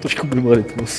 trošku mimo rytmus.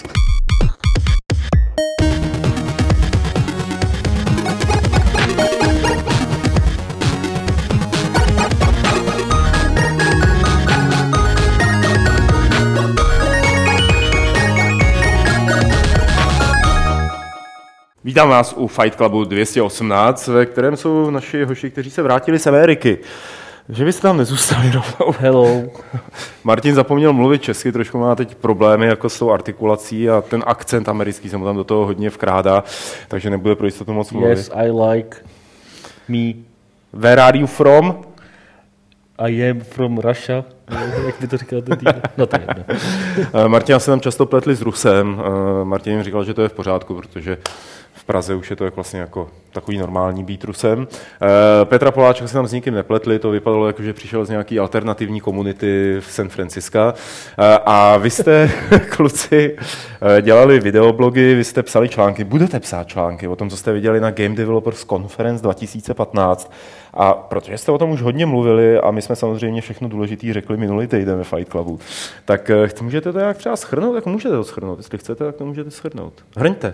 Vítám vás u Fight Clubu 218, ve kterém jsou naši hoši, kteří se vrátili z Ameriky. Že byste tam nezůstali rovnou. Hello. Martin zapomněl mluvit česky, trošku má teď problémy jako s tou artikulací a ten akcent americký se mu tam do toho hodně vkrádá, takže nebude pro jistotu moc mluvit. Yes, I like me. Where are you from? I am from Russia. Jak by to říkal ten tým? No to je jedno. Martina se tam často pletli s Rusem. Martin jim říkal, že to je v pořádku, protože v Praze už je to vlastně jako takový normální být Rusem. Petra Poláčka se tam s nikým nepletli, to vypadalo jako, že přišel z nějaký alternativní komunity v San Francisco. A vy jste, kluci, dělali videoblogy, vy jste psali články, budete psát články o tom, co jste viděli na Game Developers Conference 2015. A protože jste o tom už hodně mluvili a my jsme samozřejmě všechno důležité řekli minulý týden ve Fight Clubu, tak můžete to nějak třeba shrnout? Jak můžete to shrnout? Jestli chcete, tak to můžete shrnout. Hrňte.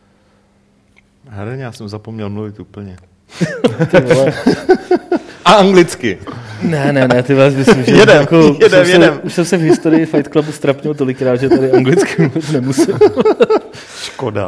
Já jsem zapomněl mluvit úplně. A anglicky. Ne, ty vás myslím, že jedem. Už jsem se v historii Fight Clubu strapnil tolikrát, že tady anglicky mluvit nemusím. Škoda.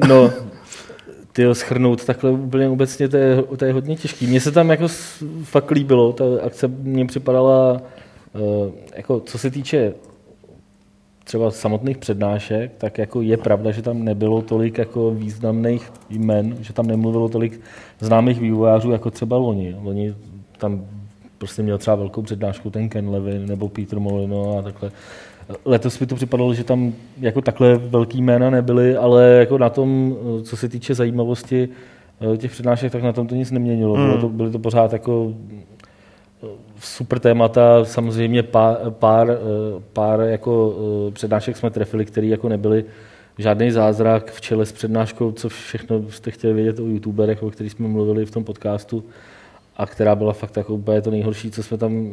Shrnout takhle úplně obecně, to je hodně těžký. Mně se tam jako fakt líbilo, ta akce mně připadala, jako co se týče třeba samotných přednášek, tak jako je pravda, že tam nebylo tolik jako významných jmen, že tam nemluvilo tolik známých vývojářů jako třeba loni. Loni tam prostě měl třeba velkou přednášku ten Ken Levin nebo Peter Molyneux a takhle. Letos mi to připadalo, že tam jako takhle velký jména nebyly, ale jako na tom, co se týče zajímavosti těch přednášek, tak na tom to nic neměnilo. Byly to pořád jako super témata, samozřejmě pár jako přednášek jsme trefili, které jako nebyly žádný zázrak v čele s přednáškou, co všechno jste chtěli vědět o youtuberech, o kterých jsme mluvili v tom podcastu a která byla fakt jako úplně to nejhorší, co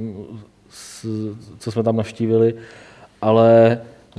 jsme tam navštívili. Ale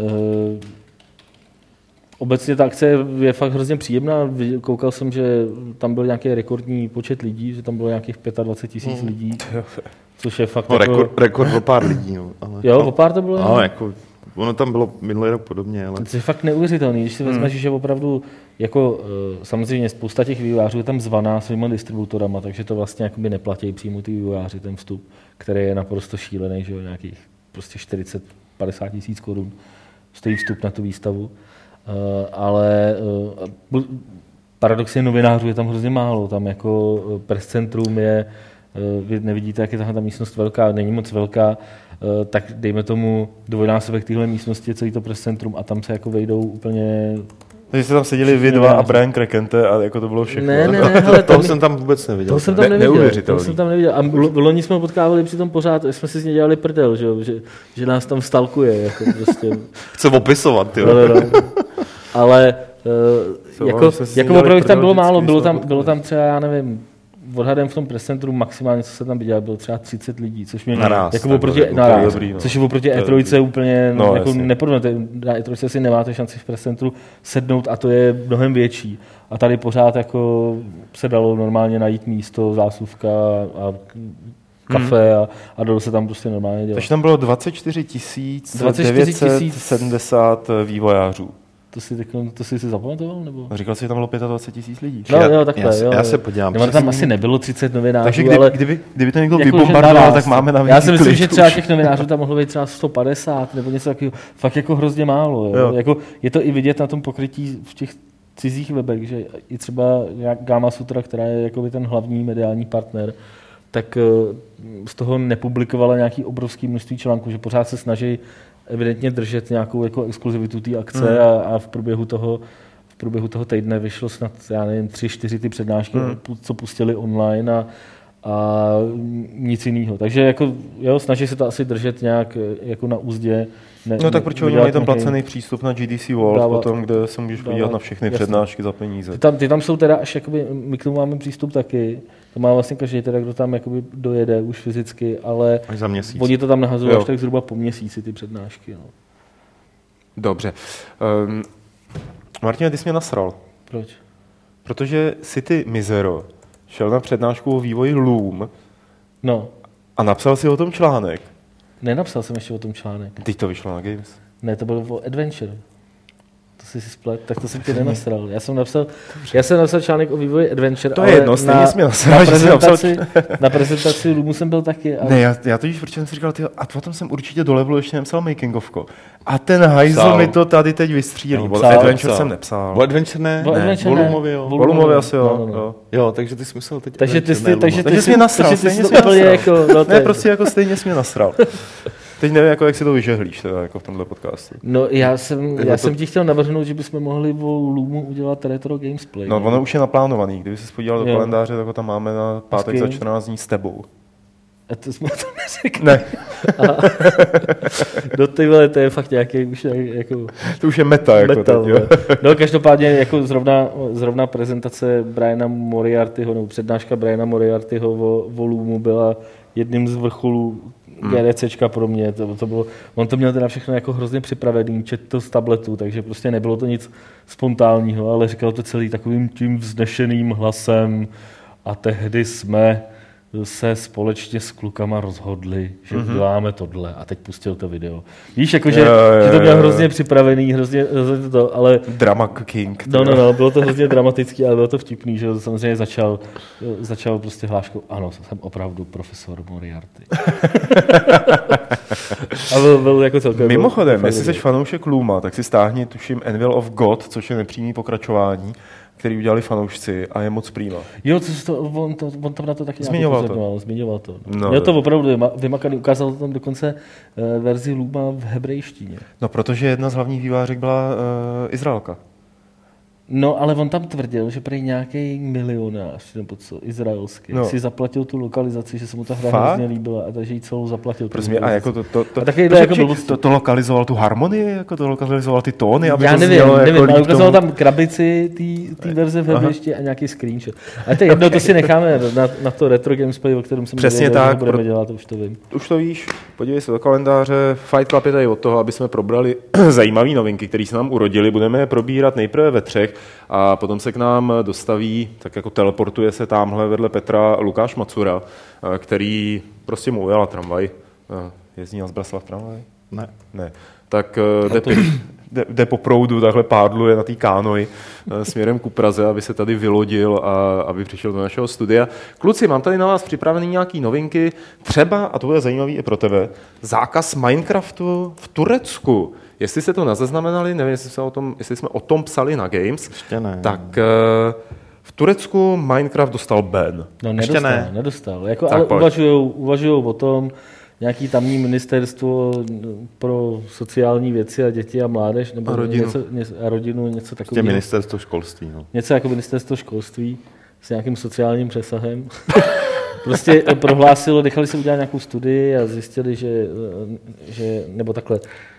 obecně ta akce je fakt hrozně příjemná. Koukal jsem, že tam byl nějaký rekordní počet lidí, že tam bylo nějakých 25 000 lidí, což je fakt jako... Rekord o pár lidí. No, ale... Jo, o pár to bylo? No, jako, ono tam bylo minulý rok podobně. Ale... To je fakt neuvěřitelný, když si vezmeš, že opravdu jako samozřejmě spousta těch vývojářů je tam zvaná svýma distributorama, takže to vlastně jakoby neplatí přímo ty vývojáři ten vstup, který je naprosto šílený, že jo, nějakých prostě 40-50 000 korun stojí vstup na tu výstavu, ale paradoxně novinářů je tam hrozně málo, tam jako press centrum je, vy nevidíte, jak je tahle ta místnost velká, není moc velká, tak dejme tomu dvojnásobek téhle místnosti je celý to press centrum a tam se jako vejdou úplně... Takže jste tam seděli vy dva a Brian Krekente a jako to bylo všechno. Ne, hele, toho jsem tam vůbec neviděl. Toho jsem tam neviděl. A loni jsme potkávali přitom pořád, jsme si z něj dělali prdel, že nás tam stalkuje. Jako prostě. Chce opisovat, ty. No. Ale jako opravdu tam bylo málo, bylo tam třeba, já nevím, odhadem v tom press centru maximálně, co se tam viděl, bylo třeba 30 lidí, což mě jako naraz, což je oproti E3 úplně jako nepodobné. Na E3 si nemáte šanci v press centru sednout a to je mnohem větší. A tady pořád jako se dalo normálně najít místo, zásuvka a kafe a dalo se tam prostě normálně dělat. Takže tam bylo 24 970 vývojářů. To jsi zapamatoval? Nebo? Říkal jsi, že tam bylo 25 000 lidí. Jo, takhle. Já se podívám. Tam asi nebylo 30 novinářů. Takže ale kdyby to někdo vybombardoval, tak máme na já si myslím, že třeba těch novinářů tam mohlo být třeba 150 nebo něco takového. Fakt jako hrozně málo. Jo. Jako, je to i vidět na tom pokrytí v těch cizích webech, že i třeba Gama Sutra, která je jakoby ten hlavní mediální partner, tak z toho nepublikovala nějaký obrovský množství článků, že pořád se snaží evidentně držet nějakou jako exkluzivitu té akce a v průběhu toho týdne vyšlo snad, já nevím, 3-4 ty přednášky, co pustili online a nic jiného. Takže jako, jo, snaží se to asi držet nějak jako na úzdě. No tak proč oni mají tam placený přístup na GDC World potom, kde se můžeš podívat na všechny přednášky za peníze. Ty tam jsou teda až jakoby, my k tomu máme přístup taky. To má vlastně každý teda, kdo tam jakoby dojede už fyzicky, ale až za měsíc. Oni to tam nahazují až tak zhruba po měsíci ty přednášky. No. Dobře. Martine, ty jsi mě nasral. Proč? Protože City Mizero šel na přednášku o vývoji Loom No, a napsal si o tom článek. nenapsal jsem ještě o tom článek. Teď to vyšlo na Games. Ne, to bylo o Adventure. To jsi si splet, tak to jsem ti nenasral. Já jsem napsal článek o vývoji Adventure, To ale je jedno, stejně jsi mě nasral, že jsi napsal... na prezentaci Loomu jsem byl taky. Ale... Ne, já totiž, protože jsem si říkal, a potom jsem určitě do levelu ještě nepsal making ofko. A ten hajzl mi to tady teď vystřílí. No, O Adventure jsem nepsal. O Adventure ne? O Adventure O ne. Loomovi, jo. O Loomovi asi jo. No. Jo. Jo, takže ty jsi myslel teď Takže ty Adventure, jsi, ne takže jsi mě nasral, takže ty stejně jsi jsi mě úplně nasral. jako... No, Ne, prostě jako stejně jsi mě nasral. Teď nevím, jako, jak si to vyžehlíš teda, jako v tomhle podcastu. No, já jsem ti chtěl navrhnout, že bychom mohli o Loomu udělat retro gamesplay. No, ono už je naplánovaný. Kdyby se podíval do Jo. kalendáře, tak ho tam máme na pátek za 14 dní s tebou. A to jsme to neřekli. Ne, No ty vole, to je fakt nějaký už jako... to už je meta. Jako metal, teď, jo. no každopádně jako zrovna prezentace Briana Moriartyho, nebo přednáška Briana Moriartyho o Loomu byla jedním z vrcholů GDCčka pro mě. To bylo, on to měl teda všechno jako hrozně připravený, čet to z tabletu, takže prostě nebylo to nic spontánního, ale říkal to celý takovým tím vznešeným hlasem a tehdy jsme se společně s klukama rozhodli, že uděláme tohle a teď pustil to video. Víš, jako, že to měl hrozně připravený, hrozně to, ale... Drama King. No, bylo to hrozně dramatický, ale bylo to vtipný, že samozřejmě začal prostě hláškou, ano, jsem opravdu profesor Moriarty. A byl jako celkem... Mimochodem, jestli jsi fanoušek Looma, tak si stáhni, tuším, Anvil of God, což je nepřímý pokračování, který udělali fanoušci a je moc prýma. Jo, on tam na to taky zmiňoval to. No, Měl to opravdu vymakaný, ukázal to tam dokonce verzi Looma v hebrejštině. No, protože jedna z hlavních vývářek byla Izraelka. No, ale on tam tvrdil, že prý nějaký milionář, nebo co, izraelský, si zaplatil tu lokalizaci, že se mu ta hra hrozně líbila, a takže ji celou zaplatil. Prostě a jako to lokalizoval tu harmonii, jako to lokalizoval ty tóny, aby já to nevím, znělo jako ale ukazoval tam krabici té verze v hebrejštině a nějaký screenshot. A to je jedno, to si necháme na to retro gamesplay, o kterém jsem přesně tak, budeme dělat, už to vím. Už to víš, podívej se do kalendáře, Fight Club je tady od toho, aby jsme probrali zajímavé novinky, které se nám urodily, budeme je probírat nejprve ve třech a potom se k nám dostaví, tak jako teleportuje se tamhle vedle Petra Lukáš Macura, který prostě mu ujala tramvaj. Jezdí na Zbraslav tramvaj? Ne. Tak jde po proudu, takhle pádluje na té kánoji směrem ku Praze, aby se tady vylodil a aby přišel do našeho studia. Kluci, mám tady na vás připravený nějaký novinky, třeba, a to bude zajímavý i pro tebe, zákaz Minecraftu v Turecku. Jestli jste to nezaznamenali, nevím, jestli jsme o tom psali na Games, tak v Turecku Minecraft dostal ban. No nedostal. Jako, ale uvažujou o tom, nějaký tamní ministerstvo pro sociální věci a děti a mládež, nebo rodinu, něco takového. Ministerstvo školství. No. Něco jako ministerstvo školství s nějakým sociálním přesahem. Prostě prohlásilo, nechali se udělat nějakou studii a zjistili, že nebo takhle,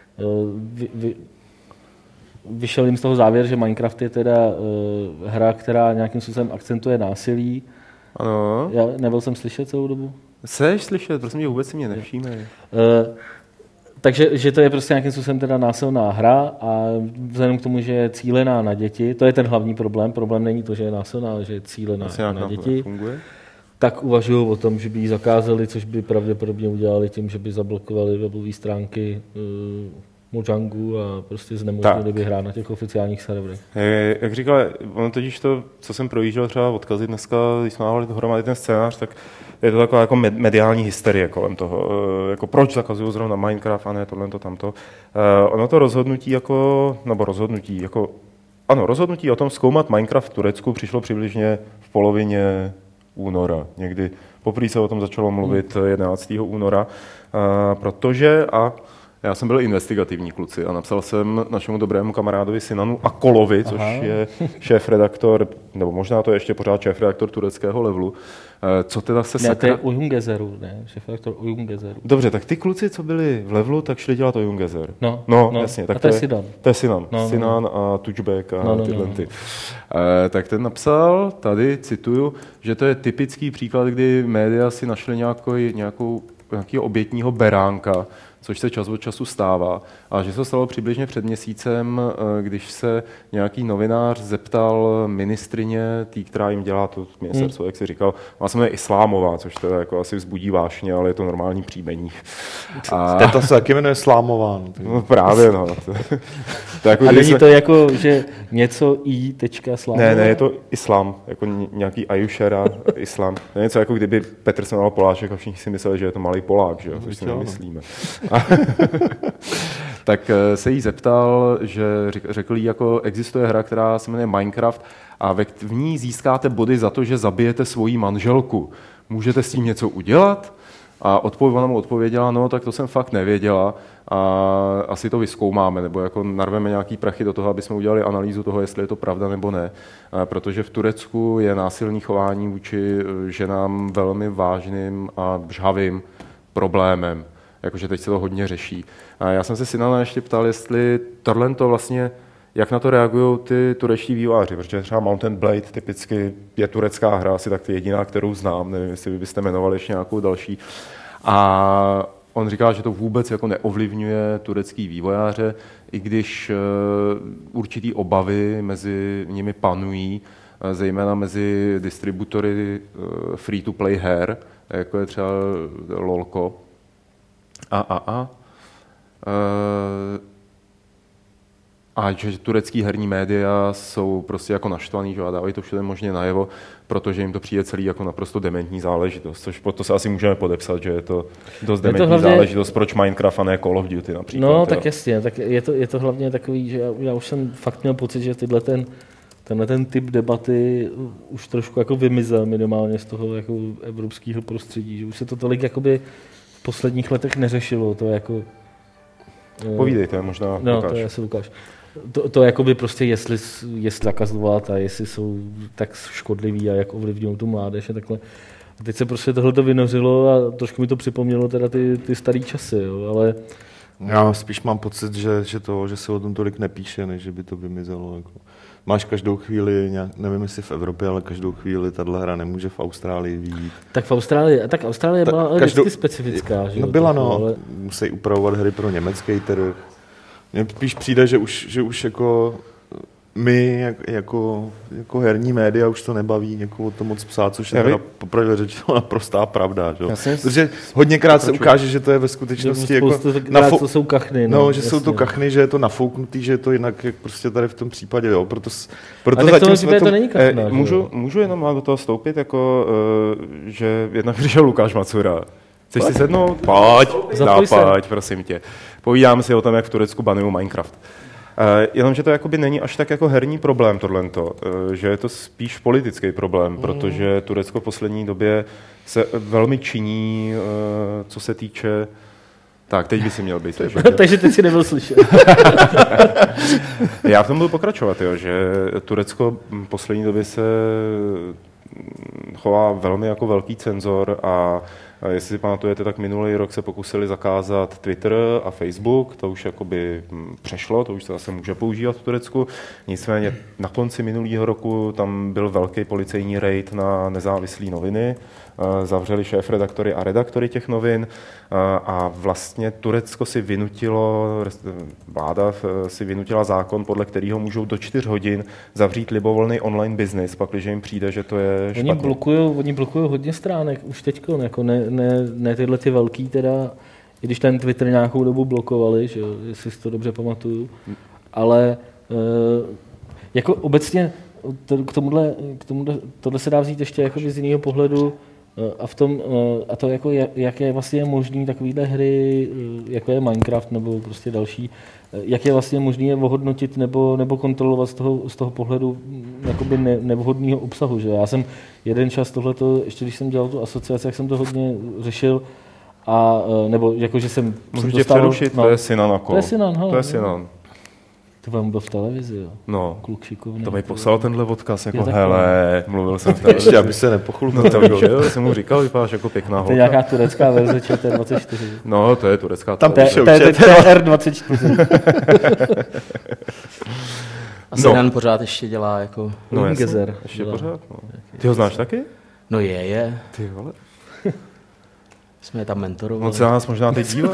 vyšel jim z toho závěr, že Minecraft je teda hra, která nějakým způsobem akcentuje násilí. Ano. Já nebyl jsem slyšet celou dobu. Jseš slyšet, prosím tě, vůbec si mě nevšímej. Takže že to je prostě nějakým způsobem teda násilná hra a vzhledem k tomu, že je cílená na děti, to je ten hlavní problém. Problém není to, že je násilná, ale že je cílená na děti. Tak uvažují o tom, že by ji zakázali, což by pravděpodobně udělali tím, že by zablokovali webové stránky Mojangu a prostě znemožnili by hrát na těch oficiálních serverech. Jak říkal, ono totiž to, co jsem projížděl třeba odkazy dneska, když jsme dávali dohromady ten scénář, tak je to taková jako mediální hysterie kolem toho. Jako proč zakazují zrovna Minecraft a ne tohle, tamto. Ono to rozhodnutí rozhodnutí o tom zkoumat Minecraft v Turecku přišlo přibližně v polovině února. Někdy poprvé se o tom začalo mluvit 11. února, protože já jsem byl investigativní, kluci, a napsal jsem našemu dobrému kamarádovi Sinanu Akolovi, což je šéf-redaktor, nebo možná to je ještě pořád šéf-redaktor tureckého levelu. Co teda se sakra... Ne, to je Oyungezeru, ne? Šéf-redaktor Oyungezeru. Dobře, tak ty kluci, co byli v levelu, tak šli dělat Oyungezer. No, jasně. Tak a to je Sinan. To je Sinan. Sinan a Tučbek a tyhle ty. Tak ten napsal, tady cituju, že to je typický příklad, kdy média si našli nějakého obětního beránka, což se čas od času stává. A že se to stalo přibližně před měsícem, když se nějaký novinář zeptal ministrině, tý, která jim dělá to ministerstvo, jak si říkal, ona se jmenuje Islámová, což teda jako asi vzbudí vášně, ale je to normální příjmení. A to se taky jmenuje Slámová. No právě, no. To jako, a není to jako, že něco i.slám? Ne, je to islám, jako nějaký Ajušera, islám. To je něco jako kdyby Petr se jmenoval Poláček a všichni si mysleli, že je to malý Polák, že jo, což si nemyslíme. Tak se jí zeptal, že řekl jí, jako existuje hra, která se jmenuje Minecraft a v ní získáte body za to, že zabijete svoji manželku. Můžete s tím něco udělat? A ona mu odpověděla, no tak to jsem fakt nevěděla a asi to vyzkoumáme, nebo jako narveme nějaký prachy do toho, aby jsme udělali analýzu toho, jestli je to pravda nebo ne. Protože v Turecku je násilné chování vůči ženám velmi vážným a žhavým problémem. Jakože teď se to hodně řeší. A já jsem se Sinana ještě ptal, jestli tohle to vlastně, jak na to reagují ty turečtí vývojáři, protože třeba Mountain Blade typicky je turecká hra, asi tak jediná, kterou znám, nevím, jestli byste jmenovali ještě nějakou další. A on říká, že to vůbec jako neovlivňuje turecký vývojáře, i když určitý obavy mezi nimi panují, zejména mezi distributory free-to-play her, jako je třeba Lolko. A že turecký herní média jsou prostě jako naštvaný, že dávají to všude možně najevo, protože jim to přijde celý jako naprosto dementní záležitost, což to se asi můžeme podepsat, že je to dost dementní záležitost, proč Minecraft a ne Call of Duty například. No, tak jasně, tak je to hlavně takový, že já už jsem fakt měl pocit, že tenhle ten typ debaty už trošku jako vymizel minimálně z toho jako evropského prostředí, že už se to tolik jakoby v posledních letech neřešilo, to jako... Povídejte, možná no, Lukáš. To je asi Lukáš. To jakoby prostě, jestli zakazovat a jestli jsou tak škodliví a jak ovlivňují tu mládež a takhle. A teď se prostě tohleto vynořilo a trošku mi to připomnělo teda ty starý časy, jo, ale... Já spíš mám pocit, že se o tom tolik nepíše, než že by to vymizelo. Jako. Máš každou chvíli, nevím jestli v Evropě, ale každou chvíli tahle hra nemůže v Austrálii vyjít. Tak Austrálie byla vždycky specifická, že jo? No byla, ale... musí upravovat hry pro německý trh. Mně spíš přijde, že už jako my jako herní média už to nebaví jako o tom moc psát, což je teda popravdě řečeno naprostá pravda. Že? Protože hodněkrát se ukáže, že to je ve skutečnosti jako... to jsou kachny. No, že jasně. Jsou to kachny, že je to nafouknutý, že je to jinak, jak prostě tady v tom případě, jo. Proto zatím jsme to není kachna. Můžu jenom do toho vstoupit, jako, že jednak přišel Lukáš Macura. Chceš si sednout? Pojď, prosím tě. Povídáme si o tom, jak v Turecku banují Minecraft. Jenomže to jakoby není až tak jako herní problém tohleto, že je to spíš politický problém, protože Turecko v poslední době se velmi činí, co se týče... Tak, teď by si měl být. Takže teď si nebyl slyšet. Já v tom budu pokračovat, jo, že Turecko v poslední době se chová velmi jako velký cenzor a jestli si pamatujete, tak minulý rok se pokusili zakázat Twitter a Facebook, to už jakoby přešlo, to už se zase může používat v Turecku. Nicméně na konci minulého roku tam byl velký policejní raid na nezávislé noviny, zavřeli šéfredaktory a redaktory těch novin a vlastně Turecko si vláda si vynutila zákon, podle kterého můžou do 4 hodin zavřít libovolný online business, pakliže jim přijde, že to je špatně. Oni blokují hodně stránek už teďko, jako ne tyhle ty velký teda, i když ten Twitter nějakou dobu blokovali, že jo, jestli si to dobře pamatuju, ale jako obecně k tomuhle tohle se dá vzít ještě jako z jiného pohledu a to jako jak je vlastně možný takovýhle hry, jako je Minecraft nebo prostě další, jak je vlastně možný je ohodnotit nebo kontrolovat z toho pohledu jakoby nevhodného obsahu. Že? Já jsem jeden čas tohleto, ještě když jsem dělal tu asociaci, jak jsem to hodně řešil, a nebo jako, že jsem... Můžu tě přerušit, to je Sinan Ako. To je Sinan, hele. To je Sinan. To vám byl v televizi, jo? No, kluk šikovný. To mi poslal tenhle odkaz, jako hele, mluvil jsem v televizi. Ještě, aby se nepochlubnil. No to víš, jo, jsem mu říkal, vypadáš jako pěkná holka. To je nějaká turecká verze ČT24. No, to je turecká. Tam píšou TR24. A Sinan pořád ještě dělá jako... No Gezer. Ještě pořád, no. Ty ho znáš taky? No je. Ty vole. Jsme je tam mentorovali. On se nás možná teď dívá?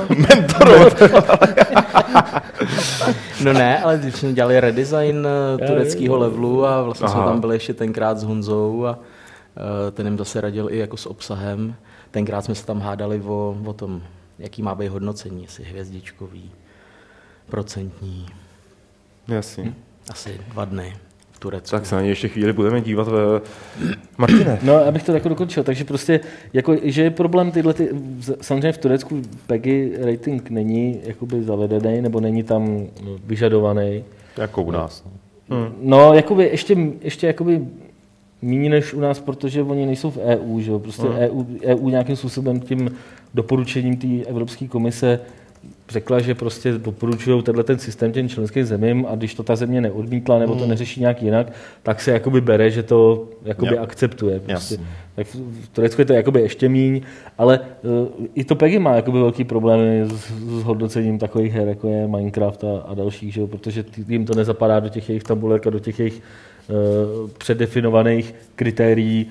No ne, ale když jsme dělali redesign tureckého levelu a vlastně jsme tam byli ještě tenkrát s Honzou a ten jim zase radil i jako s obsahem. Tenkrát jsme se tam hádali o tom, jaký má být hodnocení, jestli hvězdičkový, procentní. Jasně. Asi 2 dny v Turecku. Tak se na něj ještě chvíli budeme dívat. Martine. No, abych to jako dokončil, takže prostě, jako, že je problém samozřejmě v Turecku PEGI rating není jakoby zavedený, nebo není tam vyžadovaný. Jako u nás. No, jakoby ještě jakoby méně než u nás, protože oni nejsou v EU, že jo? Prostě EU nějakým způsobem tím doporučením té Evropské komise řekla, že prostě doporučují ten systém těm členským zemím a když to ta země neodmítla nebo to neřeší nějak jinak, tak se jakoby bere, že to jakoby akceptuje. Prostě. Tak v Turecku je to jakoby ještě míň, ale i to PEGI má jakoby velký problémy s hodnocením takových her, jako je Minecraft a dalších, že jo? Protože jim to nezapadá do těch jejich tabulek a do těch jejich předdefinovaných kritérií,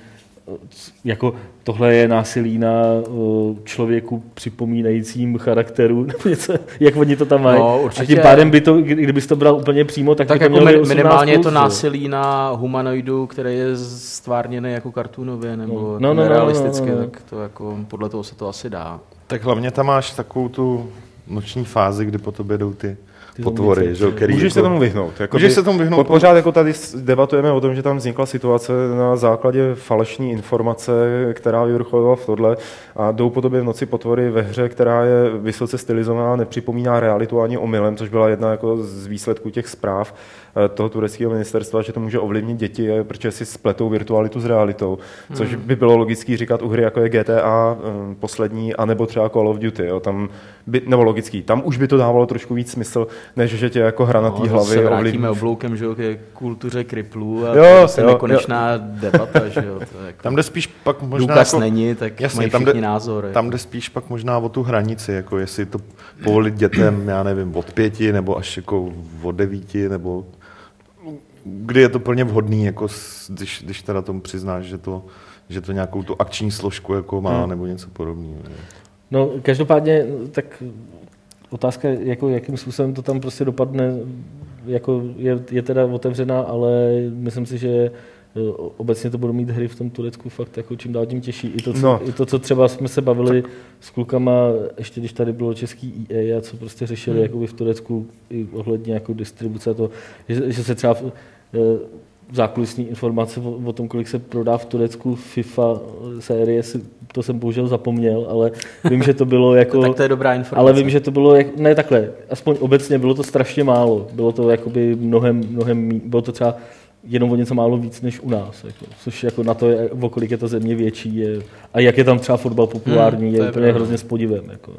jako tohle je násilí na člověku připomínajícím charakteru, nebo něco, jak oni to tam mají. No, a tím pádem by to, kdybys to bral úplně přímo, tak by to jako mělo minimálně je to násilí na humanoidu, který je stvárněný jako kartunově nebo nerealisticky, tak to jako podle toho se to asi dá. Tak hlavně tam máš takovou tu noční fázi, kdy po tobě jdou ty potvory, že? Můžeš jako... se tomu vyhnout. Můžeš se tomu vyhnout. Pořád jako tady debatujeme o tom, že tam vznikla situace na základě falešné informace, která vyvrcholila v tohle a jdou po tobě v noci potvory ve hře, která je vysoce stylizovaná, nepřipomíná realitu ani omylem, což byla jedna jako z výsledků těch zpráv toho tureckého ministerstva, že to může ovlivnit děti, protože si spletou virtualitu s realitou, což by bylo logický říkat u hry, jako je GTA poslední, anebo třeba Call of Duty. Jo. Nebo logický, tam už by to dávalo trošku víc smysl, než že tě jako hra na té hlavy se vrátíme obloukem, že jo, ke kultuře kriplů a to je nekonečná debata, že jo. To jako tam jde spíš pak možná důkaz jako, není, tak mají všichni názor. Tam jde spíš pak možná o tu hranici, jako jestli to povolit dětem, já nevím, od 5 nebo až jako od 9, nebo kdy je to plně vhodný, jako když teda tomu přiznáš, že to nějakou tu akční složku jako má, nebo něco podobného. No, každopádně, tak otázka, jako jakým způsobem to tam prostě dopadne, jako je teda otevřená, ale myslím si, že obecně to budou mít hry v tom Turecku fakt jako čím dál tím těžší. I to, co třeba jsme se bavili s klukama, ještě když tady bylo český EA a co prostě řešili jakoby v Turecku i ohledně jako distribuce a to, že se třeba zákulisní informace o tom, kolik se prodá v Turecku FIFA série, to jsem bohužel zapomněl, ale vím, že to bylo jako... Tak to je dobrá informace. Ale vím, že to bylo, ne takhle, aspoň obecně bylo to strašně málo. Bylo to jakoby mnohem, bylo to třeba jenom o něco málo víc než u nás. Jako, což jako na to, o kolik je ta země větší a jak je tam třeba fotbal populární, je úplně hrozně s podivem. Jako.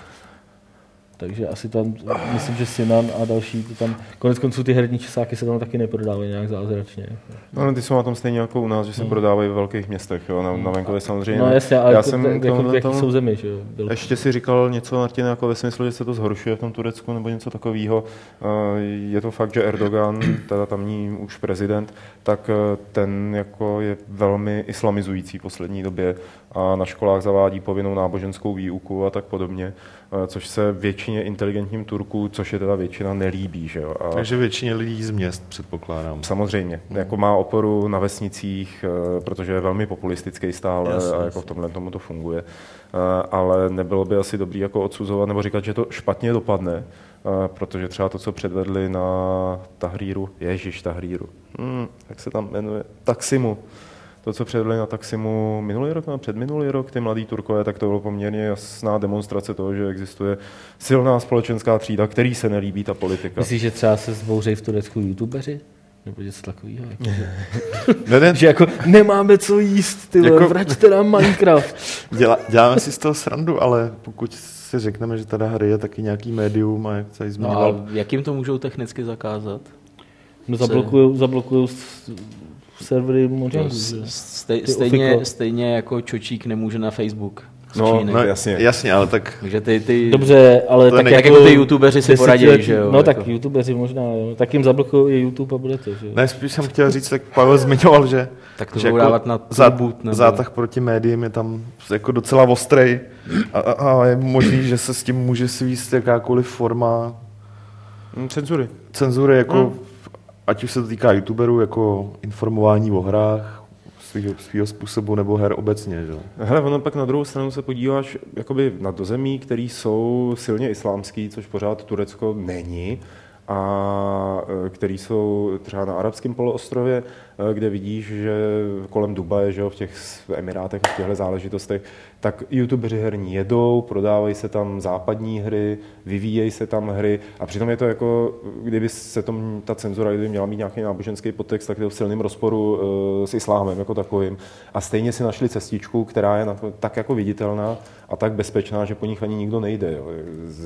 Takže asi tam, myslím, že Sinan a další, to tam, konec konců ty herní česáky se tam taky neprodávají nějak zázračně. No, ty jsou na tom stejně jako u nás, že se prodávají ve velkých městech, jo, na venkově samozřejmě. No jasně, ale jaký jsou zemi, že jo. Ještě si říkal něco, Martin, jako ve smyslu, že se to zhoršuje v tom Turecku nebo něco takového. Je to fakt, že Erdogan, teda tamní už prezident, tak ten jako je velmi islamizující v poslední době a na školách zavádí povinnou náboženskou výuku a tak podobně, což se většině inteligentním Turků, což je teda většina, nelíbí. Že jo? Takže většině lidí z měst, předpokládám. Samozřejmě. Jako má oporu na vesnicích, protože je velmi populistický stále a jako v tomhle tomu to funguje. Ale nebylo by asi dobrý jako odsuzovat nebo říkat, že to špatně dopadne, protože třeba to, co předvedli na Tahríru, jak se tam jmenuje, Taksimu, to, co předvedli na Taksimu minulý rok, předminulý rok, ty mladí Turkové, tak to bylo poměrně jasná demonstrace toho, že existuje silná společenská třída, který se nelíbí ta politika. Myslíš, že třeba se zbouřejí v Turecku youtubeři? Nebo něco takového? Že jako nemáme co jíst, ty jako... vraťte nám Minecraft. Děláme si z toho srandu, ale pokud si řekneme, že teda hry je taky nějaký médium a jak se zmiňoval. No, jak jim to můžou technicky zakázat? No zablokujou servery Mojangu. Stejně jako Čočík nemůže na Facebook. Jasně, ale tak... Takže ty... Dobře, ale tak jako ty youtubeři si poradí, že jo? No jako. tak youtubeři možná, jo. Tak jim zablokují YouTube a bude to, že jo? Ne, spíš jsem chtěl říct, tak Pavel zmiňoval, že... Tak to budou dávat na zátah proti médiím je tam jako docela ostrej a je možný, že se s tím může svíst jakákoliv forma... Cenzury, jako... Ať už se to týká youtuberů, jako informování o hrách, svýho způsobu nebo her obecně. Že? Hele, ono pak na druhou stranu se podíváš jakoby na to zemí, které jsou silně islámský, což pořád Turecko není, a který jsou třeba na arabském poloostrově, kde vidíš, že kolem Dubaje, že jo, v těch Emirátech a v těchto záležitostech, tak youtubeři herní jedou, prodávají se tam západní hry, vyvíjejí se tam hry a přitom je to jako, kdyby se ta cenzura kdyby měla mít nějaký náboženský podtext, tak je to v silném rozporu s islámem jako takovým. A stejně si našli cestičku, která je tak jako viditelná a tak bezpečná, že po nich ani nikdo nejde, jo, ze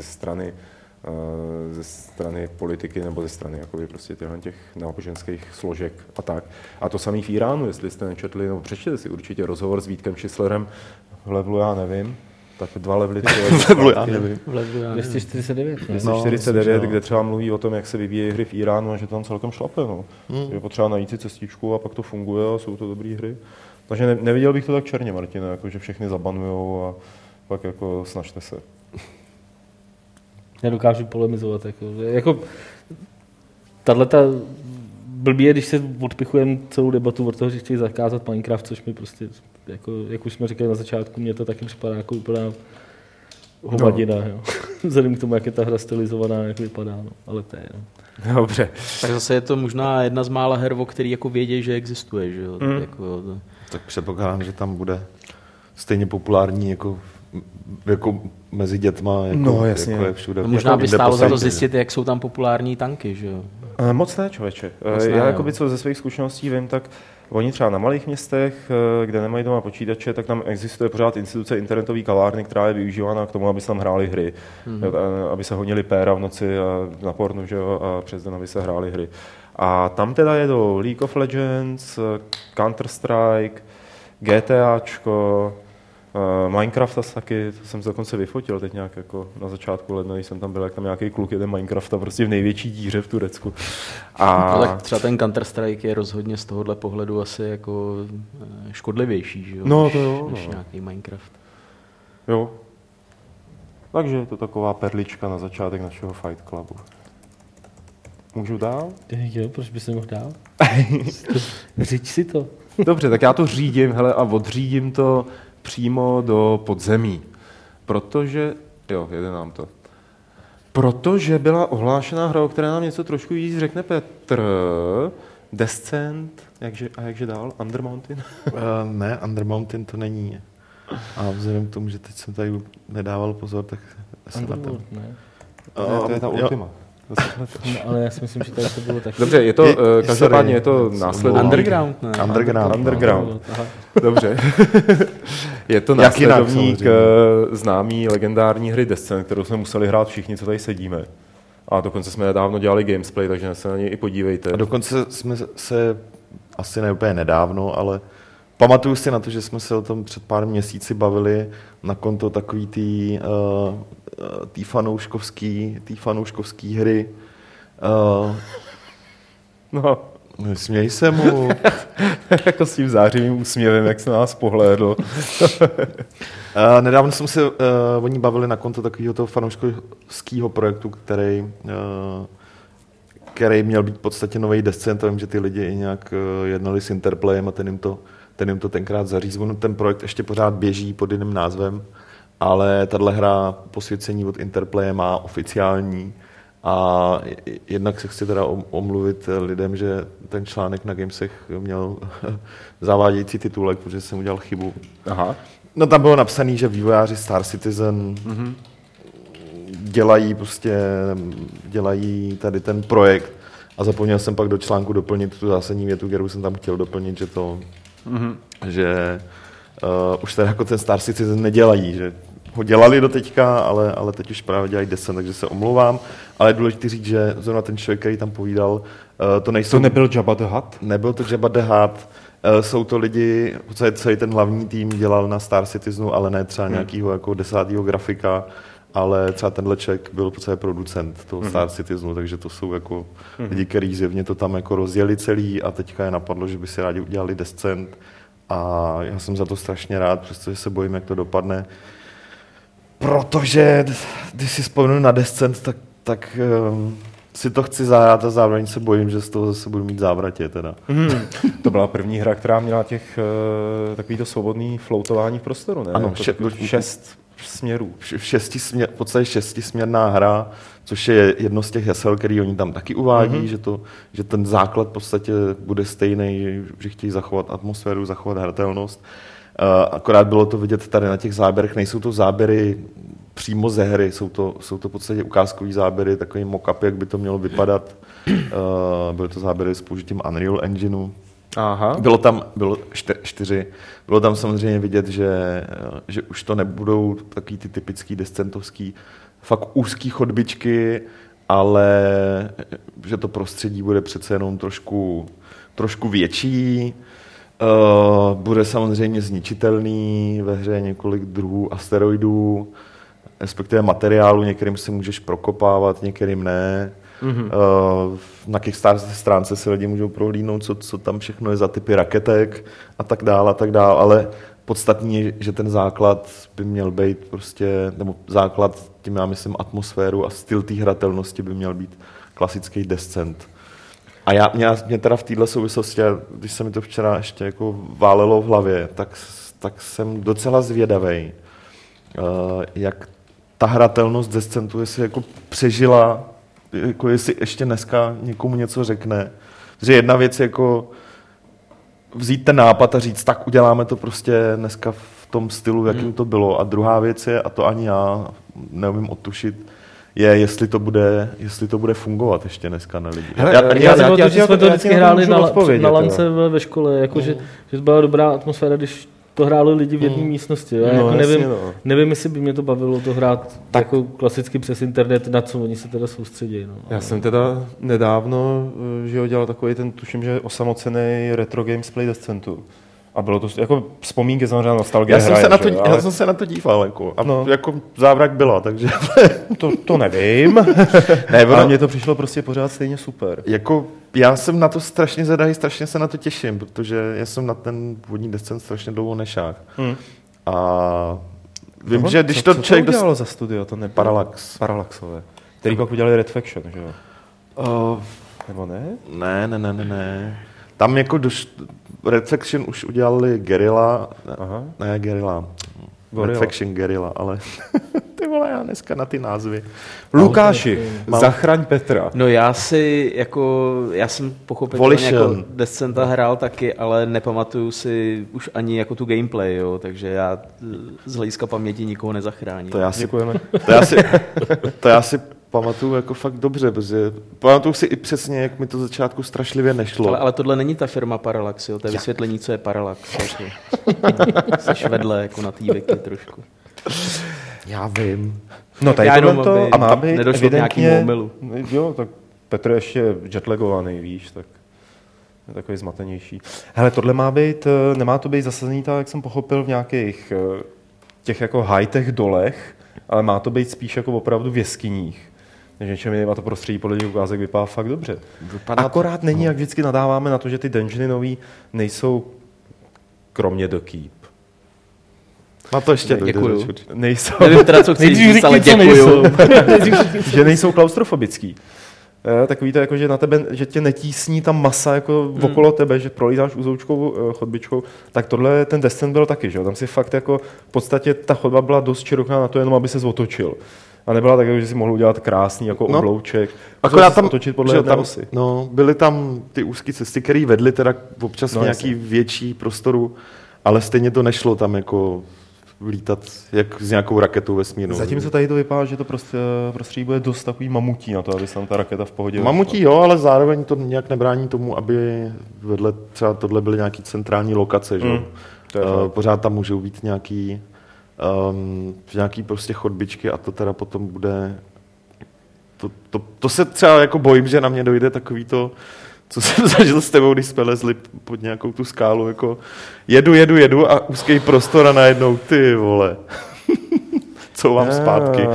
strany politiky nebo ze strany jakoby prostě těch náboženských složek a tak. A to samý v Iránu, jestli jste nečetli, nebo přečtěte si určitě rozhovor s Vítkem Šislerem v levelu, já nevím, tak 2 levely. V levelu, já nevím. 249. 249, kde třeba mluví o tom, jak se vyvíjejí hry v Iránu a že to tam celkem šlape. No. Je potřeba najít si cestičku a pak to funguje a jsou to dobré hry. Takže neviděl bych to tak černě, Martine, jako že všechny zabanujou a pak jako snažte se. Nedokážu polemizovat. Jako tato blbě, když se odpichujeme celou debatu od toho, že chtějí zakázat Minecraft, což mi prostě, jako, jak už jsme říkali na začátku, mně to taky připadá jako úplná hovadina. No. Vzhledem k tomu, jak je ta hra stylizovaná, jak vypadá. No. Ale to je. No. Dobře. Tak zase je to možná jedna z mála her, o který jako vědí, že existuje. Že jo? Tak předpokládám, že tam bude stejně populární jako mezi dětma, jako, jasně. Jako je všude. No, možná by stálo za to zjistit, jak jsou tam populární tanky, že jo? Moc ne, člověče. Já jakoby, co ze svých zkušeností vím, tak oni třeba na malých městech, kde nemají doma počítače, tak tam existuje pořád instituce internetové kavárny, která je využívána k tomu, aby se tam hrály hry. Aby se honili péra v noci a na pornu, že jo, a přes den, aby se hrály hry. A tam teda jedou League of Legends, Counter-Strike, GTAčko, Minecraft taky, to jsem dokonce vyfotil teď nějak jako na začátku ledna, když jsem tam byl, jak tam nějaký kluk jede Minecrafta prostě v největší díře v Turecku. No, tak třeba ten Counter-Strike je rozhodně z tohohle pohledu asi jako škodlivější, že jo? No, to jo. Než nějaký Minecraft. Jo. Takže je to taková perlička na začátek našeho Fight Clubu. Můžu dál? Jo, proč bys nemohl dál? Říď si to. Dobře, tak já to řídím, hele, a odřídím to přímo do podzemí. Protože, jede nám to. Protože byla ohlášená hra, o které nám něco trošku víc řekne Petr. Descent, jakže dál? Undermountain? Ne, Undermountain to není. A vzhledem k tomu, že teď jsem tady nedával pozor, tak se na tom... Ne, to je ta Ultima. No, ale já si myslím, že tady to bylo taky. Dobře, je to, každopádně je to následovník. Underground, ne? Underground. Dobře. Je to následovník známý legendární hry Descent, kterou jsme museli hrát všichni, co tady sedíme. A dokonce jsme nedávno dělali gamesplay, takže se na něj i podívejte. A dokonce jsme se, asi ne úplně nedávno, ale pamatuju si na to, že jsme se o tom před pár měsíci bavili na konto takový tý fanouškovský hry. No. Směj se mu. Jako s tím zářivým úsměvem, jak se na nás pohlédl. Nedávno jsme se o ní bavili na konto takového toho fanouškovského projektu, který měl být v podstatě nový Descent. Vím, že ty lidi i nějak jednali s Interplayem a ten jim to tenkrát zařízl. Ten projekt ještě pořád běží pod jiným názvem, ale tahle hra posvěcení od Interplaye má oficiální. A jednak se chci teda omluvit lidem, že ten článek na Gamesech měl zavádějící titulek, protože jsem udělal chybu. Aha. No tam bylo napsané, že vývojáři Star Citizen dělají tady ten projekt a zapomněl jsem pak do článku doplnit tu zásadní větu, kterou jsem tam chtěl doplnit, že to, že už tady jako ten Star Citizen nedělají, že ho dělali do teďka, ale teď už právě dělají Descent, takže se omlouvám. Ale je důležité říct, že zrovna ten člověk, který tam povídal, to nejsou... To nebyl Jabba the Hutt? Nebyl to Jabba the Hutt. Jsou to lidi, celý ten hlavní tým dělal na Star Citizenu, ale ne třeba nějakého jako 10. grafika, ale třeba tenhle člověk byl producent toho Star Citizenu, takže to jsou jako lidi, kteří zjevně to tam jako rozjeli celý a teďka je napadlo, že by si rádi udělali Descent a já jsem za to strašně rád, přestože se bojím, jak to dopadne. Protože když si vzpomenu na Descent, tak si to chci zahrát a zároveň se bojím, že z toho zase budu mít závratě teda. To byla první hra, která měla takovýto svobodný floutování v prostoru, ne? Ano, 6 směrů. V podstatě 6směrná hra, což je jedno z těch hesel, který oni tam taky uvádí, že ten základ v podstatě bude stejný, že chtějí zachovat atmosféru, zachovat hratelnost. Akorát bylo to vidět tady na těch záběrech, nejsou to záběry přímo ze hry, jsou to v podstatě ukázkový záběry, takový mock-up, jak by to mělo vypadat. Byly to záběry s použitím Unreal Engineu. Aha. Bylo 4. Bylo tam samozřejmě vidět, že už to nebudou takový ty typický descentovský, fakt úzký chodbičky, ale že to prostředí bude přece jenom trošku větší. Bude samozřejmě zničitelný, ve hře několik druhů asteroidů, respektive materiálu, některým se můžeš prokopávat, některým ne. Na Kickstarter stránce si lidi můžou prohlídnout, co tam všechno je za typy raketek a tak dále, ale podstatný je, že ten základ by měl být prostě, nebo základ, tím já myslím atmosféru a styl té hratelnosti by měl být klasický Descent. A mě teda v této souvislosti, když se mi to včera ještě jako válelo v hlavě, tak jsem docela zvědavej, jak ta hratelnost Descentu, jestli jako přežila, jako jestli ještě dneska někomu něco řekne. Protože jedna věc je jako vzít ten nápad a říct, tak uděláme to prostě dneska v tom stylu, v jakým to bylo. A druhá věc je, a to ani já neumím odtušit, je, jestli to bude fungovat ještě dneska na lidi. Já jsme to vždycky hráli na lance ve škole, jakože že to byla dobrá atmosféra, když to hráli lidi v jedné místnosti. Já jako nevím, jestli by mě to bavilo to hrát tak jako klasicky přes internet, na co oni se teda soustředí. No. Já jsem teda nedávno dělal takový ten, tuším, že osamocený retro gamesplay Descentu. A bylo to jako vzpomínky, samozřejmě nostalgie. Já jsem se na to díval, jako, a jako závrat byla, takže... to nevím, ale mně to přišlo prostě pořád stejně super. Jako, já jsem na to strašně zvedavý, strašně se na to těším, protože já jsem na ten původní Descent strašně dlouho nešák. A vím, že když to člověk... Co udělalo za studio? To nebylo Parallaxové. Který pak udělali Red Faction, že jo? Nebo ne? Ne. Tam jako Red Faction už udělali Guerrilla, ne Guerrilla, Red Faction Guerrilla, ale ty vole, já dneska na ty názvy. Lukáši, zachraň Petra. No já jsem pochopitelně jako Descenta hrál taky, ale nepamatuju si už ani jako tu gameplay, jo, takže já z hlediska paměti nikoho nezachráním. To já si pamatuju jako fakt dobře, protože pamatuju si i přesně, jak mi to začátku strašlivě nešlo. Ale tohle není ta firma Parallax, jo? To je vysvětlení, co je Parallax. Seš vedle, jako na té wiki trošku. Já vím. No tady tohle to a má být nedošlo k nějakému omylu. Jo, tak Petr ještě jetlagovaný, víš, tak je takový zmatenější. Hele, tohle nemá to být zasazený tak, jak jsem pochopil, v nějakých těch jako high-tech dolech, ale má to být spíš jako opravdu v jeskyních. Než něčem jiným a to prostředí podle těch ukázek vypadá fakt dobře. Akorát není, jak vždycky nadáváme na to, že ty dungeony nový nejsou kromě The Keep. Na to ještě děkuju. Nejsou. Nevím teda, co chci říct, ale děkuju. Že nejsou klaustrofobický. Takový to, jako, že na tebe, že tě netísní ta masa jako okolo tebe, že prolítáš uzoučkou chodbičkou, tak tohle ten Descent byl taky, že jo? Tam si fakt jako v podstatě ta chodba byla dost široká na to, jenom aby se otočil. A nebyla tak, že si mohl udělat krásný jako oblouček. Akorát tam otočit podle jedné osy. No, byly tam ty úzké cesty, které vedly teda občas nějaký větší prostoru, ale stejně to nešlo tam jako lítat jak s nějakou raketou vesmírnou. Zatímco tady to vypadá, že to prostředí bude dost takový mamutí na to, aby se tam ta raketa v pohodě mamutí jo, ale zároveň to nějak nebrání tomu, aby vedle třeba tohle byly nějaký centrální lokace, že? Pořád tam můžou být nějaký prostě chodbičky a to teda potom bude... To se třeba jako bojím, že na mě dojde takový to, co jsem zažil s tebou, když jsme lezli pod nějakou tu skálu, jako jedu a úzký prostor a najednou ty vole. Co vám zpátky?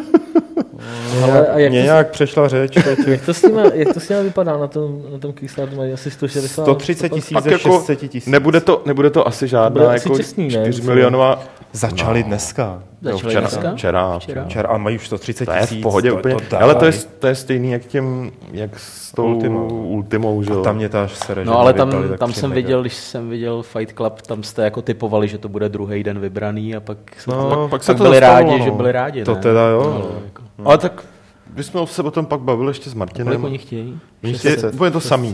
Mě nějak přešla řeč. Jak to s nima vypadá na tom Kickstarteru? Mají asi 130 000 ze 600 000. Nebude to asi žádná jako čestný, 4 milionová. Začali dneska. Včera. A mají už 130 000. To je v pohodě úplně. Ale to je stejný jak s tou Ultimou, že jo? A tam mě ta sere, no ale tam jsem viděl, když jsem viděl Fight Club, tam jste jako typovali, že to bude druhý den vybraný a pak se to byli rádi, že byli rádi. To teda jo. Ale tak my jsme se o tom pak bavili ještě s Martinem. Kolik oni chtějí? Úplně to samý.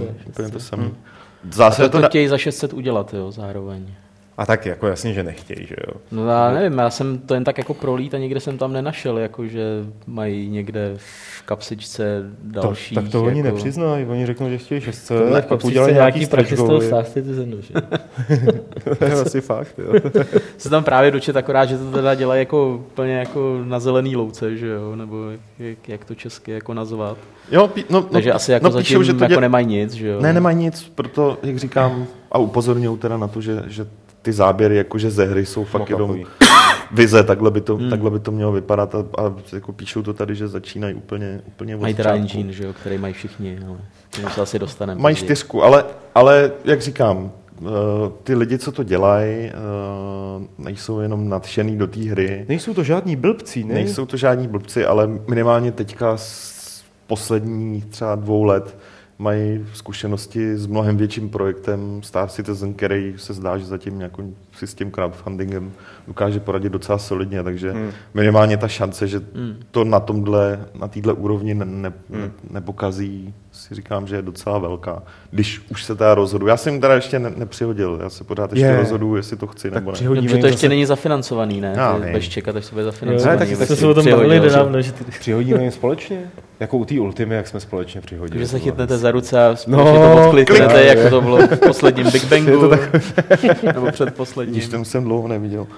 Zase to chtějí za 600 udělat, jo, zároveň. A tak jako jasně, že nechtějí, že jo? No já nevím, já jsem to jen tak jako prolít a nikde jsem tam nenašel, jako že mají někde v kapsičce další. Tak to oni nepřiznají, oni řeknou, že chtějí 600. To v kapsičce nějaký prachy z toho sásty ty zenu, že? To je asi fakt, jo. Se tam právě dočet akorát, že to teda dělají jako úplně jako na zelený louce, že jo? Nebo jak to česky jako nazvat. Jo, takže asi jako zatím píšou, jako nemají nic, že jo? Ne, nemají nic, proto, jak říkám, a upozorňují teda na to, že ty záběry jakože ze hry jsou fakt jenom vize, takhle by to mělo vypadat a jako píšou to tady, že začínají úplně od mají teda engine, že jo, který mají všichni, ale tím se asi dostaneme. Mají 4, ale jak říkám, ty lidi, co to dělají, nejsou jenom nadšený do té hry. Nejsou to žádní blbci, ne? Nejsou to žádní blbci, ale minimálně teďka z posledních třeba 2 let mají zkušenosti s mnohem větším projektem Star Citizen, který se zdá, že zatím si s tím crowdfundingem dokáže poradit docela solidně, takže minimálně ta šance, že to na téhle úrovni nepokazí, si říkám, že je docela velká. Když už se teda rozhodu. Já jsem jim teda ještě nepřihodil, já se pořád ještě rozhoduju, jestli to chci nebo ne. Protože to ještě není zafinancovaný, ne? Budeš čekat, až to bude zafinancovaný. Tak jsme se o tom bavili nedávno, že přihodíme jim společně? Jako u té Ultimy, jak jsme společně přihodili. Že se chytnete za ruce a společně to odkliknete, jako to bylo v posledním Big Bangu. Nebo předposledním. Když jsem dlouho neviděl.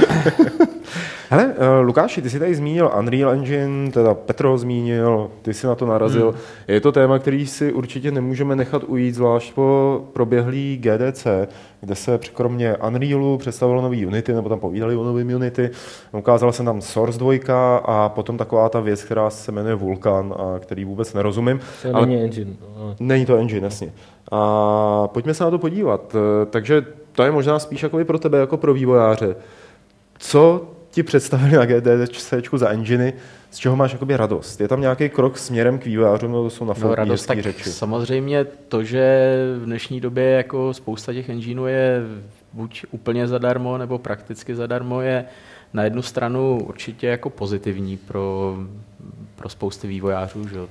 Hele, Lukáši, ty jsi tady zmínil Unreal Engine, teda Petro zmínil, ty jsi na to narazil. Je to téma, který si určitě nemůžeme nechat ujít, zvlášť po proběhlý GDC, kde se kromě Unrealu představilo nový Unity, nebo tam povídali o novým Unity. Ukázala se tam Source 2 a potom taková ta věc, která se jmenuje Vulkan, a který vůbec nerozumím. To není engine. Není to engine, jasně. A pojďme se na to podívat. Takže to je možná spíš jako pro tebe, jako pro vývojáře. Co ti představili na GDCčku za enginy, z čeho máš jakoby radost? Je tam nějaký krok směrem k vývojářům, nebo to jsou na fotografské řeči? Samozřejmě to, že v dnešní době jako spousta těch enginů je buď úplně zadarmo, nebo prakticky zadarmo, je na jednu stranu určitě jako pozitivní pro spousty vývojářů, že jo?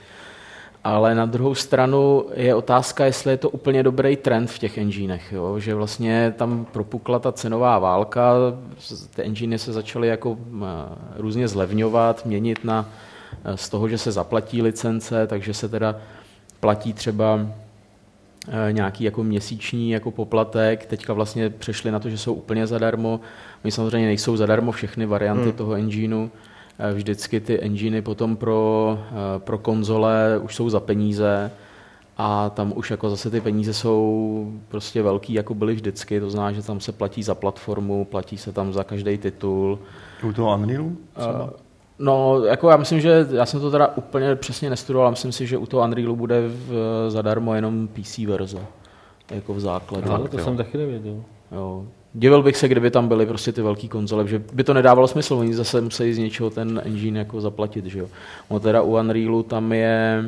Ale na druhou stranu je otázka, jestli je to úplně dobrý trend v těch enginech, jo? Že vlastně tam propukla ta cenová válka, ty enginy se začaly jako různě zlevňovat, měnit z toho, že se zaplatí licence, takže se teda platí třeba nějaký jako měsíční jako poplatek, teďka vlastně přešli na to, že jsou úplně zadarmo. Oni samozřejmě nejsou zadarmo všechny varianty toho engineu. Vždycky ty enginy potom pro konzole už jsou za peníze a tam už jako zase ty peníze jsou prostě velký, jako byly vždycky, to znamená, že tam se platí za platformu, platí se tam za každý titul. U toho Unrealu? No, jako já myslím, že já jsem to teda úplně přesně nestudoval, myslím si, že u toho Unrealu bude zadarmo jenom PC verze, jako v základu. No, to jsem taky nevěděl. Jo. Divil bych se, kdyby tam byly prostě ty velký konzole, že by to nedávalo smysl, oni zase musí z něčeho ten engine jako zaplatit, že jo. No teda u Unrealu tam je,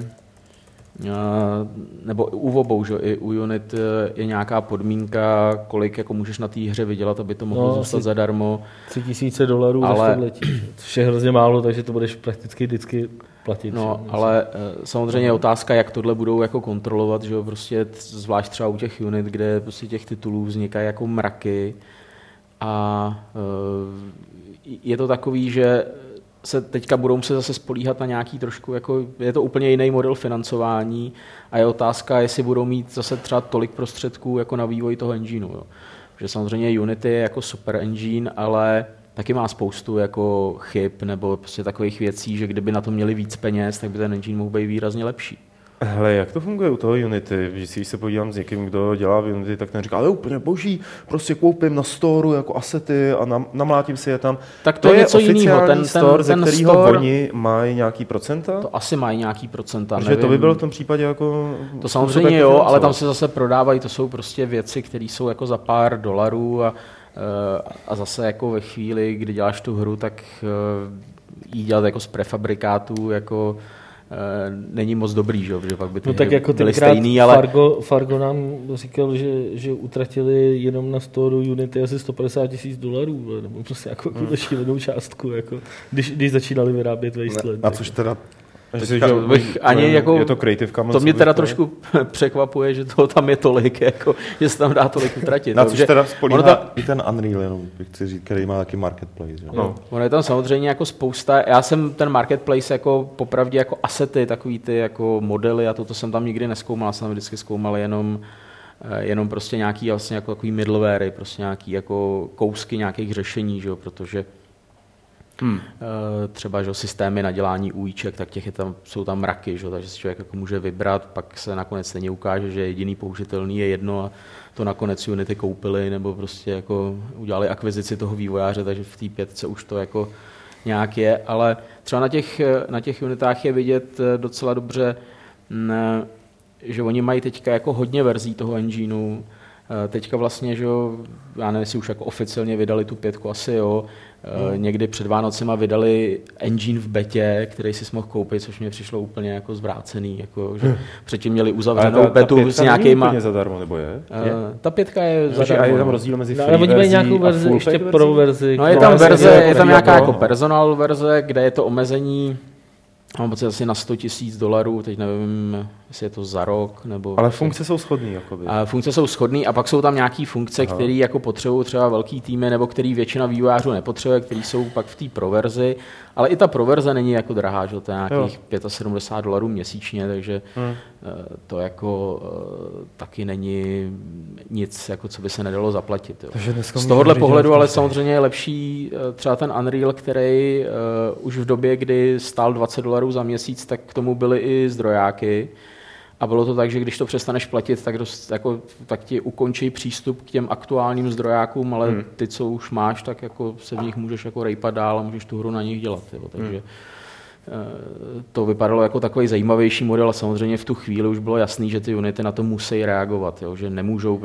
nebo u obou, že i u Unity je nějaká podmínka, kolik jako můžeš na té hře vydělat, aby to mohlo zůstat zadarmo. $3,000 ale... za 100 letí. Což je hrozně málo, takže to budeš prakticky vždycky platit. No, ale samozřejmě je otázka, jak tohle budou jako kontrolovat, že jo, prostě zvlášť třeba u těch Unit, kde prostě těch titulů vznikají jako mraky a je to takový, že se teďka budou muset zase spolíhat na nějaký trošku, jako je to úplně jiný model financování a je otázka, jestli budou mít zase třeba tolik prostředků jako na vývoj toho engineu. Jo. Že samozřejmě Unity je jako super engine, ale taky má spoustu jako chyb nebo prostě takových věcí, že kdyby na to měli víc peněz, tak by ten engine mohl být výrazně lepší. Hele, jak to funguje u toho Unity? Když se podívám s někým, kdo dělá v Unity, tak ten říká, ale úplně boží, prostě koupím na storu jako asety a namlátím si je tam. Tak to je něco jiného. Ten store, ze kterého oni mají nějaký procenta? To asi mají nějaký procenta, nevím. To by bylo v tom případě jako... To samozřejmě jo, ale tam se zase prodávají, to jsou prostě věci, které jsou jako za pár dolarů a zase jako ve chvíli, kdy děláš tu hru, tak jí dělat jako z prefabrikátů, jako není moc dobrý, že pak by ty tak jako byly stejný, ale... Fargo nám říkal, že utratili jenom na storu Unity asi $150,000, nebo prostě jako šílenou částku, jako, když začínali vyrábět Wasteland. A což teda... Je to Creative Commons. To mě teda trošku překvapuje, že toho tam je tolik, jako, že se tam dá tolik utratit. Na což teda spolíhá i ten Unreal, jenom chci říct, který má taky marketplace. No. Ono je tam samozřejmě jako spousta, já jsem ten marketplace jako popravdě jako asety, takový ty jako modely a toto jsem tam nikdy nezkoumal, jsem vždycky zkoumal jenom prostě nějaký vlastně jako takový middleware, prostě nějaký jako kousky nějakých řešení, že jo, protože třeba že systémy na dělání UIček, tak jsou tam mraky, že? Takže si člověk jako může vybrat, pak se nakonec stejně ukáže, že jediný použitelný je jedno a to nakonec Unity koupili nebo prostě jako udělali akvizici toho vývojáře, takže v té 5 už to jako nějak je, ale třeba na těch unitách je vidět docela dobře, že oni mají teďka jako hodně verzí toho engineu. Teďka vlastně, že já nevím, jestli už jako oficiálně vydali tu 5, asi jo. Někdy před Vánocema vydali engine v betě, který si mohl koupit, což mě přišlo úplně jako zvrácený. Jako, že předtím měli uzavřenou betu s nějakýma... Ale zadarmo, nebo je? Ta 5 je zadarmo. A je tam rozdíl mezi free verzí mají nějakou verzi, ještě pro verzi. No je tam nějaká jako personal verze, kde je to omezení, mám pocit asi na $100,000, teď nevím, jestli je to za rok, nebo... Ale funkce jsou shodný, jakoby. Funkce jsou shodný a pak jsou tam nějaký funkce, které jako potřebují třeba velký týmy, nebo který většina vývojářů nepotřebuje, který jsou pak v té proverzi, ale i ta proverze není jako drahá, že to je nějakých $75 měsíčně, takže to jako taky není nic, jako co by se nedalo zaplatit. Jo. Z tohohle pohledu ale samozřejmě je lepší třeba ten Unreal, který už v době, kdy stál $20 za měsíc, tak k tomu byly i zdrojáky. A bylo to tak, že když to přestaneš platit, tak ti ukončí přístup k těm aktuálním zdrojákům, ale ty, co už máš, tak jako se v nich můžeš jako rejpat dál a můžeš tu hru na nich dělat. Jo. Takže to vypadalo jako takový zajímavější model a samozřejmě v tu chvíli už bylo jasný, že ty Unity na to musí reagovat, jo, že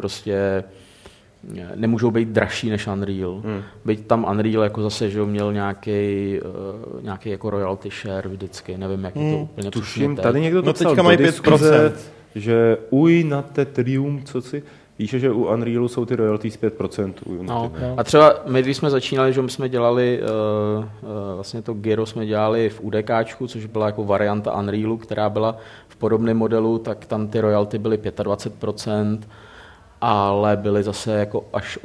nemůžou být dražší než Unreal. Byť tam Unreal jako zase, že měl nějaký jako royalty share vždycky, nevím, jak je to úplně tuším, tady někdo to psal do diskuze, že na Ethereum, píše, že u Unrealu jsou ty royalties 5% u Unity. No. A třeba my, když jsme začínali, že jsme dělali, vlastně to Gyro jsme dělali v UDKčku, což byla jako varianta Unrealu, která byla v podobném modelu, tak tam ty royalty byly 25%, ale byly zase jako až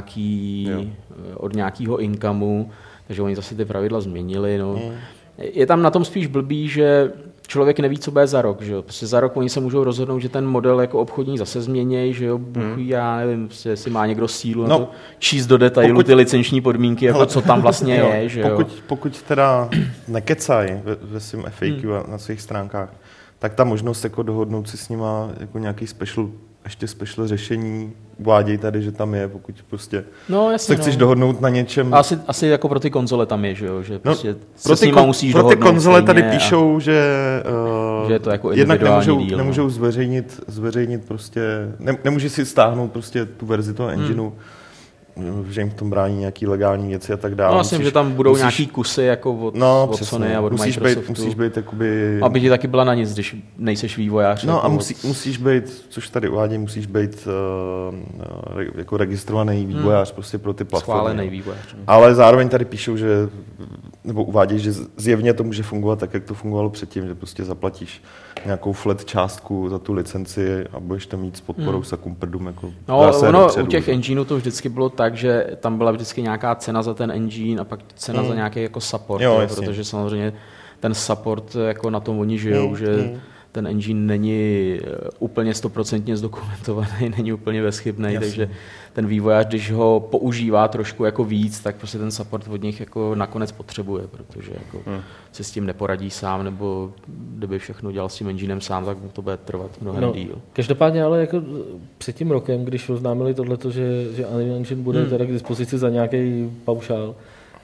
od nějakého incomu, takže oni zase ty pravidla změnili. No. Je tam na tom spíš blbý, že člověk neví, co bude za rok. Že? Prostě za rok oni se můžou rozhodnout, že ten model jako obchodní zase změní, že jo, já nevím, jestli má někdo sílu na to číst do detailu ty licenční podmínky, jako co tam vlastně je. Že jo? Pokud teda nekecají ve svém FAQ a na svých stránkách, tak ta možnost jako dohodnout si s nima jako nějaký special řešení, uváděj tady, že tam je, pokud prostě se chceš dohodnout na něčem. Asi jako pro ty konzole tam je, že jo? Že prostě se s nima musíš dohodnout. Pro ty konzole tady píšou, že je to jako jednak nemůžou zveřejnit prostě, nemůžeš si stáhnout prostě tu verzi toho engineu, že jim v tom brání nějaký legální věci a tak dále. No vlastně, že tam budou nějaký kusy jako od Sony a od Microsoftu. Musíš být jakoby... Aby ti taky byla na nic, když nejseš vývojář. No jako a musíš být, což tady uvádí, musíš být jako registrovaný vývojář prostě pro ty platformy. Schválený vývojář. Ale zároveň tady píšou, že nebo uvádějí, že zjevně to může fungovat tak, jak to fungovalo předtím, že prostě zaplatíš nějakou flat částku za tu licenci a budeš tam mít s podporou Sakum Prdum. Jako u těch engineů to vždycky bylo tak, že tam byla vždycky nějaká cena za ten engine a pak cena za nějaký jako support, protože samozřejmě ten support jako na tom oni žijou, že ten engine není úplně 100% zdokumentovaný, není úplně bezchybný, takže ten vývojář, když ho používá trošku jako víc, tak prostě ten support od nich jako nakonec potřebuje, protože jako se s tím neporadí sám, nebo kdyby všechno dělal s tím enginem sám, tak mu to bude trvat mnohem díl. Každopádně ale jako před tím rokem, když oznámili tohleto, že Unreal Engine bude teda k dispozici za nějaký paušál,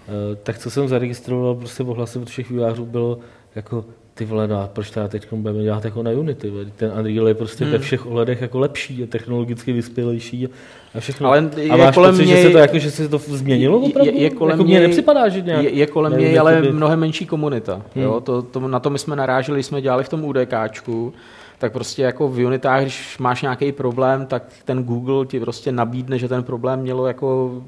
tak co jsem zaregistroval prostě v ohlasy od všech vývojářů bylo jako ty vole, proč teda teď budeme dělat jako na Unity? Ten Unreal je prostě ve všech ohledech jako lepší, je technologicky vyspělejší a všechno. Ale a máš pocit, že se to jako, že se to změnilo opravdu? Jako mně nepřipadá, že nějak... Je kolem něj, ale mnohem menší komunita. Jo? Na to my jsme naráželi, jsme dělali v tom UDKčku, tak prostě jako v Unitách, když máš nějaký problém, tak ten Google ti prostě nabídne, že ten problém mělo jako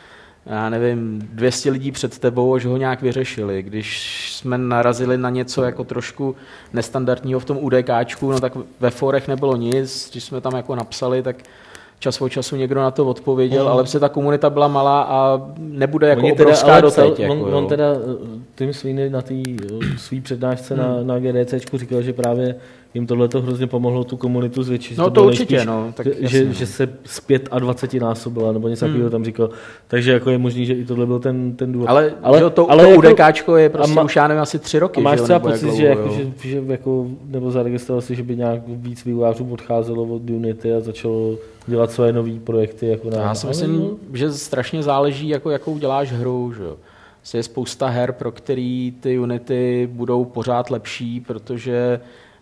já nevím, 200 lidí před tebou a že ho nějak vyřešili. Když jsme narazili na něco jako trošku nestandardního v tom UDKčku, no tak ve forech nebylo nic, když jsme tam jako napsali, tak čas od času někdo na to odpověděl, ale ta komunita byla malá a nebude jako obrovská doteď. On teda Tim Sweeney na té svý přednášce na GDCčku říkal, že právě jim tohleto hrozně pomohlo tu komunitu zvětšit. No to určitě, no. Tak že se z 25 násobila, nebo něco takového tam říkal. Takže jako je možný, že i tohle byl ten důvod. Ale to UDKčko je prostě už já nevím, asi 3 roky. A máš třeba pocit, že jako, nebo zaregistroval si, že by nějak víc vývojářů odcházelo od Unity a začalo dělat své nové projekty. Jako já si myslím, že strašně záleží, jakou děláš hru. Že? Je spousta her, pro který ty Unity budou pořád lepší, protože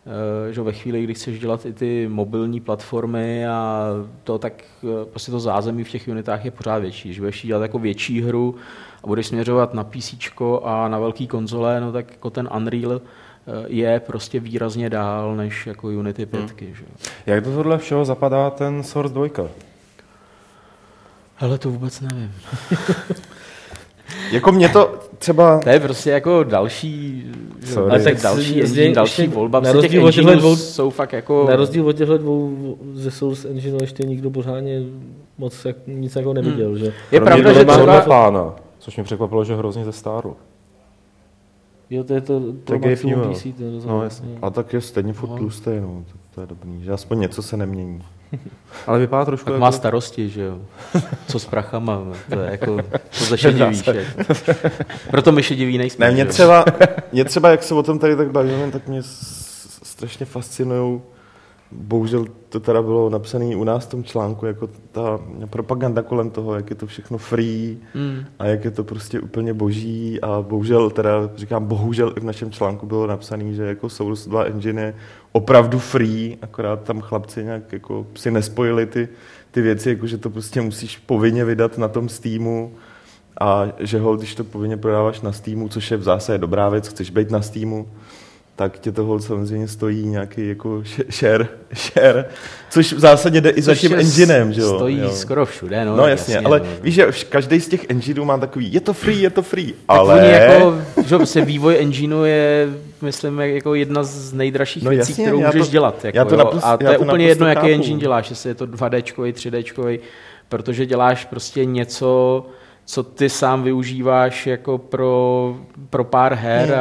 že ve chvíli, kdy chceš dělat i ty mobilní platformy a to, tak prostě to zázemí v těch Unitách je pořád větší. Když budeš dělat jako větší hru a budeš směřovat na PCčko a na velký konzole, no tak jako ten Unreal je prostě výrazně dál než jako Unity 5. Že? Jak do tohle všeho zapadá ten Source 2? Hele, to vůbec nevím. Jako mě to třeba... To je prostě jako další volba. Na rozdíl od těchto dvou jsou fakt jako... Na rozdíl od těchto dvou ze Source Engineu ještě nikdo pořádně moc nic jako neviděl. Že? Je pravda, že třeba... Pána, což mě překvapilo, že hrozně zestárl. Jo, to je to maximum PC. No jasně. A tak je stejně furt tlustý, no. To je dobrý, že aspoň něco se nemění. Ale vypadá trošku tak jako... má starosti, že jo. Co s prachama, to je jako, to ze šedivíš. Proto my šediví nejsme. Ne, mě třeba, jak se o tom tady tak bavíme, tak mě strašně fascinujou. Bohužel to teda bylo napsané u nás v tom článku, jako ta propaganda kolem toho, jak je to všechno free a jak je to prostě úplně boží a bohužel i v našem článku bylo napsané, že jako Source 2 engine je opravdu free, akorát tam chlapci nějak jako si nespojili ty věci, jako že to prostě musíš povinně vydat na tom Steamu a že když to povinně prodáváš na Steamu, což je v zásadě dobrá věc, chceš být na Steamu, tak tě toho samozřejmě stojí nějaký jako share, což v zásadě jde i za tím enginem, že jo? Stojí skoro všude, no. No jasně, ale víš, že každý z těch engineů má takový, je to free, tak ale... oni jako, že prostě vývoj engineu je, myslím, jako jedna z nejdražších věcí, kterou můžeš dělat. Jako, a to je úplně jedno, jaký engine děláš, jestli je to 2Dčkový, 3Dčkový, protože děláš prostě něco, co ty sám využíváš jako pro pár her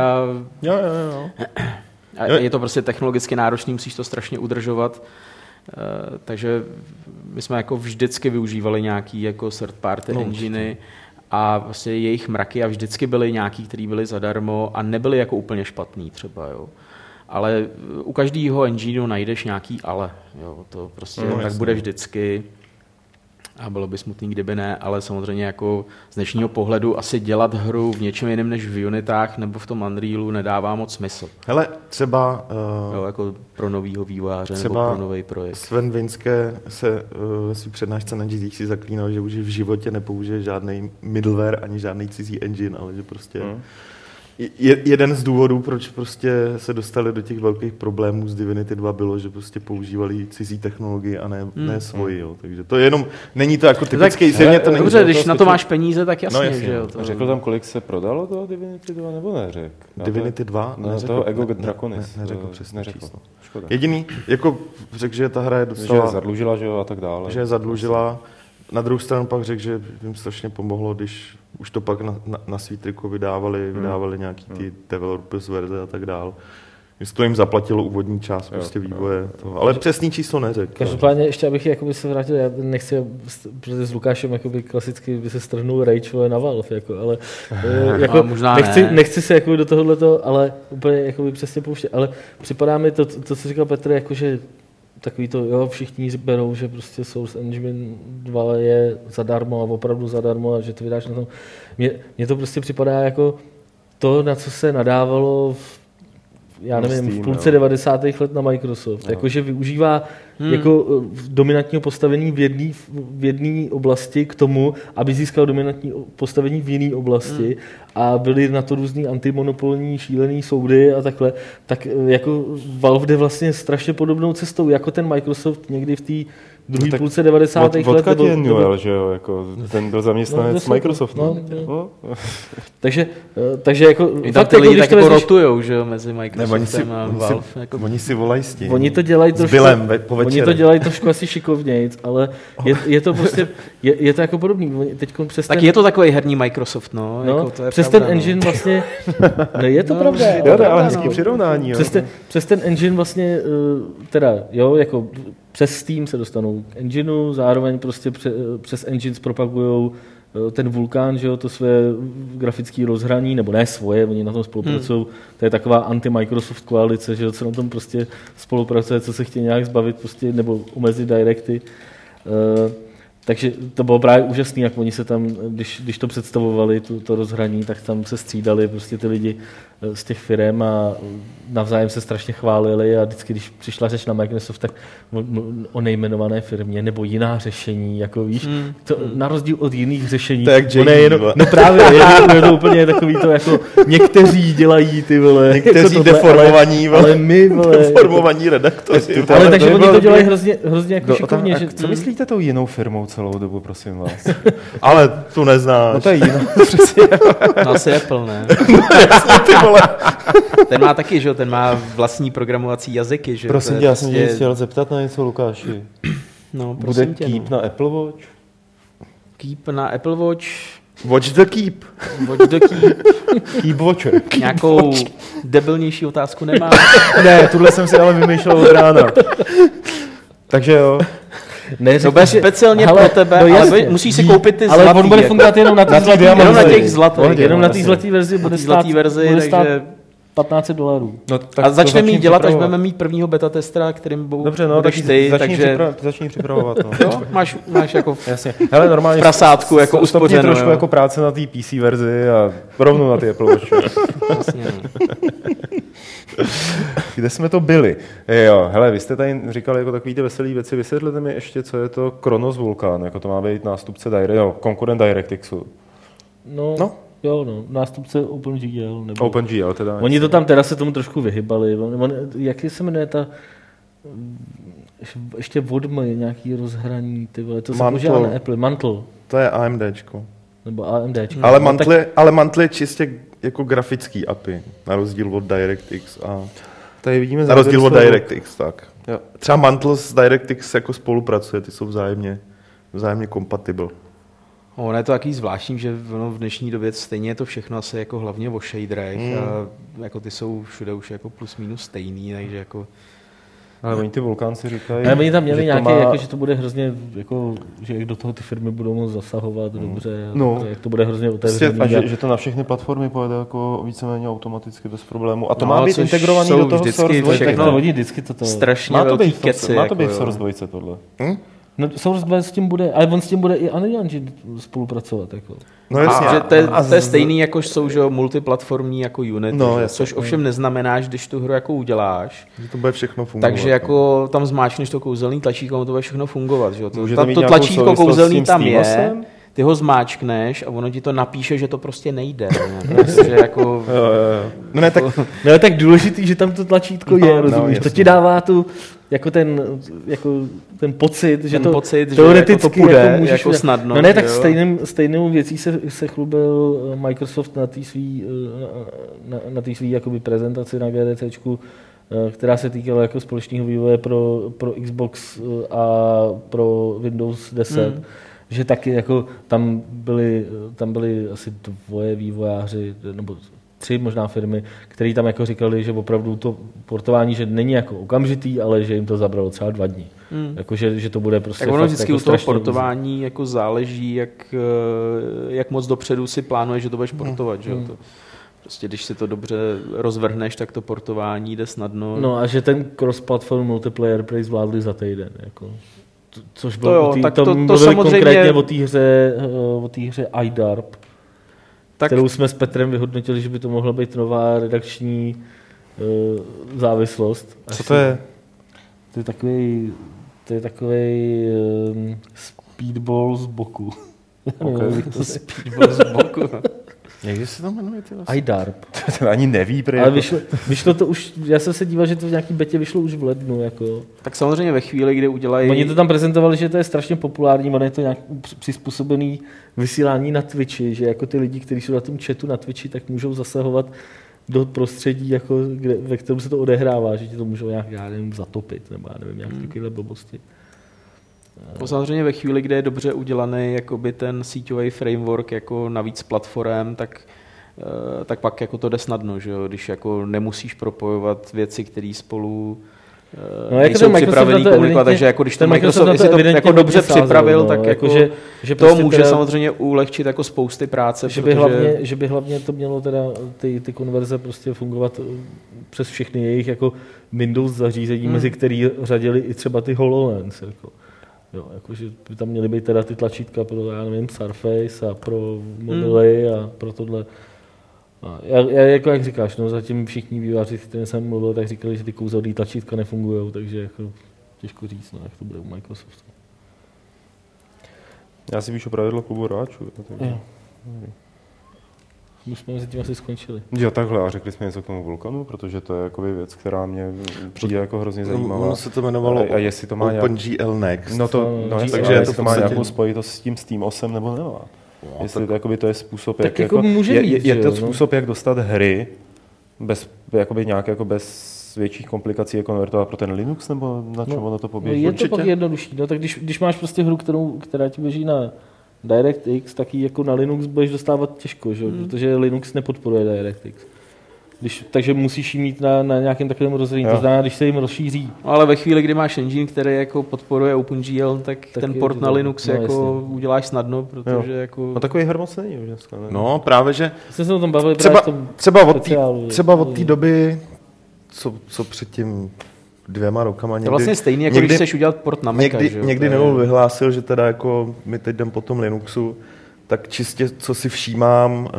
a je to prostě technologicky náročný, musíš to strašně udržovat, takže my jsme jako vždycky využívali nějaký jako third party enginy a vlastně jejich mraky a vždycky byly nějaký, který byly zadarmo a nebyly jako úplně špatný třeba, jo. Ale u každého engineu najdeš nějaký ale, jo, to prostě tak bude vždycky. A bylo by smutný, kdyby ne, ale samozřejmě jako z dnešního pohledu asi dělat hru v něčem jiném než v Unitách nebo v tom Unrealu nedává moc smysl. Hele, třeba... jako pro novýho vývojáře nebo pro nový projekt. Sven Vinské se ve svý přednášce na GDC zaklínal, že už v životě nepoužije žádný middleware ani žádný cizí engine, ale že prostě... Jeden z důvodů, proč prostě se dostali do těch velkých problémů z Divinity 2 bylo, že prostě používali cizí technologii a ne svoji, jo. Takže to je jenom, není to jako typický, zřejmě to není. Dobře, když na to máš peníze, tak jasně, jasně. že jo. To... Řekl tam, kolik se prodalo toho Divinity 2, nebo neřekl? Divinity 2? No, toho Ego Draconis. Neřekl přesně číslo. Škoda. Jediný, jako řekl, že ta hra je dostala... Že je zadlužila, že jo, a tak dále. Že je zadlužila. Na druhou stranu pak řekl, že jim strašně pomohlo, když už to pak na svý triko vydávali nějaký ty developers verze a tak dál. Že to jim zaplatilo úvodní část prostě vývoje. Toho. Ale přesný číslo neřekl. Každopádně ještě, abych jakoby se vrátil, já nechci, protože s Lukášem jakoby klasicky by se strhnul rage na Valve, jako, ale jako, možná nechci se jakoby do tohohleto, ale úplně jakoby přesně pouštět. Ale připadá mi to, co říkal Petr, jakože takový to, jo, všichni berou, že prostě Source Engine 2 je zadarmo a opravdu zadarmo a že to vydáš na tom. Mně to prostě připadá jako to, na co se nadávalo já nevím, Steam, v půlce 90. let na Microsoft. Jakože využívá jako dominantního postavení v jedné oblasti k tomu, aby získal dominantní postavení v jiné oblasti a byly na to různý antimonopolní šílený soudy a takhle. Tak jako Valve jde vlastně strašně podobnou cestou, jako ten Microsoft někdy v té druhé půlce 90. let. Odkud je Newell, že jo, jako ten byl zaměstnanec Microsoftu. Takže jako... I tam ty lidi tak jako rotujou, že jo, mezi Microsoftem a Valve. Oni si volají s tím. Oni to dělají trošku asi šikovnějc, ale je to prostě, je to jako podobný. Tak je to takový herní Microsoft, no. Jako to je přes pravda, ten engine vlastně, je to pravda. Ale hezký přirovnání. Přes ten engine vlastně, teda, jo, jako přes Steam se dostanou k engineu, zároveň prostě přes engine zpropagujou ten Vulkan, že jo, to své grafické rozhraní, nebo ne svoje, oni na tom spolupracují. To je taková anti-Microsoft koalice, že jo, co na tom prostě spolupracuje, co se chtějí nějak zbavit prostě, nebo omezit directy. Takže to bylo právě úžasné, jak oni se tam, když to představovali, to rozhraní, tak tam se střídali prostě ty lidi z těch firem a navzájem se strašně chválili a vždycky, když přišla řeč na Microsoft, tak o nejmenované firmě nebo jiná řešení, jako víš, to, na rozdíl od jiných řešení. To jak Jay, no právě, je to úplně takový to, jako někteří dělají ty vole. Někteří tohle, deformovaní, ale my, vole. Deformovaní redaktoři. Ale takže oni to dělají hrozně jako šikovně. Co myslíte tou jinou firmou celou dobu, prosím vás? Ale tu neznáš. No to je jiná, přesně. No asi Apple, ne? Ten má taky, že jo, ten má vlastní programovací jazyky, že? Prosím tě, já jsem tě chtěl zeptat na něco, Lukáši. No, bude Keep na Apple Watch? Keep na Apple Watch? Watch the Keep. Watch the Keep. Keep Watcher. Nějakou debilnější otázku nemá? Ne, tuhle jsem si ale vymýšlel od rána. Takže jo. Ne, to bude speciálně pro tebe, no ale musíš si koupit ty zlatý. Ale on bude fungovat jenom na těch zlatých. Jenom na té zlaté verzi bude stát $1500. No, a začneme mít dělat, až budeme mít prvního beta testera, kterým budeš ty, takže... Začni připravovat. No. Jo, máš jako hele, normálně prasátku jako uspořenou. Trošku jako práce na té PC verzi a rovnou na ty Apple Watch. Jasně, Kde jsme to byli? Jo, hele, vy jste tady říkali jako takový ty veselý věci. Vysvětlete mi ještě, co je to Chronos Vulkan, jako to má být nástupce konkurent DirectXu. No. Jo, nástupce OpenGL. Nebo... OpenGL teda. Oni to tam teda se tomu trošku vyhybali. Jak se jmenuje ta... Ještě Vodmy, nějaký rozhraní, ty vole, to se používá na Apple. Mantle. To je AMDčko. Nebo AMDčko. Ale Mantle je čistě jako grafický API, na rozdíl od DirectX a... Tady vidíme na rozdíl od DirectX, tak. Jo. Třeba Mantle s DirectX jako spolupracuje, ty jsou vzájemně kompatible. Ono je to takový zvláštní, že v dnešní době stejně je to všechno asi jako hlavně o shaderech a jako ty jsou všude už jako plus minus stejný, takže jako... Ale oni ty Vulkánci říkají... Ale oni tam měli nějaké, jako, že to bude hrozně, jako, že jak do toho ty firmy budou moct zasahovat dobře, jak to bude hrozně otevřený. A že to na všechny platformy pojede jako víceméně automaticky bez problému. A to má být integrovaný do toho Source 2. Technologii vždycky toto. Strašně velký keci. Má to být v Source 2 tohle. No, Source 2 s tím bude, ale on s tím bude i Unreal Engine spolupracovat. Jako. No jasně. To je stejný, jako jsou že, multiplatformní jako Unity, což ovšem neznamená, že když tu hru jako uděláš, že to bude všechno fungovat. Takže jako tam zmáčkneš to kouzelný tlačítko, to bude všechno fungovat. Že? To tlačítko kouzelný tam je, ty ho zmáčkneš a ono ti to napíše, že to prostě nejde. Prostě jako... No tak důležitý, že tam to tlačítko je, rozumíš? To ti dává tu jako ten pocit, že to teoreticky jako to půjde, jako můžeš jako snadno. No ne, tak stejnou věcí se chlubil Microsoft na té svý jakoby prezentaci na GDCčku, která se týkala jako společného vývoje pro Xbox a pro Windows 10. Že taky jako tam byli asi dvoje vývojáři, nebo 3 možná firmy, které tam jako říkali, že opravdu to portování, že není jako okamžitý, ale že jim to zabralo třeba 2 dny. Jako, že to bude prostě tak ono vždycky jako u toho portování jako záleží, jak moc dopředu si plánuješ, že to budeš portovat. Že? To, prostě když si to dobře rozvrhneš, tak to portování jde snadno. No a že ten cross-platform multiplayer prý zvládli za týden. Jako. Což bylo to samozřejmě konkrétně o té hře iDarb, kterou jsme s Petrem vyhodnotili, že by to mohla být nová redakční závislost. Co to je? To je takový speedball z boku. Okay. Speedball z boku. Jak se to jmenuje? iDarb. To ani neví. Ale vyšlo to už, já jsem se díval, že to v nějaký betě vyšlo už v lednu. Jako. Tak samozřejmě ve chvíli, kdy udělají... Oni to tam prezentovali, že to je strašně populární, ono je to nějak přizpůsobený vysílání na Twitchi, že jako ty lidi, kteří jsou na tom chatu na Twitchi, tak můžou zasahovat do prostředí, jako, ve kterém se to odehrává, že ti to můžou nějak, já nevím, zatopit, nebo já nevím, nějaké takovéhle blbosti. Samozřejmě ve chvíli, kdy je dobře udělaný jakoby ten síťový framework jako navíc platform, tak pak jako to jde snadno, že jo? Když jako nemusíš propojovat věci, které spolu nejsou připravený komunikovat, takže jako když ten Microsoft si to jako dobře připravil, tak jako že to může teda, samozřejmě ulehčit jako spousty práce. Že by hlavně to mělo teda ty konverze prostě fungovat přes všechny jejich jako Windows zařízení, mezi který řadili i třeba ty HoloLens. Jako. Jo, jakože by tam měly být teda ty tlačítka pro, já nevím, Surface a pro modely a pro tohle. A jako jak říkáš, no zatím všichni vývojáři, s kterými jsem mluvil, tak říkali, že ty kouzelný tlačítka nefungují, takže jako těžko říct, no, jak to bude u Microsoftu. Já si píšu pravidlo klubu hráčů. Už jsme mezi tím asi skončili. Jo, takhle, a řekli jsme něco k tomu Vulkanu, protože to je jakoby věc, která mě přijde jako hrozně zajímavá. Ono se to jmenovalo a jestli to má OpenGL Next. Takže jestli to má nějakou spojitost s tím SteamOSem nebo nemá. No, jestli to je způsob, tak jak může být, je to způsob, jak dostat hry bez větších komplikací jako konvertovat pro ten Linux, nebo na čem ono to poběží? Je to pak jednodušší. No, tak když máš prostě hru, která ti běží na DirectX, tak ji jako na Linux budeš dostávat těžko, že? Protože Linux nepodporuje DirectX. Takže musíš ji mít na nějakém takovém rozhraní. To znamená, když se jim rozšíří. Ale ve chvíli, kdy máš engine, který jako podporuje OpenGL, tak ten port na Linux jako jasně. Uděláš snadno, protože jako... No takový her moc není už dneska, ne? No právě, že... Jsme se o tom bavili třeba od té doby, co předtím 2 rokama někdy... To je vlastně stejný, jako když chceš udělat port na Maca, že jo? Někdy Neul vyhlásil, že teda jako my teď jdem po tom Linuxu, tak čistě, co si všímám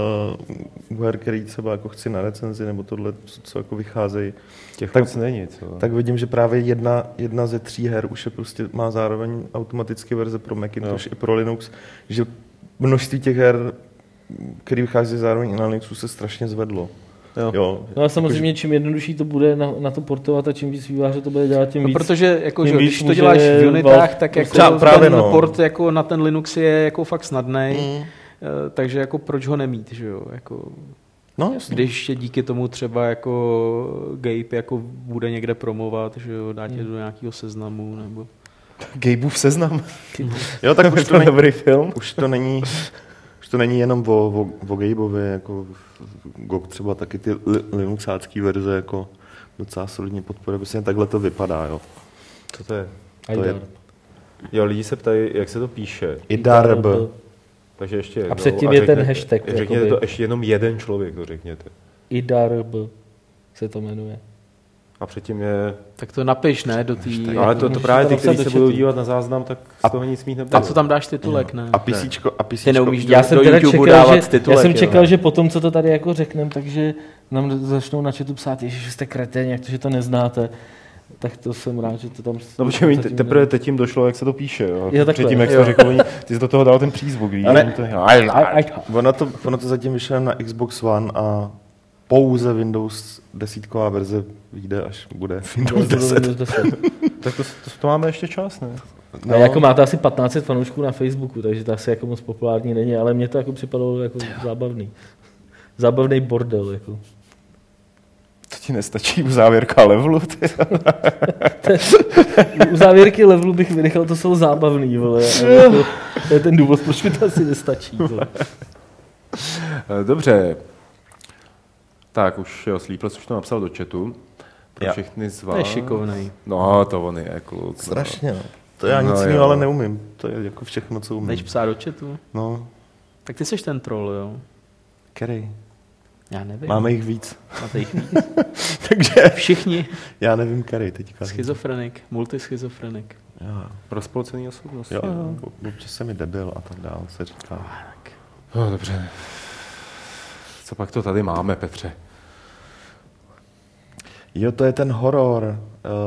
u her, který třeba jako chci na recenzi, nebo tohle, co jako vycházejí, tak není. Tak vidím, že právě jedna ze 3 her už je prostě má zároveň automatické verze pro Macintosh i pro Linux, že množství těch her, které vychází zároveň i na Linuxu, se strašně zvedlo. Jo. No a samozřejmě čím jednodušší to bude na to portovat a čím víc vývojářů to bude dělat, tím víc. Protože jako, když to děláš v Unitách, tak jako ten port jako na ten Linux je jako fakt snadnej, takže jako proč ho nemít, že jo? Jako, no, jasně. Když je díky tomu třeba jako Gabe jako bude někde promovat, že jo, dá tě do nějakého seznamu nebo... Gabeův seznam. Jo, tak už to není dobrý film. Už to není jenom o Gabeovi, jako GOG třeba taky ty linuxácký verze jako docela solidně podporuje, prostě takhle to vypadá, jo. Co to je? Jo, lidi se ptají, jak se to píše. iDarb. Takže ještě jednou. A předtím je ten hashtag. Řekněte to ještě jenom jeden člověk, to řekněte. iDarb se to jmenuje. A předtím je... Tak to napiš, ne? Do tý... Ale to právě ty, kteří se budou dívat na záznam, tak z toho nic mít nebude. A co tam dáš titulek, ne? A písíčko. Ty neumíš já do YouTube dávat titulek. Já jsem čekal, že potom, co to tady jako řekneme, takže nám začnou na chatu psát, že jste kreténi, jak to, že to neznáte. Tak to jsem rád, že to tam... No protože teprve teď jim došlo, jak se to píše. Jo, předtím, jak jsi to řekl, ty jsi do toho dal ten přízvuk. Ono to zatím vyšlo na Xbox One a pouze Windows 10 verze vyjde, až bude Windows 10. Tak to máme ještě čas, ne? No. Jako máte asi 1500 fanoušků na Facebooku, takže to asi jako moc populární není, ale mně to jako připadalo jako zábavný. Zábavný bordel. Jako. To ti nestačí u závěrka levelu? U závěrky levelu bych vynechal, to jsou zábavný. Vole. Jako, to je ten důvod, proč mi to asi nestačí. Vole. Dobře. Tak už jo, Sleepless už to napsal do chatu. Pro všechny z vás. To je šikovnej. No, to on je kluk. Strašně, no. To já nic jiného ale neumím. To je jako všechno, co umím. Jdeš psát do chatu? No. Tak ty jsi ten troll, jo? Který? Já nevím. Máme jich víc. Máte jich víc. Takže Všichni. já nevím, který teďka. Schizofrenik, multischizofrenik. Rozpolcený osobnost. Jo, občas jsem mi debil a tak dál, se říká. No, dobře. Co pak to tady máme, Petře? Jo, to je ten horor.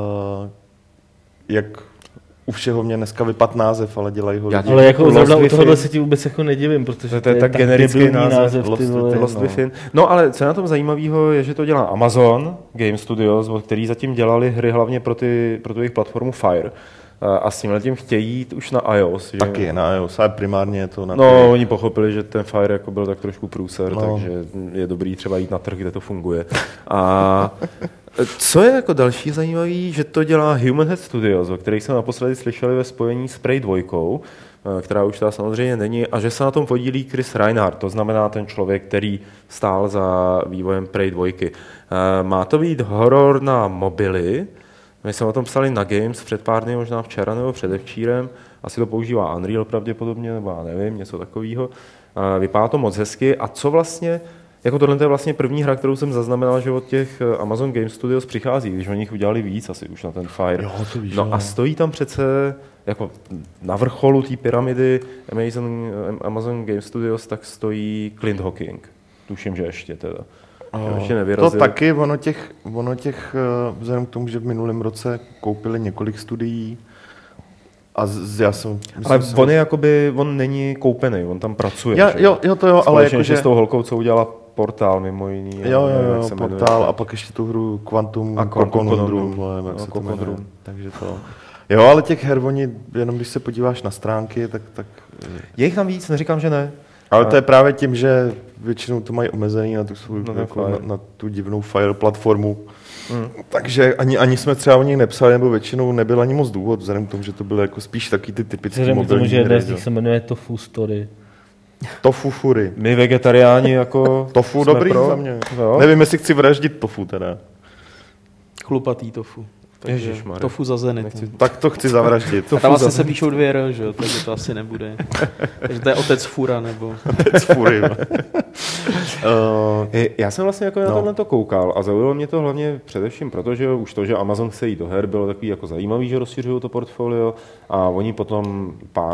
Jak u všeho mě dneska vypad název, ale dělají ho lidi. Ale jako zrovna u tohohle se ti vůbec jako nedivím, protože to je tak generický název Lost Within. No ale co je na tom zajímavého, je, že to dělá Amazon Game Studios, který zatím dělali hry hlavně pro tu jejich platformu Fire. A s tímhletím chtějí jít už na iOS. Že? Taky na iOS, ale primárně je to na No, oni pochopili, že ten Fire jako byl tak trošku průser, takže je dobrý třeba jít na trh, kde to funguje. A co je jako další zajímavý, že to dělá Human Head Studios, o kterých jsme naposledy slyšeli ve spojení s Prey 2, která už ta samozřejmě není, a že se na tom podílí Chris Reinhardt, to znamená ten člověk, který stál za vývojem Prey 2. Má to být horor na mobily. My jsme o tom psali na Games před pár dny, možná včera nebo předevčírem. Asi to používá Unreal pravděpodobně, nebo já nevím, něco takového. Vypadá to moc hezky. A co vlastně, jako tohle je vlastně první hra, kterou jsem zaznamenal, že od těch Amazon Game Studios přichází, když oni jich udělali víc asi už na ten Fire. Jo, to víš, no a stojí tam přece jako na vrcholu té pyramidy Amazon Game Studios, tak stojí Clint Hawking. Tuším, že ještě teda. To taky, ono těch, vzhledem k tomu, že v minulém roce koupili několik studií a ale on není koupený, on tam pracuje. Jo, ale jakože s tou holkou, co udělala Portál mimo jiný. Jo, Portál a pak ještě tu hru Quantum Conundrum. Takže to. Jo, ale těch her, jenom když se podíváš na stránky, tak... Je jich tam víc, neříkám, že ne. Ale to je právě tím, že většinou to mají omezený na na tu divnou Fire platformu. Takže ani jsme třeba o nich nepsali, nebo většinou nebyl ani moc důvod, vzhledem k tomu, že to byly jako spíš taky ty typické mobilní hry. Vzhledem k tomu, že jedna z nich se jmenuje Tofu Story. Tofu Fury. My vegetariáni jako... Tofu dobrý za mě. Jo? Nevím, jestli chci vraždit tofu teda. Chlupatý tofu. Ježišmarja. Tofu za Zenit. Tak to chci zavraždit. A tam vlastně se píšou 2 R, že jo, takže to asi nebude. Takže to je Otec Fura, nebo... Otec Fury. Já jsem vlastně jako na tohle to koukal a zaujalo mě to hlavně především proto, že už to, že Amazon chce jít do her, bylo takový jako zajímavý, že rozšiřují to portfolio a oni potom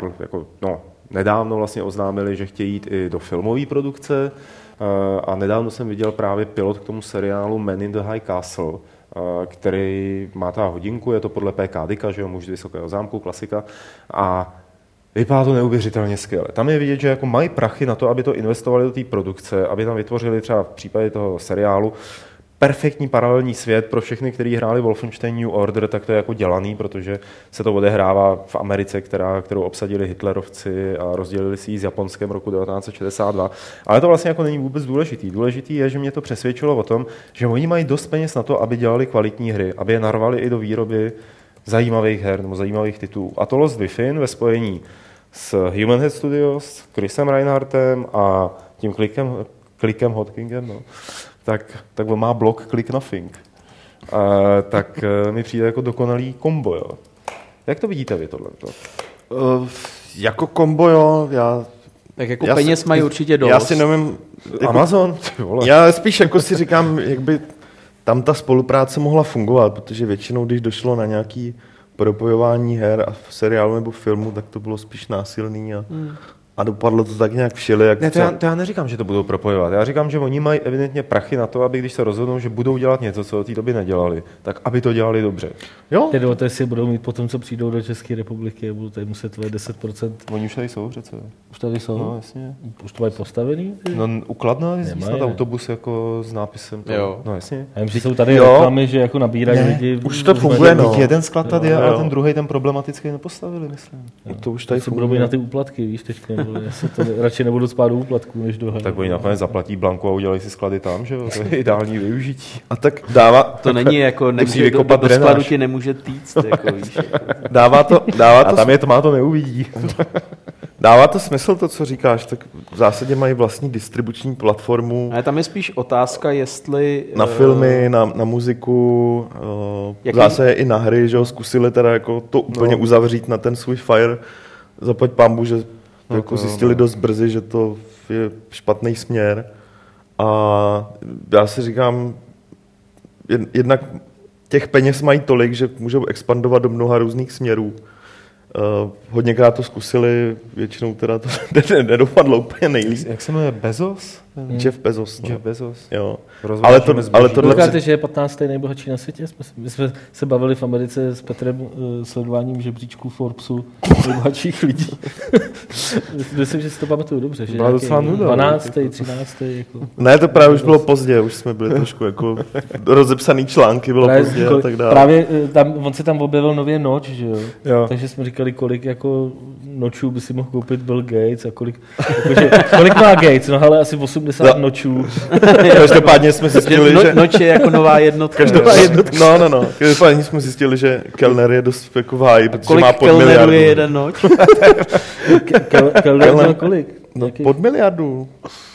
nedávno vlastně oznámili, že chtějí jít i do filmové produkce a nedávno jsem viděl právě pilot k tomu seriálu Man in the High Castle, který má ta hodinku, je to podle P.K. Dicka, že jo, Muž z vysokého zámku, klasika, a vypadá to neuvěřitelně skvěle. Tam je vidět, že jako mají prachy na to, aby to investovali do té produkce, aby tam vytvořili třeba v případě toho seriálu perfektní paralelní svět pro všechny, kteří hráli Wolfenstein New Order, tak to je jako dělaný, protože se to odehrává v Americe, kterou obsadili hitlerovci a rozdělili si ji s Japonskem roku 1962. Ale to vlastně jako není vůbec důležitý. Důležitý je, že mě to přesvědčilo o tom, že oni mají dost peněz na to, aby dělali kvalitní hry, aby je narvali i do výroby zajímavých her nebo zajímavých titulů. A to Lost Within ve spojení s Human Head Studios, Chrisem Reinhardtem a tím Clickem Hotkingem, tak on má blog Click Nothing. Tak mi přijde jako dokonalý kombo, jo. Jak to vidíte vy tohleto? Jako kombo, jo. Tak jako peněz mají určitě dost. Já si nevím... Jako, Amazon? Já spíš jako si říkám, jak by tam ta spolupráce mohla fungovat, protože většinou, když došlo na nějaký propojování her a v seriálu nebo filmu, tak to bylo spíš násilný a dopadlo to tak nějak všelijak. Ne, to já neříkám, že to budou propojovat. Já říkám, že oni mají evidentně prachy na to, aby když se rozhodnou, že budou dělat něco, co od té doby nedělali, tak aby to dělali dobře. Jo? Tedy o té si budou mít potom, co přijdou do České republiky, budou tady muset tvoje 10%. Oni už tady jsou přece. Už tady jsou? No, jasně. Už to mají postavený? No, u Kladna jezdí snad autobus jako s nápisem. Jo. No, jasně. A jim, že jsou tady reklamy, že jako nabírají lidi. Už to funguje, no. Jeden sklad tady je, ale ten druhý, ten problematický nepostavili, myslím. To už tady budou být na ty úplatky, víš, teďka. Radši nebudu spát do úplatku, než do her. Tak oni nakonec zaplatí blanku a udělají si sklady tam, že jo? To je ideální využití. A tak dává... To není jako, nemůže do skladu ti nemůže týct, jako víš. Jako. Dává to... A tam je tma, to neuvidí. Dává to smysl to, co říkáš, tak v zásadě mají vlastní distribuční platformu. Ale tam je spíš otázka, jestli... Na filmy, na muziku, v zásadě i na hry, že jo, zkusili teda jako to úplně uzavřít na ten svůj Fire. Zaplať pánbu, že jako zjistili dost brzy, že to je špatný směr. A já si říkám, jednak těch peněz mají tolik, že můžou expandovat do mnoha různých směrů. Hodněkrát to zkusili, většinou teda to nedopadlo úplně nejlíp. Jak se jmenuje Bezos? Jeff Bezos. No. Jeff Bezos. Jo. Ale tohle... Říkáte, že je 15. nejbohatší na světě? My jsme se bavili v Americe s Petrem sledováním žebříčků Forbesu nejbohatších lidí. Myslím, že si to pamatuju dobře. Že 12. 13. Jako... Ne, to právě už bylo pozdě, už jsme byli trošku jako rozepsaný články, bylo pozdě a tak dále. Právě on se tam objevil nově noč, že jo? Takže jsme říkali, kolik jako nočů by si mohl koupit Bill Gates a kolik má Gates, no ale asi 80 nočů. Každopádně jsme zjistili, že... Noč je jako nová jednotka. No. Každopádně jsme zjistili, že Kellner je dost jako v háji, protože má pod miliardu. miliardu. Je jeden noč? Kellner měl kolik? No, pod miliardu.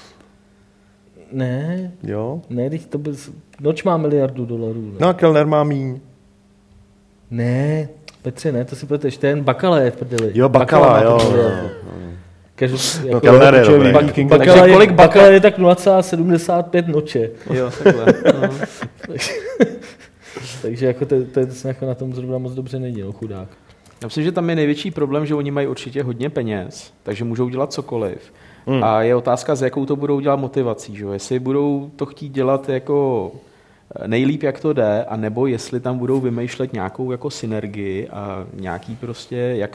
Ne. Jo? Ne, to by... Noč má $1 miliardu. Ne? No a Kellner má míň. Ne, Petře, ne, to si pleteš, ten Bakala je v prdeli. Jo, Bakala, jo. Jako Kellner je dobrý. Bakala je tak 0,75 noče. Jo, takhle. No. Takže jako to jako na tom zrovna moc dobře není, no, chudák. Já myslím, že tam je největší problém, že oni mají určitě hodně peněz, takže můžou dělat cokoliv. A je otázka, s jakou to budou dělat motivací. Že? Jestli budou to chtít dělat jako nejlíp, jak to jde, anebo jestli tam budou vymýšlet nějakou jako synergii a nějaký prostě,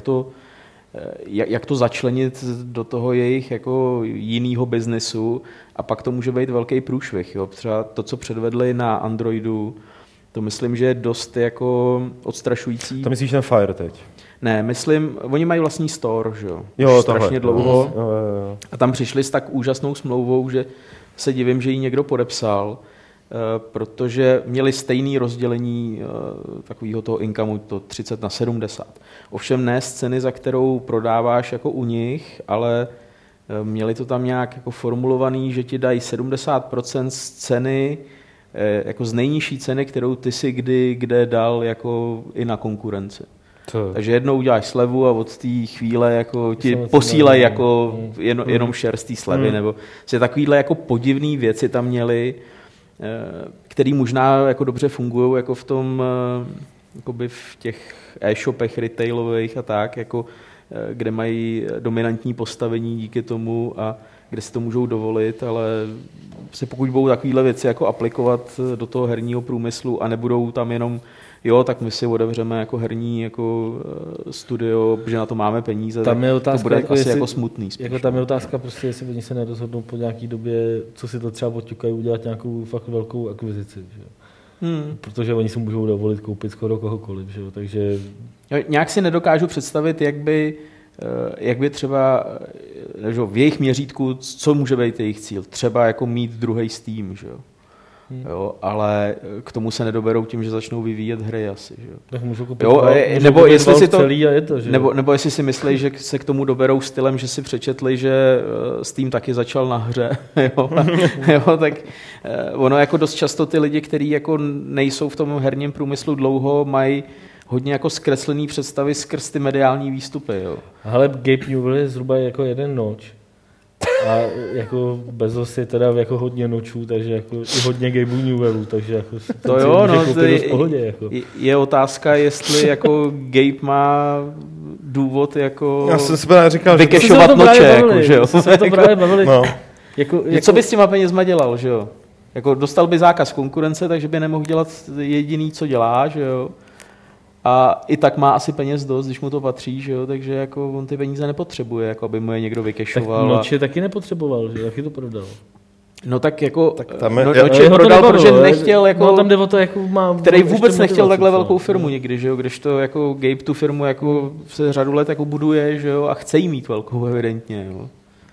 jak to začlenit do toho jejich jako jinýho biznesu a pak to může být velký průšvih. Jo? Třeba to, co předvedli na Androidu, to myslím, že je dost jako odstrašující. To myslíš ten Fire teď? Ne, myslím, oni mají vlastní store, že jo? Strašně dlouho. Jo. A tam přišli s tak úžasnou smlouvou, že se divím, že ji někdo podepsal, protože měli stejné rozdělení takového toho incomeu, to 30/70. Ovšem ne z ceny, za kterou prodáváš jako u nich, ale měli to tam nějak jako formulovaný, že ti dají 70% z ceny, jako z nejnižší ceny, kterou ty si kde dal jako i na konkurenci. Takže jednou uděláš slevu a od té chvíle jako ti posílají jako jenom share z té slevy, nebo se takovýhle jako podivné věci tam měli, které možná jako dobře fungují jako v tom, jakoby v těch e-shopech retailových a tak, jako, kde mají dominantní postavení díky tomu a kde si to můžou dovolit, ale pokud budou takovéhle věci jako aplikovat do toho herního průmyslu a nebudou tam jenom tak my si otevřeme jako herní jako studio, protože na to máme peníze, tam je otázka, to bude jako asi jako smutný. Spíš, jako tam je otázka prostě, jestli oni se nerozhodnou po nějaký době, co si to třeba odťukají, udělat nějakou fakt velkou akvizici. Že? Protože oni si můžou dovolit koupit skoro kohokoliv. Že? Takže... Nějak si nedokážu představit, jak by třeba v jejich měřítku, co může být jejich cíl. Třeba jako mít druhý Steam, že jo? Jo, ale k tomu se nedoberou tím, že začnou vyvíjet hry asi. Že? Tak můžu koupit nebo jestli si to, celý a je to, že? Nebo jestli si myslí, že se k tomu doberou stylem, že si přečetli, že Steam taky začal na hře. Jo, tak ono jako dost často ty lidi, kteří jako nejsou v tom herním průmyslu dlouho, mají hodně jako zkreslený představy skrz ty mediální výstupy. Jo. Ale Gabe Newell je zhruba jako jeden noč. A jako Bezos je teda jako hodně nočů, takže jako i hodně Gabeů Newellů, takže jako to jo, no, to je v pohodě. Jako. Je otázka, jestli jako Gabe má důvod jako já jsem si říkal, vykešovat noče, jako, že jo. Jsme to právě bavili. No. Jako... Co by s těma penězma dělal, že jo? Jako dostal by zákaz konkurence, takže by nemohl dělat jediný, co dělá, že jo. A i tak má asi peněz dost, když mu to patří, že jo? Takže jako on ty peníze nepotřebuje, jako aby mu je někdo vykešoval. Tak noče taky nepotřeboval, že? Taky to prodal. No tak jako tak tam noče prodal, protože nechtěl jako, no, tam jde o to, jako má, který vůbec nechtěl takhle velkou firmu nikdy, že jo? Když to jako Gabe tu firmu jako se řadu let jako buduje, že jo? A chce jí mít velkou evidentně, jo?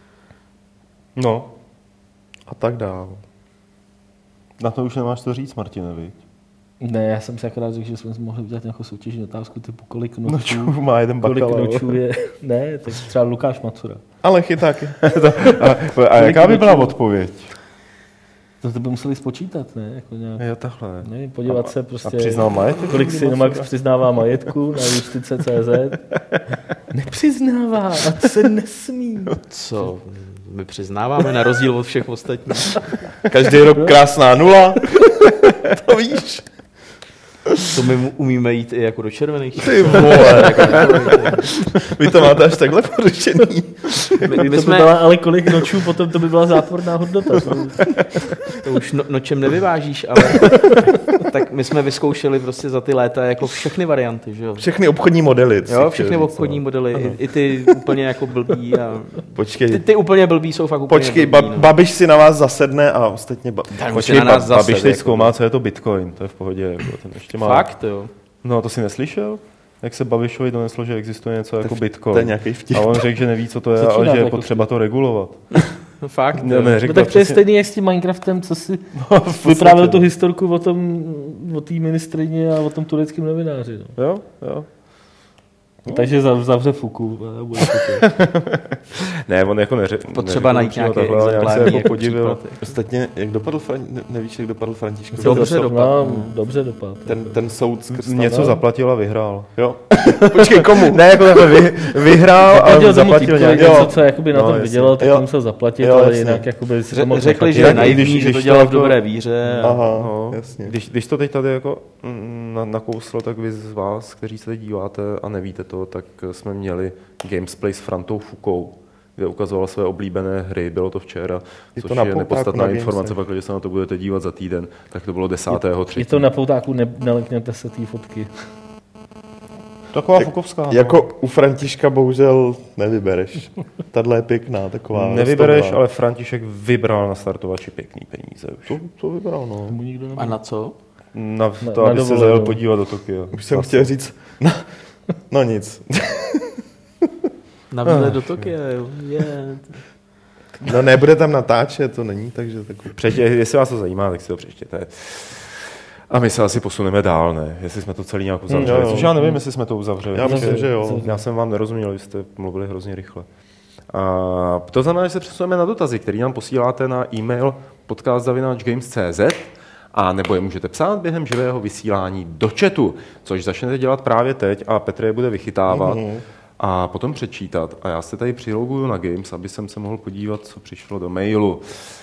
No. A tak dál. Na to už nemáš to říct, Martine, viď? Ne, já jsem si akorát řekl, že jsme mohli udělat nějakou soutěžní otázku typu kolik nočů má jeden kolik bakalář. nočů je. Ne, tak třeba Lukáš Macura. Ale chytáky. A jaká by byla odpověď? To by museli spočítat, ne? Jako nějak, Jo, takhle. ne, podívat se prostě, A přiznal majetek? kolik si Nomax přiznává majetku na justice.cz. Nepřiznává, a to se nesmí. Co? My přiznáváme na rozdíl od všech ostatních. Každý rok krásná 0. To víš. To my umíme jít i jako do červených. Ty vole. Vy to máte až takhle porušený. My jsme... byla, ale kolik nočů, potom to by byla záporná hodnota. To už nočem nevyvážíš, ale tak my jsme vyzkoušeli prostě za ty léta jako všechny varianty, že jo? Všechny obchodní modely. Jo, všechny obchodní modely, i ty úplně jako blbý. A... Počkej. Ty úplně blbý jsou fakt úplně Počkej, blbý, no. Babiš si na vás zasedne a ostatně... Počkej, Babiš teď zkoumá, co je to Bitcoin, to je v pohodě. Jako, ten ještě má... Fakt, jo. No, to si neslyšel? Jak se Babišovi doneslo, že existuje něco jako Bitcoin. To je nějaký vtip. A on řekl, že neví, co to je, ale že je potřeba to regulovat. Fakt, ne, no tak to je stejný jak s tím Minecraftem, co si vyprávěl tu historku o té ministrině a o tom tureckém novináři. No. Jo. No. Takže zavře Fuku. Ne, on jako potřeba najít nějaké exempláři. Jako podivil. Ostatně, jak dopadl nevíš, jak dopadl František? Dobře dopadl. Ten soud skrz něco zaplatil a vyhrál. Jo. Počkej, komu? Ne, jako takhle vyhrál, ale zaplatil něco, co jakoby na tom vydělal, tak musel zaplatit, ale jinak jakoby si to mohl řekli, že je naivní, že to dělal v dobré víře. Aha, jasně. Když to teď tady jako nakouslo, tak vy z vás, kteří se teď díváte a nevíte to, tak jsme měli Gamesplay s Frantou Fukou, kde ukazoval své oblíbené hry, bylo to včera, což je nepodstatná informace, pak, když se na to budete dívat za týden, tak to bylo 10.3. Je to na poutáku, nelekněte se té fotky. Taková fukovská. Jako u Františka bohužel nevybereš. Tadle je pěkná, taková. Nevybereš, ale František vybral na startovači pěkný peníze už. To vybral, no. A na co? Na to, aby se zajel podívat do Tokia. Už jsem chtěl říct, no nic. Na výlet do Tokia, jo. No nebude tam natáčet, to není, takže takový. Jestli vás to zajímá, tak si to přečtěte. A my se asi posuneme dál, ne? Jestli jsme to celý nějak uzavřeli. Což já nevím, jestli jsme to uzavřeli. Já myslím, že jo. Já jsem vám nerozuměl, vy jste mluvili hrozně rychle. A to znamená, že se přesuneme na dotazy, které nám posíláte na e-mail podcast@games.cz a nebo je můžete psát během živého vysílání do chatu, což začnete dělat právě teď a Petr je bude vychytávat a potom přečítat. A já se tady přiloguju na Games, aby jsem se mohl podívat, co přišlo do mailu.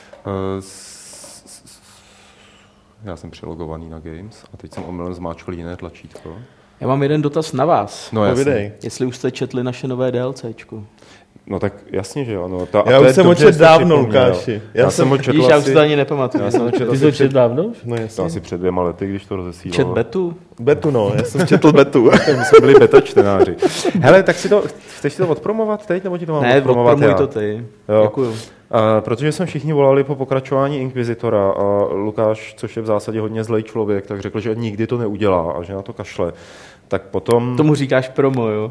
Já jsem přilogovaný na Games a teď jsem omylem zmáčkl jiné tlačítko. Já mám jeden dotaz na vás. No jasně. Jestli už jste četli naše nové DLCčko. No tak jasně, že jo. No, já už jsem ho četl dávno, Lukáši. Já jsem ho četl asi... Já už to ani nepamatuju. Ty jsi ho četl dávno? No jasně. To asi před 2 lety, když to rozesílalo. Čet betu? Betu, no. Já jsem četl betu. My jsme byli beta čtenáři. Hele, tak chceš si to odpromovat teď, nebo ti to mám odpromovat já? Ne, odpromuj to ty. Děkuju. Protože jsme všichni volali po pokračování Inquisitora a Lukáš, což je v zásadě hodně zlej člověk, tak řekl, že nikdy to neudělá a že na to kašle. Tak potom... Tomu říkáš promo, jo?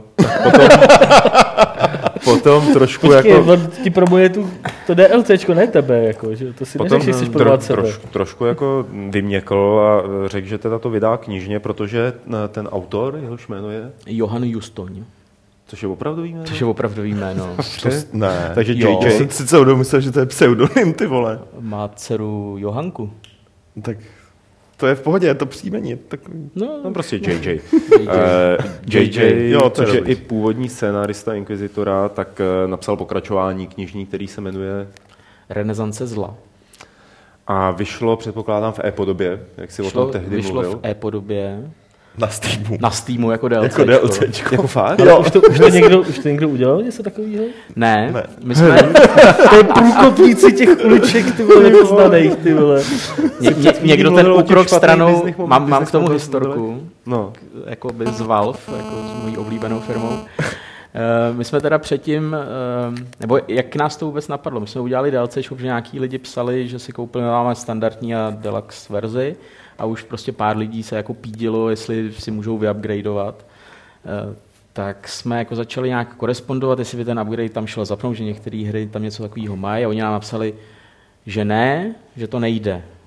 Potom trošku počkej, jako... on ti promuje to DLCčko, ne tebe, jako, že to si neřekl, že chceš promovat sebe. Trošku jako vyměkl a řekl, že teda to vydá knižně, protože ten autor, jehož jméno je... Johan Justoň. Což je opravdový jméno? Což je opravdový jméno. Ne. Takže JJ. Já jsem sice myslel, že to je pseudonym, ty vole. Má dceru Johanku. Tak to je v pohodě, je to příjmení. Takový... No prostě JJ. JJ, jo, což je i původní scénárista Inquisitora, tak napsal pokračování knižní, který se jmenuje Renesance zla. A vyšlo, předpokládám, v e-podobě, jak si o tom tehdy vyšlo mluvil. Vyšlo v e-podobě. Na Steamu jako DLCčko. Jako fakt? Ale už to někdo udělal něco takového? Ne. My jsme... To je průkopníci těch uliček, ty vole, nepoznaných, ty vole. Někdo ten úkrok stranou, mám k tomu historku, jako by z Valve, jako s mojí oblíbenou firmou. My jsme teda předtím, nebo jak nás to vůbec napadlo, my jsme udělali DLCčko, protože nějaký lidi psali, že si koupili standardní a deluxe verzi a už prostě pár lidí se jako pídilo, jestli si můžou vyupgradeovat. Tak jsme jako začali nějak korespondovat, jestli by ten upgrade tam šel zapnout, že některé hry tam něco takového mají a oni nám napsali, že ne, že to nejde.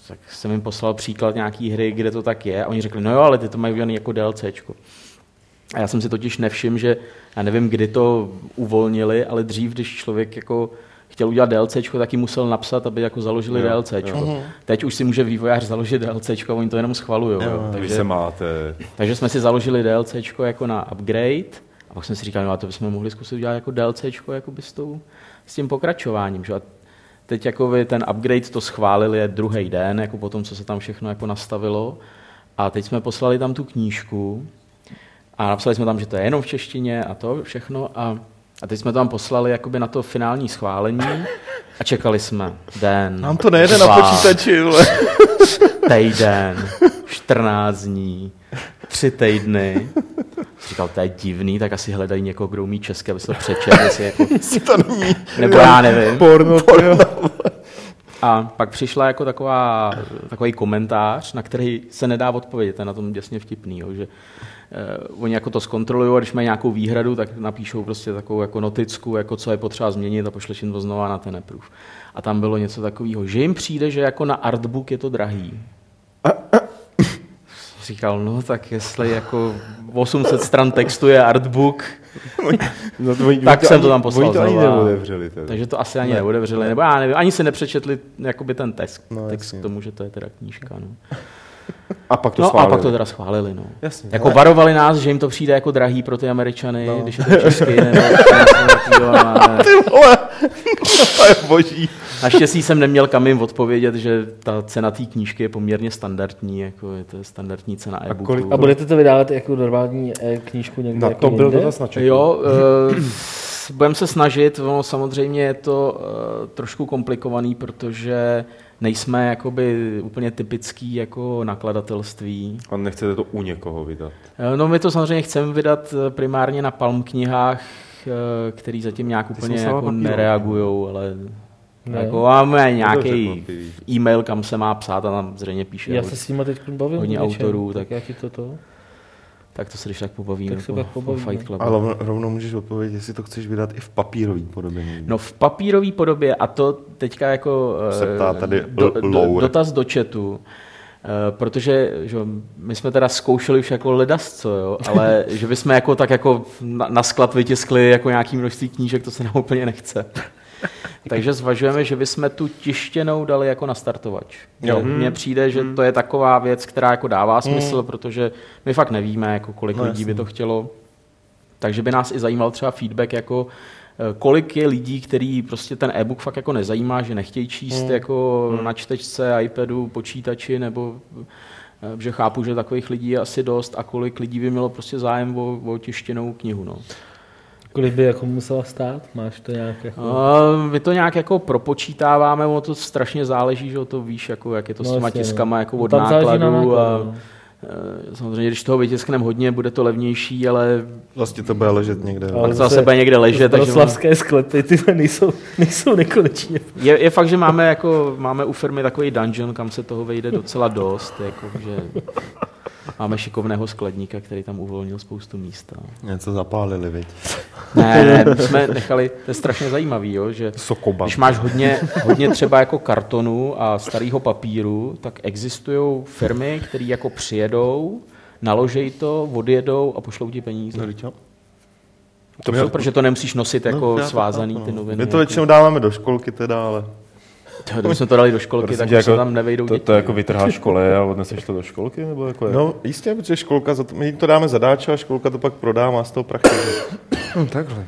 tak jsem jim poslal příklad nějaký hry, kde to tak je a oni řekli, no jo, ale ty to mají udělaný jako DLCčko. A já jsem si totiž nevšiml, že já nevím, kdy to uvolnili, ale dřív, když člověk jako chtěl udělat DLCčko, tak ji musel napsat, aby jako založili DLCčko. Teď už si může vývojář založit DLCčko a oni to jenom schvalujou. Takže jsme si založili DLCčko jako na upgrade a pak jsme si říkali, no a to bychom mohli zkusit udělat jako DLCčko jakoby s tím pokračováním. Že? A teď jako ten upgrade to schválili je druhý den, jako po tom, co se tam všechno jako nastavilo. A teď jsme poslali tam tu knížku a napsali jsme tam, že to je jenom v češtině a to všechno. A teď jsme tam poslali jakoby na to finální schválení a čekali jsme den. Nám to nejede na počítači, vole. Týden, 14 dní, 3 týdny. Říkal, to je divný, tak asi hledají někoho, kdo umí česky, aby se to přečetl, jestli jako... to není. Nebo já nevím. Porno. A pak přišla jako takový komentář, na který se nedá odpovědět, to je na tom děsně vtipný, jo, že oni jako to zkontrolují a když mají nějakou výhradu, tak napíšou prostě takovou jako noticku, jako co je potřeba změnit a pošleš jim to znova na ten approve. A tam bylo něco takového, že jim přijde, že jako na artbook je to drahý. Říkal, no tak jestli jako 800 stran textu je artbook, tak jsem to tam poslal znova. Takže to asi ani neodevřeli, nebo já nevím, ani si nepřečetli jakoby ten text k tomu, že to je teda knížka. No. A pak to schválili. A pak to teda schválili. No. Jasně, jako varovali nás, že jim to přijde jako drahý pro ty Američany, když je to česky. Ty vole, to je boží. Naštěstí jsem neměl kam jim odpovědět, že ta cena té knížky je poměrně standardní, jako je to standardní cena e-booku. A budete to vydávat jako normální knížku někde? To byl dotaz na Čeku. Jo, budeme se snažit, samozřejmě je to trošku komplikovaný, protože nejsme jakoby úplně typický jako nakladatelství. A nechcete to u někoho vydat? No my to samozřejmě chceme vydat primárně na Palm knihách, který zatím nějak úplně jako nereagujou, ale jako máme nějaký e-mail, kam se má psát a tam zřejmě píše. Já se s nimi teď bavím hodně autorů. Tak jak je to? Tak to se když tak pobavíme po Fight Clubu. Ale rovnou můžeš odpovědět, jestli to chceš vydat i v papírové podobě. No v papírové podobě a to teďka jako se ptá tady dotaz do chatu, protože že, my jsme teda zkoušeli už jako ledasco, jo, ale že bychom jako tak jako na sklad vytiskli jako nějaký množství knížek, to se nám úplně nechce. Takže zvažujeme, že bychom tu tištěnou dali jako na startovač. Mně přijde, že to je taková věc, která jako dává smysl, protože my fakt nevíme, jako kolik lidí by to chtělo. Takže by nás i zajímal třeba feedback, jako kolik je lidí, který prostě ten e-book fakt jako nezajímá, že nechtějí číst jako na čtečce, iPadu, počítači, nebo že chápu, že takových lidí je asi dost a kolik lidí by mělo prostě zájem o tištěnou knihu. No. Kolik by jako musela stát? Máš to nějak jako... My to nějak jako propočítáváme, ono to strašně záleží, že to víš, jako, jak je to s těma tiskama jako od nákladu a samozřejmě, když toho vytiskneme hodně, bude to levnější, ale... Vlastně to bude ležet někde. Pak to zase bude někde ležet. Vroclavské sklepy, ty nejsou nekonečně. Je fakt, že máme u firmy takový dungeon, kam se toho vejde docela dost, jako, že... Máme šikovného skladníka, který tam uvolnil spoustu místa. Něco zapálili, viď? Ne, my jsme nechali, to je strašně zajímavý, jo, že když máš hodně třeba jako kartonu a starého papíru, tak existují firmy, které jako přijedou, naložejí to, odjedou a pošlou ti peníze. To je super, že to nemusíš nosit jako svázaný ty noviny. My to většinou dáváme do školky teda, ale... Kdyby jsme to dali do školky, tak jako, se tam nevejdou děti. To jako vytrháš škole a odneseš to do školky? Nebo jako no jistě, protože školka, my to dáme zadáče a školka to pak prodá, má z toho prachy. Takhle.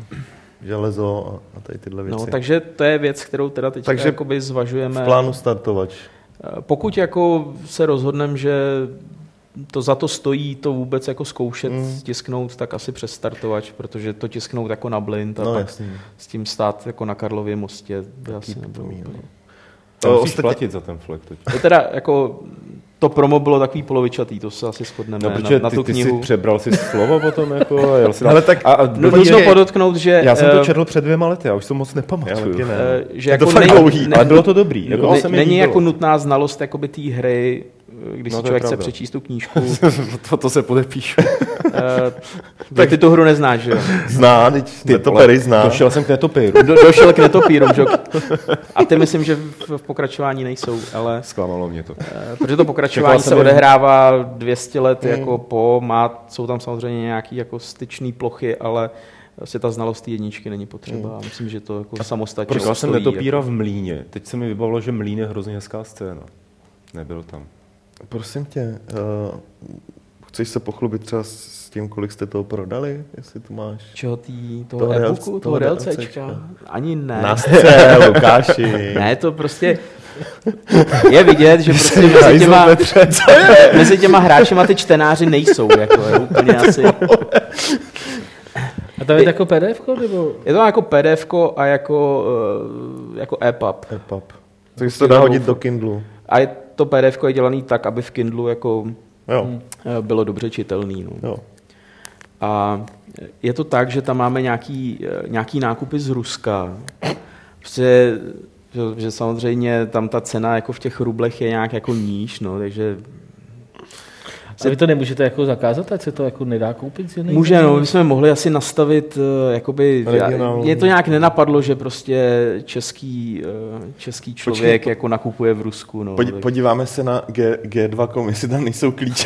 Železo a tady tyhle věci. No, takže to je věc, kterou teda teď jakoby zvažujeme. V plánu startovač. Pokud jako se rozhodneme, že to za to stojí to vůbec jako zkoušet tisknout, tak asi přes startovač, protože to tisknout jako na blind a pak s tím stát jako na Karlově mostě by asi nebylo. To musíš platit za ten flek. To teda jako to promo bylo takový polovičatý, to se asi shodneme na tu knihu. Ty jsi přebral si slovo potom jako... Ale tak nutno podotknout, že... Já jsem to četl před 2 lety, já už to moc nepamatuju. Že jako ale bylo to dobrý. Jako není jako nutná znalost jakoby té hry, když si člověk chce přečíst tu knížku. to se podepíšu. Tak ty tu hru neznáš, že jo? Zná, teď Netopery zná. Došel jsem k netopíru. Došel k netopírům, že? A ty myslím, že v pokračování nejsou, ale... Zklamalo mě to. Protože to pokračování se odehrává 200 let jako jsou tam samozřejmě nějaké jako styčné plochy, ale vlastně ta znalost té jedničky není potřeba. Myslím, že to jako samostatně Potkal jsem netopíra jako... v Mlýně. Teď se mi vybavilo, že Mlýn je hrozně hezká scéna. Nebyl tam. Prosím tě, chceš se pochlubit třeba s tím, kolik jste toho prodali, jestli tu máš? Čeho toho e-booku, toho DLCčka? Ani ne. Nasce, Lukáši. Ne, to prostě je vidět, že prostě mezi těma hráčima ty čtenáři nejsou, jako je úplně asi... A tam je to jako PDF-ko, nebo? Je to jako PDF-ko a jako EPUB. EPUB. Takže se to dá hodit do Kindlu. A to PDF-ko je dělaný tak, aby v Kindlu jako bylo dobře čitelný. No. Jo. A je to tak, že tam máme nějaký nákupy z Ruska. Prostě, že samozřejmě tam ta cena jako v těch rublech je nějak jako níž, no, takže... A vy to nemůžete jako zakázat, ať se to jako nedá koupit? Může, no, my jsme mohli asi nastavit, jakoby, mě to nějak nenapadlo, že prostě český člověk jako nakupuje v Rusku. No, podíváme se na G2.com, jestli tam nejsou klíče.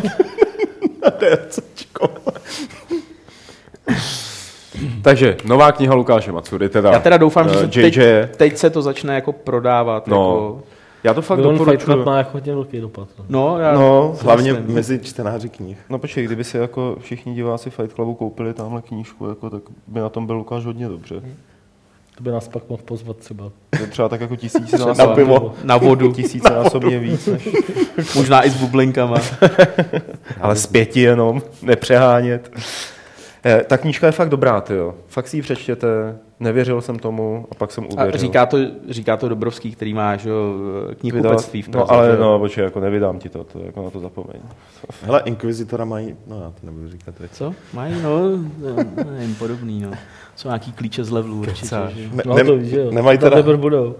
Takže, nová kniha Lukáše Matsury, teda. Já teda doufám, že teď se to začne jako prodávat. No. Jako... Já to fakt doporučuji. Fight Club má jako hodně velký dopad. No, hlavně mezi čtenáři knih. No počkej, kdyby si jako všichni diváci Fight Clubu koupili tamhle knížku, jako, tak by na tom byl Lukáš hodně dobře. To by nás pak mohl pozvat třeba. Třeba tak jako 1000 na pivo, na vodu. 1000násobně víc. Než... Možná i s bublinkama. Ale z 5 jenom, nepřehánět. Ta knížka je fakt dobrá, tyjo. Fakt si ji přečtěte, nevěřil jsem tomu a pak jsem uvěřil. A říká to Dobrovský, který má knihkupectví v Praze. No ale no, počkej, jako nevydám ti to jako na to zapomeň. Hele, Inkvizitora mají, no já to nebudu říkat. Co? Mají, no, nevím, podobný, no. Jsou nějaký klíče z levelů určitě. To víš, jo. Nemají teda... budou.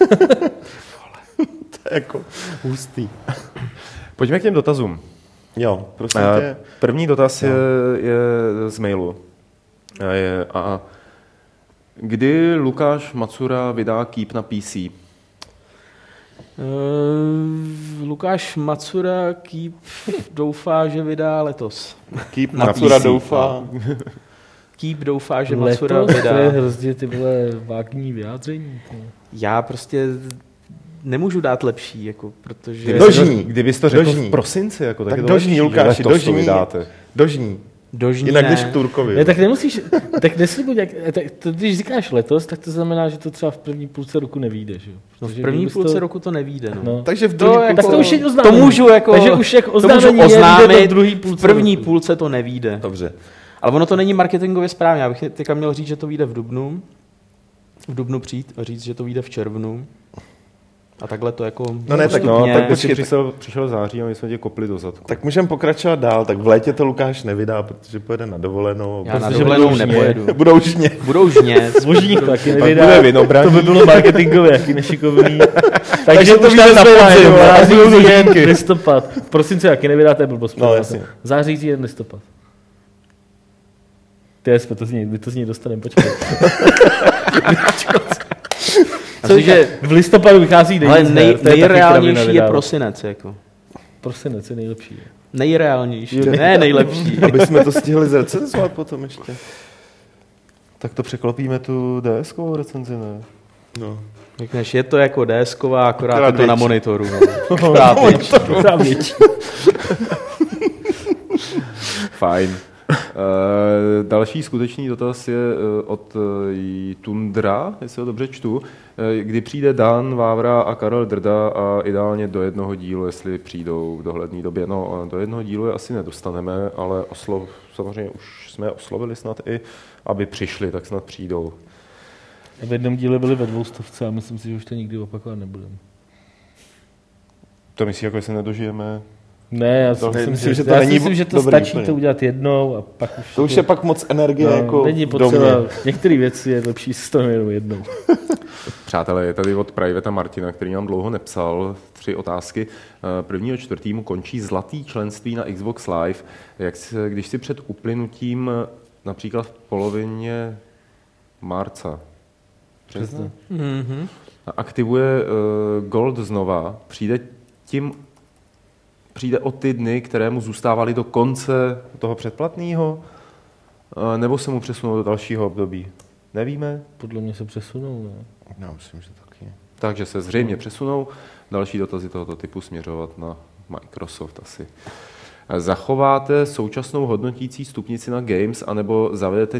To je jako hustý. Pojďme k těm dotazům. Jo, prosím tě. První dotaz je z mailu. Kdy Lukáš Matsura vydá Keep na PC? Lukáš Matsura Keep doufá, že vydá letos. Keep Matsura PC. doufá. Keep doufá, že Matsura vydá. vydá. To je hrozně ty vole vágní vyjádření. Já prostě nemůžu dát lepší, jako, protože... Kdybys to řekl v prosinci, jako, tak je to dožní, lepší, Lukáši, dožní. Jinak jdeš k Turkovi. Ne, tak nemusíš, tak neslibuj, když říkáš letos, tak to znamená, že to třeba v první půlce roku nevyjde, že jo? No v první půlce roku to nevyjde, no. Takže v druhé půlce... To už je oznámení. To můžu jako... Takže už jako oznámit, v první půlce to nevyjde. Dobře. Ale ono to není marketingově správně. Já bych teďka měl říct, že to vyjde v dubnu přijít a říct, že to vyjde v červnu. A takhle to jako... tak počkej, přišel září a my jsme tě kopli do zadku. Tak můžeme pokračovat dál, tak v létě to Lukáš nevydá, protože pojede na dovolenou. Já na dovolenou nepojedu. Budou žně. Zbožník taky nevydá. To by bylo marketingově, jaký nešikovný. Takže to vyjde na podzim. Listopad. V prosinci jaký nevydá, to je blbost. No jasně. Září týden listopad. My to z něj dostaneme, počkej. Že v listopadu vychází nejreálnější je prosinec. Jako. Prosinec je nejlepší. Nejreálnější, ne nejlepší. Aby jsme to stihli zrecenzovat potom ještě. Tak to překlopíme tu DS-kovou recenzi, ne? No. Řekneš, je to jako DS-ková, akorát je to na monitoru. No. Akorát větší. Fajn. Další skutečný dotaz je od Tundra, jestli ho dobře čtu, kdy přijde Dan Vávra a Karel Drda a ideálně do jednoho dílu, jestli přijdou v dohledné době. No, do jednoho dílu je asi nedostaneme, ale samozřejmě už jsme oslovili snad i, aby přišli, tak snad přijdou. V jednom díle byli ve 200 a myslím si, že už to nikdy opakovat nebudeme. To myslíš, jako jestli nedožijeme Ne, já si myslím, že to není myslím, že to dobrý, stačí úplně. To udělat jednou a pak už... To už je pak moc energie jako není potřeba, některé věci je lepší si to jenom jednou. Přátelé, je tady od Privata Martina, který nám dlouho nepsal, 3 otázky. 1.4. končí zlatý členství na Xbox Live. Když si před uplynutím, například v polovině marca, aktivuje Gold znova, přijde o ty dny, které mu zůstávaly do konce toho předplatného, nebo se mu přesunou do dalšího období? Nevíme? Podle mě se přesunou, ne? Já myslím, že taky. Takže se zřejmě přesunou. Další dotazy tohoto typu směřovat na Microsoft asi. Zachováte současnou hodnotící stupnici na Games, anebo zavedete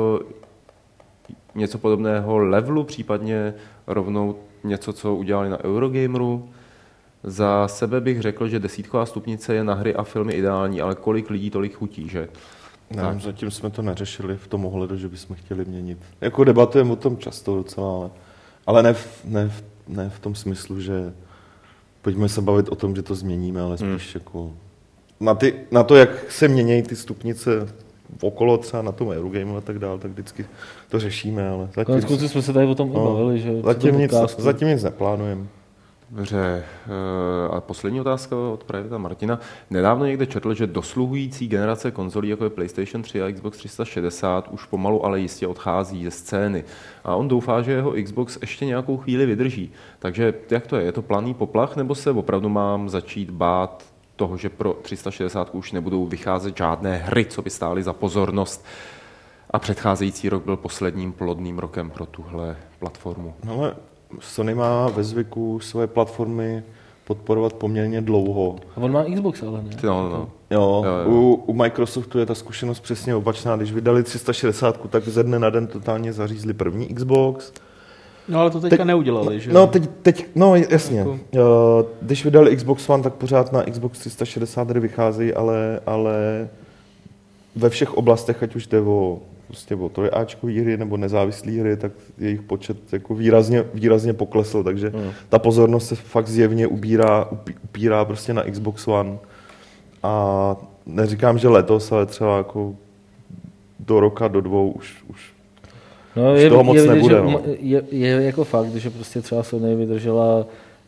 něco podobného levelu, případně rovnou něco, co udělali na Eurogameru? Za sebe bych řekl, že 10 stupnice je na hry a filmy ideální, ale kolik lidí, tolik chutí, že? Ne, zatím jsme to neřešili v tom ohledu, že bychom chtěli měnit. Jako debatujeme o tom často docela, ale ne v tom smyslu, že pojďme se bavit o tom, že to změníme, ale spíš jako na to, jak se mění ty stupnice okolo, třeba na tom Eurogameu a tak dále, tak vždycky to řešíme, ale zatím... jsme se tady o tom bavili, že? Zatím nic neplánujeme. Dobře. A poslední otázka od Privata Martina. Nedávno někde četl, že dosluhující generace konzolí, jako je PlayStation 3 a Xbox 360, už pomalu, ale jistě odchází ze scény. A on doufá, že jeho Xbox ještě nějakou chvíli vydrží. Takže jak to je? Je to planý poplach, nebo se opravdu mám začít bát toho, že pro 360 už nebudou vycházet žádné hry, co by stály za pozornost? A předcházející rok byl posledním plodným rokem pro tuhle platformu. No ale Sony má ve zvyku svoje platformy podporovat poměrně dlouho. A on má Xbox, ale ne? No. Jo. U Microsoftu je ta zkušenost přesně opačná. Když vydali 360, tak ze dne na den totálně zařízli první Xbox. No ale to teďka neudělali, že? No teď no jasně. Jako... Když vydali Xbox One, tak pořád na Xbox 360 hry vycházejí, ale ve všech oblastech, ať už jde o trojáčkový hry nebo nezávislé hry, tak jejich počet jako výrazně poklesl, takže ta pozornost se fakt zjevně upírá prostě na Xbox One. A neříkám, že letos, ale třeba jako do roka, do 2 už toho moc nebude. Je jako fakt, že prostě třeba Sony vydržela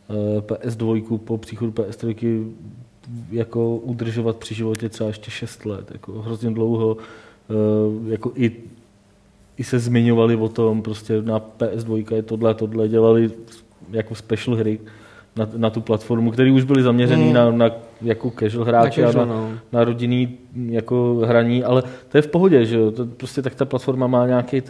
PS2 po příchodu PS3 jako udržovat při životě třeba ještě 6 let, jako hrozně dlouho. Jako i se zmiňovali o tom, prostě na PS2 je tohle dělali jako special hry na tu platformu, které už byly zaměřený na jako casual hráče a na rodinný jako hraní, ale to je v pohodě, že jo, to prostě tak ta platforma má nějaký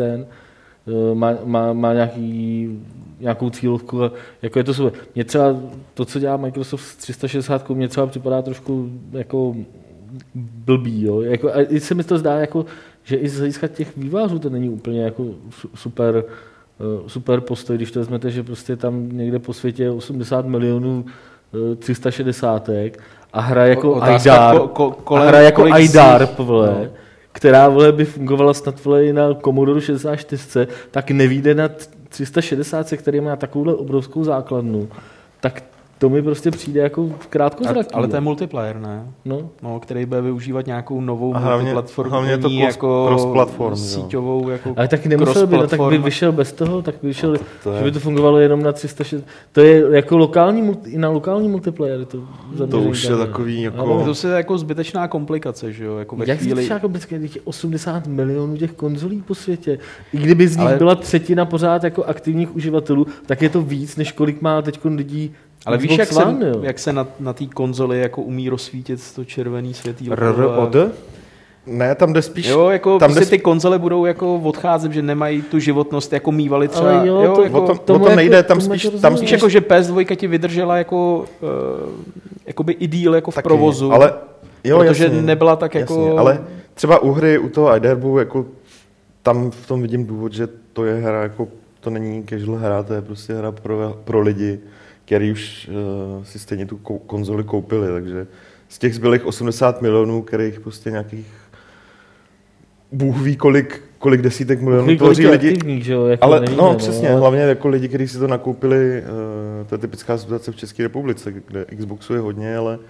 má nějakou cílovku a jako je to super. Mně třeba to, co dělá Microsoft s 360, mně třeba připadá trošku jako blbý, jo. Jako, a i se mi to zdá, jako, že i z hlediska těch vývářů to není úplně jako super postoj, když to vezmete, že prostě tam někde po světě je 80 milionů 360 a hra jako iDarp, která by fungovala snad i na Commodore 64, tak nevyjde na 360, který má takovouhle obrovskou základnu, tak to mi prostě přijde jako krátkozraký. Ale to je multiplayer, ne? No, který bude využívat nějakou novou multiplatformu. Hlavně to jako cross-platform, síťovou jako ale taky nemusel by, no, tak by vyšel bez toho, tak by vyšel, že by to fungovalo jenom na 360. To je jako i na lokální multiplayer. To už je takový jako... To je jako zbytečná komplikace, že jo? Jako jak zbytečná komplikace? Když je 80 milionů těch konzolí po světě. I kdyby z nich byla třetina pořád jako aktivních uživatelů, tak je to víc, než kolik má teď lidí. Ale víš, jak se na té konzoli jako umí rozsvítit to červený světýlko? Ne, tam jde spíš... Jo, jako tam ty konzole budou jako odcházet, že nemají tu životnost, jako mívali třeba... Ale jo, to, jako, o tom nejde, tam spíš jako, že PS2 ti vydržela jako jakoby i díl jako v taky, provozu, ale, jo, protože jasně, nebyla tak jako... Jasně, ale třeba u hry, u toho iDarbu, jako tam v tom vidím důvod, že to je hra, jako to není casual hra, to je prostě hra pro lidi, který už si stejně tu konzoli koupili, takže z těch zbylých 80 milionů, kterých prostě nějakých Bůh ví kolik desítek milionů tvoří lidi. Jako ale nevíme, no přesně, hlavně jako lidi, kteří si to nakoupili, to je typická situace v České republice, kde Xboxu je hodně,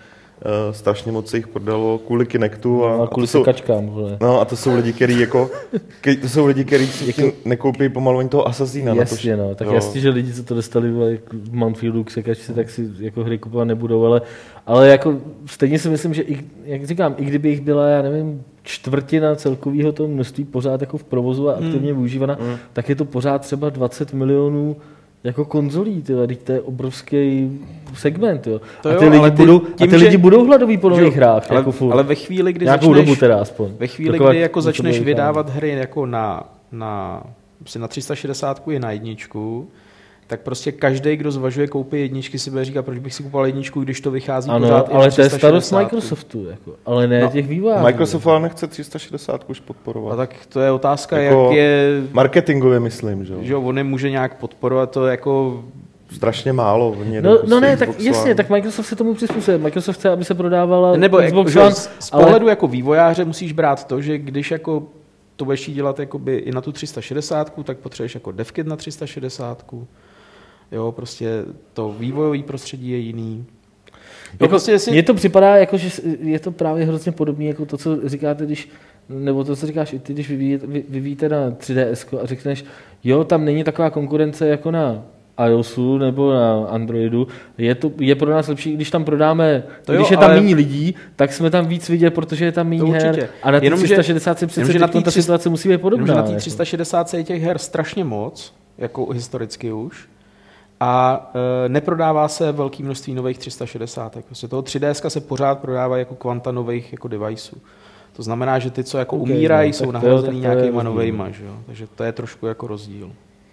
strašně moc se jich prodalo kvůli Kinectu. A kvůli sekačkám. No a to jsou lidi, kteří jako, to jsou lidi, kteří si nekoupí pomalu ani toho Assassina. Jasně, no. Tak jasně, že lidi, co to dostali v Mountfieldu k sekačce, tak si jako hry kupovat nebudou, ale jako stejně si myslím, že jak říkám, i kdyby jich byla, já nevím, čtvrtina celkového toho množství pořád jako v provozu a aktivně využívaná, tak je to pořád třeba 20 milionů jako konzolí, to je obrovský segment. Jo. A ty lidi budou hladoví po nových hrách. Ale ve chvíli, kdy nějakou dobu teda aspoň. Ve chvíli, kdy jako začneš vydávat hry jako na 360 i na jedničku, tak prostě každý, kdo zvažuje koupit jedničky, si bude říkat, proč bych si kupoval jedničku, když to vychází pořád i na 360. Ale to je starost Microsoftu, jako, ale ne těch vývojářů. Microsoft ale nechce 360 už podporovat. A tak to je otázka, jako jak je... Marketingově myslím, že jo. On nemůže nějak podporovat to jako... Strašně málo. No ne, tak jasně, tak Microsoft se tomu přizpůsobuje. Microsoft chce, aby se prodávala nebo Xbox One. Z pohledu jako vývojáře musíš brát to, že když jako to budeš dělat jakoby i na tu 360, tak potřebuješ jako devkit na 360. Jo, prostě to vývojové prostředí je jiný. Jako, prostě mně to připadá, jako, že je to právě hrozně podobné jako to, co říkáte, nebo to, co říkáš i ty, když vyvíjíte na 3DS a řekneš, jo, tam není taková konkurence jako na iOSu nebo na Androidu, je pro nás lepší, když tam prodáme, když je tam méně lidí, tak jsme tam víc vidět, protože je tam méně her. A na té 360 si přece ta situace musí být podobná. Na té 360 je těch her strašně moc, jako historicky už, a neprodává se velké množství nových 360. Prostě toho 3DS se pořád prodává jako kvanta nových jako deviceů. To znamená, že ty, co jako umírají, jsou nahrazený nějakýma novejma. Že jo? Takže to je trošku jako rozdíl.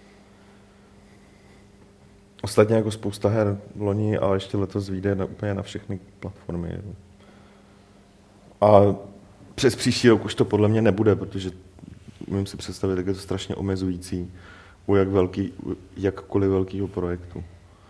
Ostatně jako spousta her v loni, ale ještě letos vyjde úplně na všechny platformy. A přes příští rok už to podle mě nebude, protože umím si představit, jak je to strašně omezující u jakkoliv velkého projektu.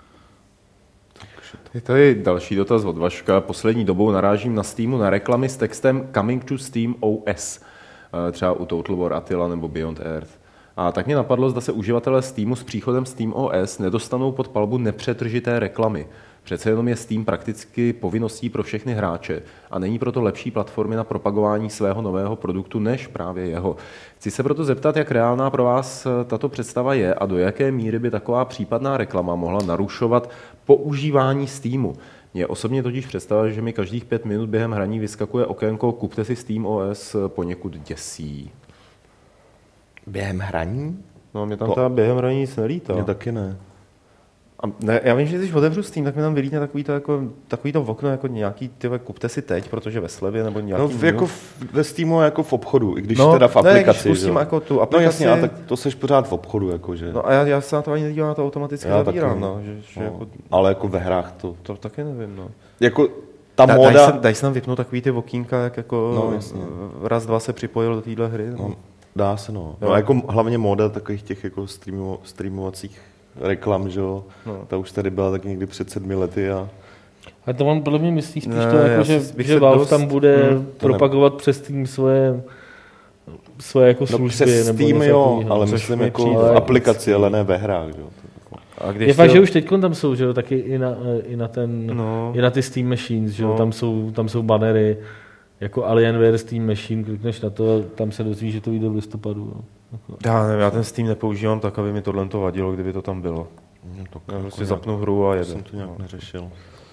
Je tady další dotaz od Vaška. Poslední dobou narážím na Steamu na reklamy s textem Coming to Steam OS, třeba u Total War Attila nebo Beyond Earth. A tak mě napadlo, zda se uživatelé Steamu s příchodem Steam OS nedostanou pod palbu nepřetržité reklamy. Přece jenom je Steam prakticky povinností pro všechny hráče a není proto lepší platformy na propagování svého nového produktu než právě jeho. Chci se proto zeptat, jak reálná pro vás tato představa je a do jaké míry by taková případná reklama mohla narušovat používání Steamu. Mně osobně totiž představa, že mi každých 5 minut během hraní vyskakuje okénko kupte si Steam OS, poněkud děsí. Během hraní? No, mě tam během hraní nic nelítá. Mně taky ne. A ne, já vím, že když otevřu Steam, tak mi tam vylítne takový to okno, jako nějaký, kupte si teď, protože ve slevě, nebo nějaký... No, jako ve Steamu jako v obchodu, i když teda v aplikaci. No, když jako tu aplikaci... No jasně, a tak to seš pořád v obchodu, jakože... No a já se na to ani nedívám, na to automaticky zavírám, no. Že jako... Ale jako ve hrách to taky nevím, no. Jako ta móda... Daj se nám vypnout takový ty okýnka, jak jako raz, dva se připojil do téhle hry. No, dá se, no. No jako hlavně móda takových těch jako streamovacích reklam, že jo. No. Ta už tady byla tak někdy před 7 lety a to on podle mě myslí spíš to, jako, že Valve tam bude propagovat přes Steam svoje jako služby. Přes Steam jo, ale myslím jako v aplikaci, ale ne ve hrách, že jo. Je fakt, že už teď tam jsou, že jo, taky i na ty Steam Machines, že jo, tam jsou bannery, jako Alienware Steam Machine, klikneš na to, tam se dozvíš, že to vyjde v listopadu. Jo. Já nevím, já ten Steam nepoužívám tak, aby mi tohle vadilo, kdyby to tam bylo. Já prostě zapnu hru a jedu. Jsem to nějak neřešil.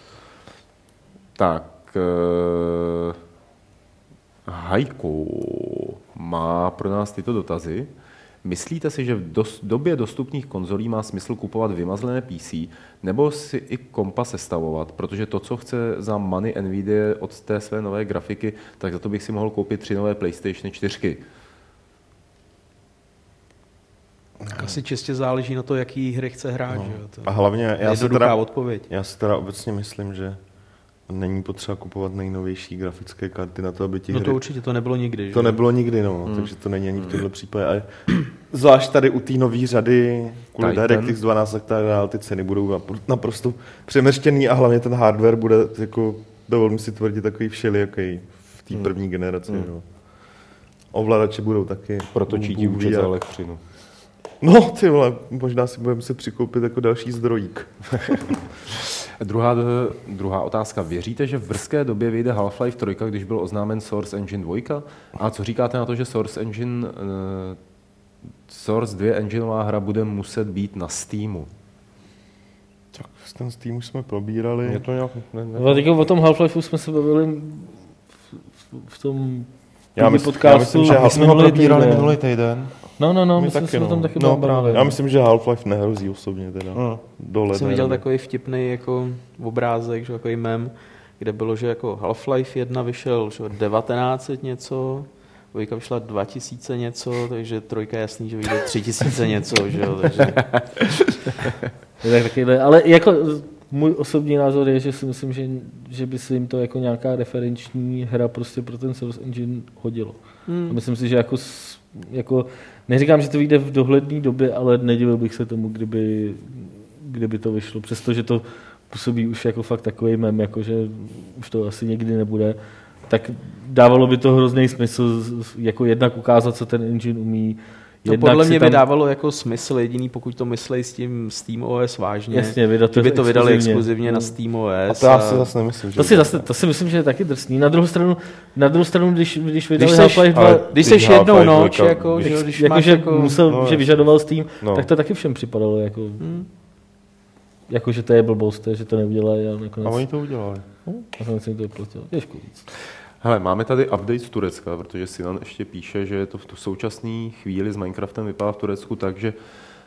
Tak, Hajko má pro nás tyto dotazy. Myslíte si, že v době dostupných konzolí má smysl kupovat vymazlené PC, nebo si i kompa sestavovat, protože to, co chce za money Nvidia od té své nové grafiky, tak za to bych si mohl koupit 3 nové PlayStation 4. Asi čistě záleží na to, jaký hry chce hrát. No. Že? A hlavně odpověď. Já si teda obecně myslím, že není potřeba kupovat nejnovější grafické karty na to, aby ti hry... No to určitě, to nebylo nikdy. To nebylo nikdy, no, takže to není ani v tomhle případě. A zvlášť tady u té nové řady, kvůli DirectX 12, tak dále, ty ceny budou naprosto přemrštěný a hlavně ten hardware bude, jako, dovolím si tvrdit, takový všelijaký v té první generaci. Jo. Ovladače budou taky. Protočí účet za elektřinu. No, ty vole, možná si budeme se přikoupit jako další zdrojík. Druhá otázka. Věříte, že v brzké době vyjde Half-Life 3, když byl oznámen Source Engine 2? A co říkáte na to, že Source 2 engineová hra bude muset být na Steamu? Tak ten Steam už jsme probírali. Je to nějak... O tom Half-Lifeu jsme se bavili v tom podcastu. Já myslím, že jsme ho probírali minulý týden. No, my jsme se o tom taky bavili. Já myslím, že Half-Life nehrozí osobně teda. Dole. Jsem viděl takový vtipný jako obrázek, že takový mem, kde bylo, že jako Half-Life 1 vyšel že 1900 něco, dvojka vyšla 2000 něco, takže trojka je jasný, že vyjde 3000 něco, že jo, takže... Ale jako můj osobní názor je, že si myslím, že by se jim to jako nějaká referenční hra prostě pro ten Source Engine hodilo. A myslím si, že jako neříkám, že to vyjde v dohledné době, ale nedivil bych se tomu, kdyby to vyšlo. Přestože to působí už jako fakt takový mem, jako že už to asi nikdy nebude, tak dávalo by to hrozný smysl jako jednak ukázat, co ten engine umí. To podle mě by dávalo jako smysl jediný, pokud to myslej s tím SteamOS vážně. Jasně, by to vydali exkluzivně na SteamOS. A to já si zase nemyslím. To si myslím, že je taky drsný. Na druhou stranu když vydali Half-Life 2... Když seš jednou noč, jako, že vyžadoval Steam, tak to taky všem připadalo. Jako že to je blbost, že to neudělají. A oni to udělali. Nakonec jim to vyplatilo. Těžko víc. Hele, máme tady update z Turecka, protože Sinan ještě píše, že to v současné chvíli s Minecraftem vypadá v Turecku tak, že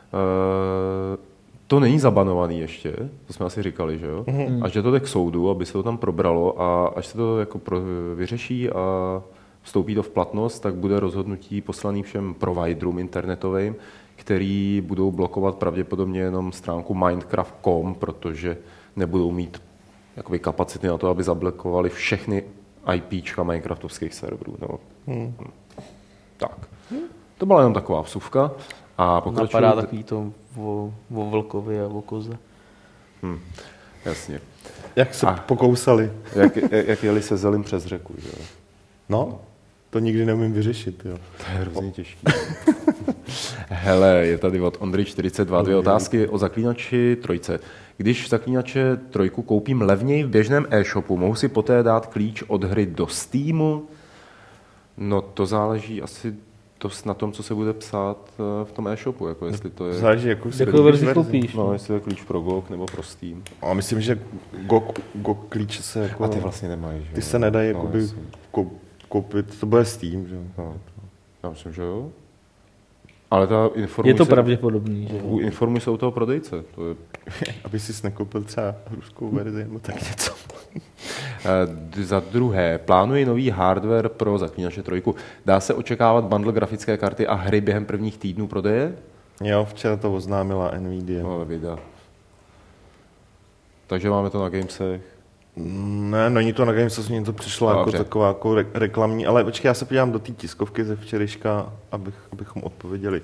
to není zabanovaný ještě, to jsme asi říkali, že jo? A že to jde k soudu, aby se to tam probralo a až se to jako vyřeší a vstoupí to v platnost, tak bude rozhodnutí poslaný všem providerům internetovým, který budou blokovat pravděpodobně jenom stránku Minecraft.com, protože nebudou mít jakoby kapacity na to, aby zablokovali všechny IPčka Minecraftovských serverů. No. Tak. To byla jenom taková vsuvka. A napadá takový to o vlkovi a o koze. Jasně. Jak se pokousali. Jak jeli se zelím přes řeku. Že? No, to nikdy neumím vyřešit. Jo. To je hrozně těžké. Hele, je tady od Ondry 42 dvě otázky o Zaklínači 3. Když Zaklínače 3 koupím levněji v běžném e-shopu, mohu si poté dát klíč od hry do Steamu? No to záleží asi dost na tom, co se bude psát v tom e-shopu. Jako jestli to je... Záleží, jakou verzi koupíš. No, jestli je klíč pro GOG nebo pro Steam. A myslím, že GOG klíče se jako... A ty vlastně nemají, že? Ty se nedají jakoby koupit, to bude Steam, že? No. Já myslím, že jo. Ale ta je to pravděpodobný, že jo? Informuj se u toho prodejce. To je... Aby jsi nekoupil třeba ruskou verzi nebo tak něco. Za druhé, plánuji nový hardware pro Zaklínače 3. Dá se očekávat bundle grafické karty a hry během prvních týdnů prodeje? Jo, včera to oznámila Nvidia. No, vida. Takže máme to na Gamesech. Ne, není to na Gamesech, mně to přišlo jako taková jako reklamní, ale počkej, já se podívám do té tiskovky ze včerejška, abychom odpověděli.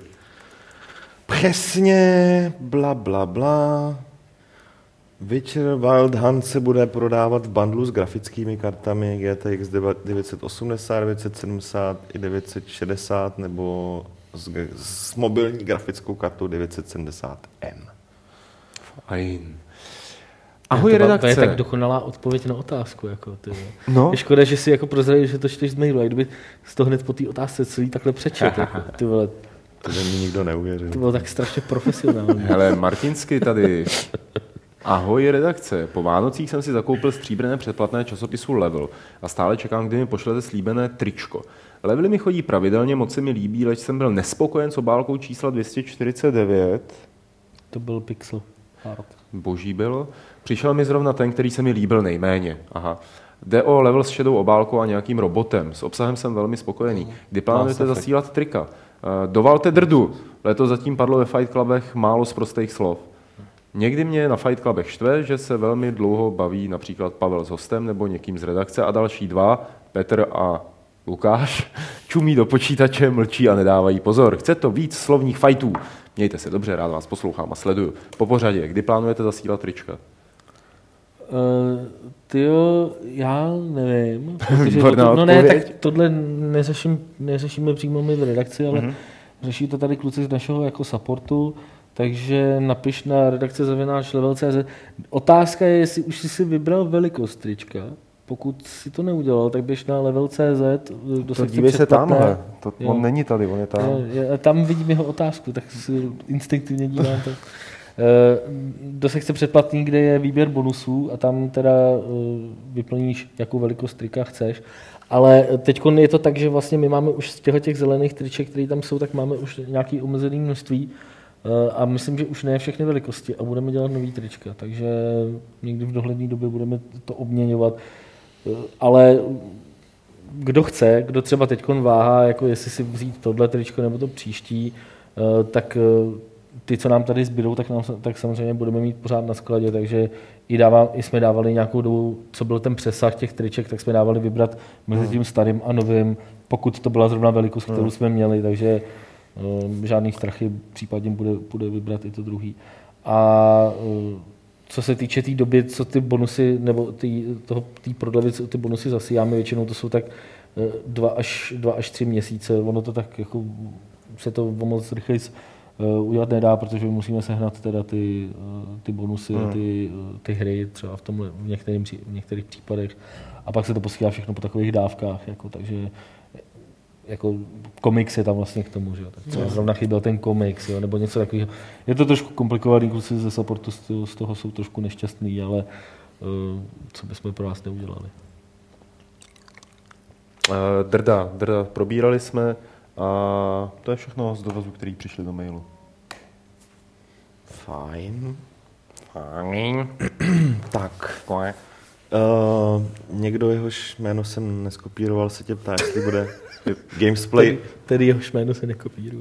Přesně, bla, bla, bla. Witcher Wild Hunt se bude prodávat v bundlu s grafickými kartami GTX 980, 970 i 960 nebo s mobilní grafickou kartou 970M. Fajn. Ahoj, redakce. To je tak dokonalá odpověď na otázku. Jako, no. Je škoda, že si jako prozradil, že to čteš z mailu. A kdyby z toho hned po té otázce celý takhle přečet. Jako, ty vole. To mi nikdo neuvěřil. To bylo tak strašně profesionální. Hele, Martinsky tady. Ahoj, redakce. Po Vánocích jsem si zakoupil stříbrné předplatné časopisu Level a stále čekám, kdy mi pošlete slíbené tričko. Levely mi chodí pravidelně, moc se mi líbí, leč jsem byl nespokojen s obálkou čísla 249. To byl Pixel Art. Boží bylo. Přišel mi zrovna ten, který se mi líbil nejméně. Aha. Jde o Level s šedou obálkou a nějakým robotem. S obsahem jsem velmi spokojený. Kdy plánujete zasílat trika? Dovalte drdu. Letos zatím padlo ve Fight Clubech málo sprostých slov. Někdy mě na Fight Clubech štve, že se velmi dlouho baví například Pavel s hostem nebo někým z redakce a další dva, Petr a Lukáš, čumí do počítače, mlčí a nedávají pozor. Chce to víc slovních fightů. Mějte se dobře, rád vás poslouchám a sleduju. Po pořadě, kdy plánujete zasílat trička? Tyjo, já nevím. Tohle neřešíme přímo my v redakci, ale řeší to tady kluci z našeho jako supportu, takže napiš na redakce@level.cz. Otázka je, jestli už jsi si vybral velikost trička. Pokud si to neudělal, tak běž na level.cz. Dívej se tamhle, on není tady, on je tam. Tam vidím jeho otázku, tak si instinktivně dívám. Do sekce předplatný, kde je výběr bonusů a tam teda vyplníš, jakou velikost trika chceš. Ale teď je to tak, že vlastně my máme už z těch zelených triček, které tam jsou, tak máme už nějaké omezené množství a myslím, že už ne všechny velikosti a budeme dělat nový trička, takže někdy v dohledné době budeme to obměňovat. Ale kdo chce, kdo třeba teď váhá, jako jestli si vzít tohle tričko nebo to příští, tak ty, co nám tady zbydou, tak samozřejmě budeme mít pořád na skladě, takže i jsme dávali nějakou dobu, co byl ten přesah těch triček, tak jsme dávali vybrat mezi tím starým a novým, pokud to byla zrovna velikost, kterou jsme měli, takže žádný strachy, případně bude vybrat i to druhý. A co se týče té doby, co ty bonusy, nebo té prodlevy, co ty bonusy zasíjáme, většinou to jsou tak 2 až 3 měsíce, ono to tak jako se to moc rychleji udělat nedá, protože musíme sehnat teda ty bonusy, ty hry třeba v některých případech a pak se to posílá všechno po takových dávkách, jako, takže jako komiks je tam vlastně k tomu, že jo. Tak třeba zrovna chyběl ten komiks, jo, nebo něco takového. Je to trošku komplikovaný, kluci ze supportu z toho jsou trošku nešťastný, ale co bychom pro vás neudělali. Drda probírali jsme a to je všechno z dovazů, který přišli do mailu. Fajn. Tak. Někdo, jehož jméno jsem neskopíroval, se tě ptá, jestli bude Gamesplay. Tedy jehož jméno se nekopíruje.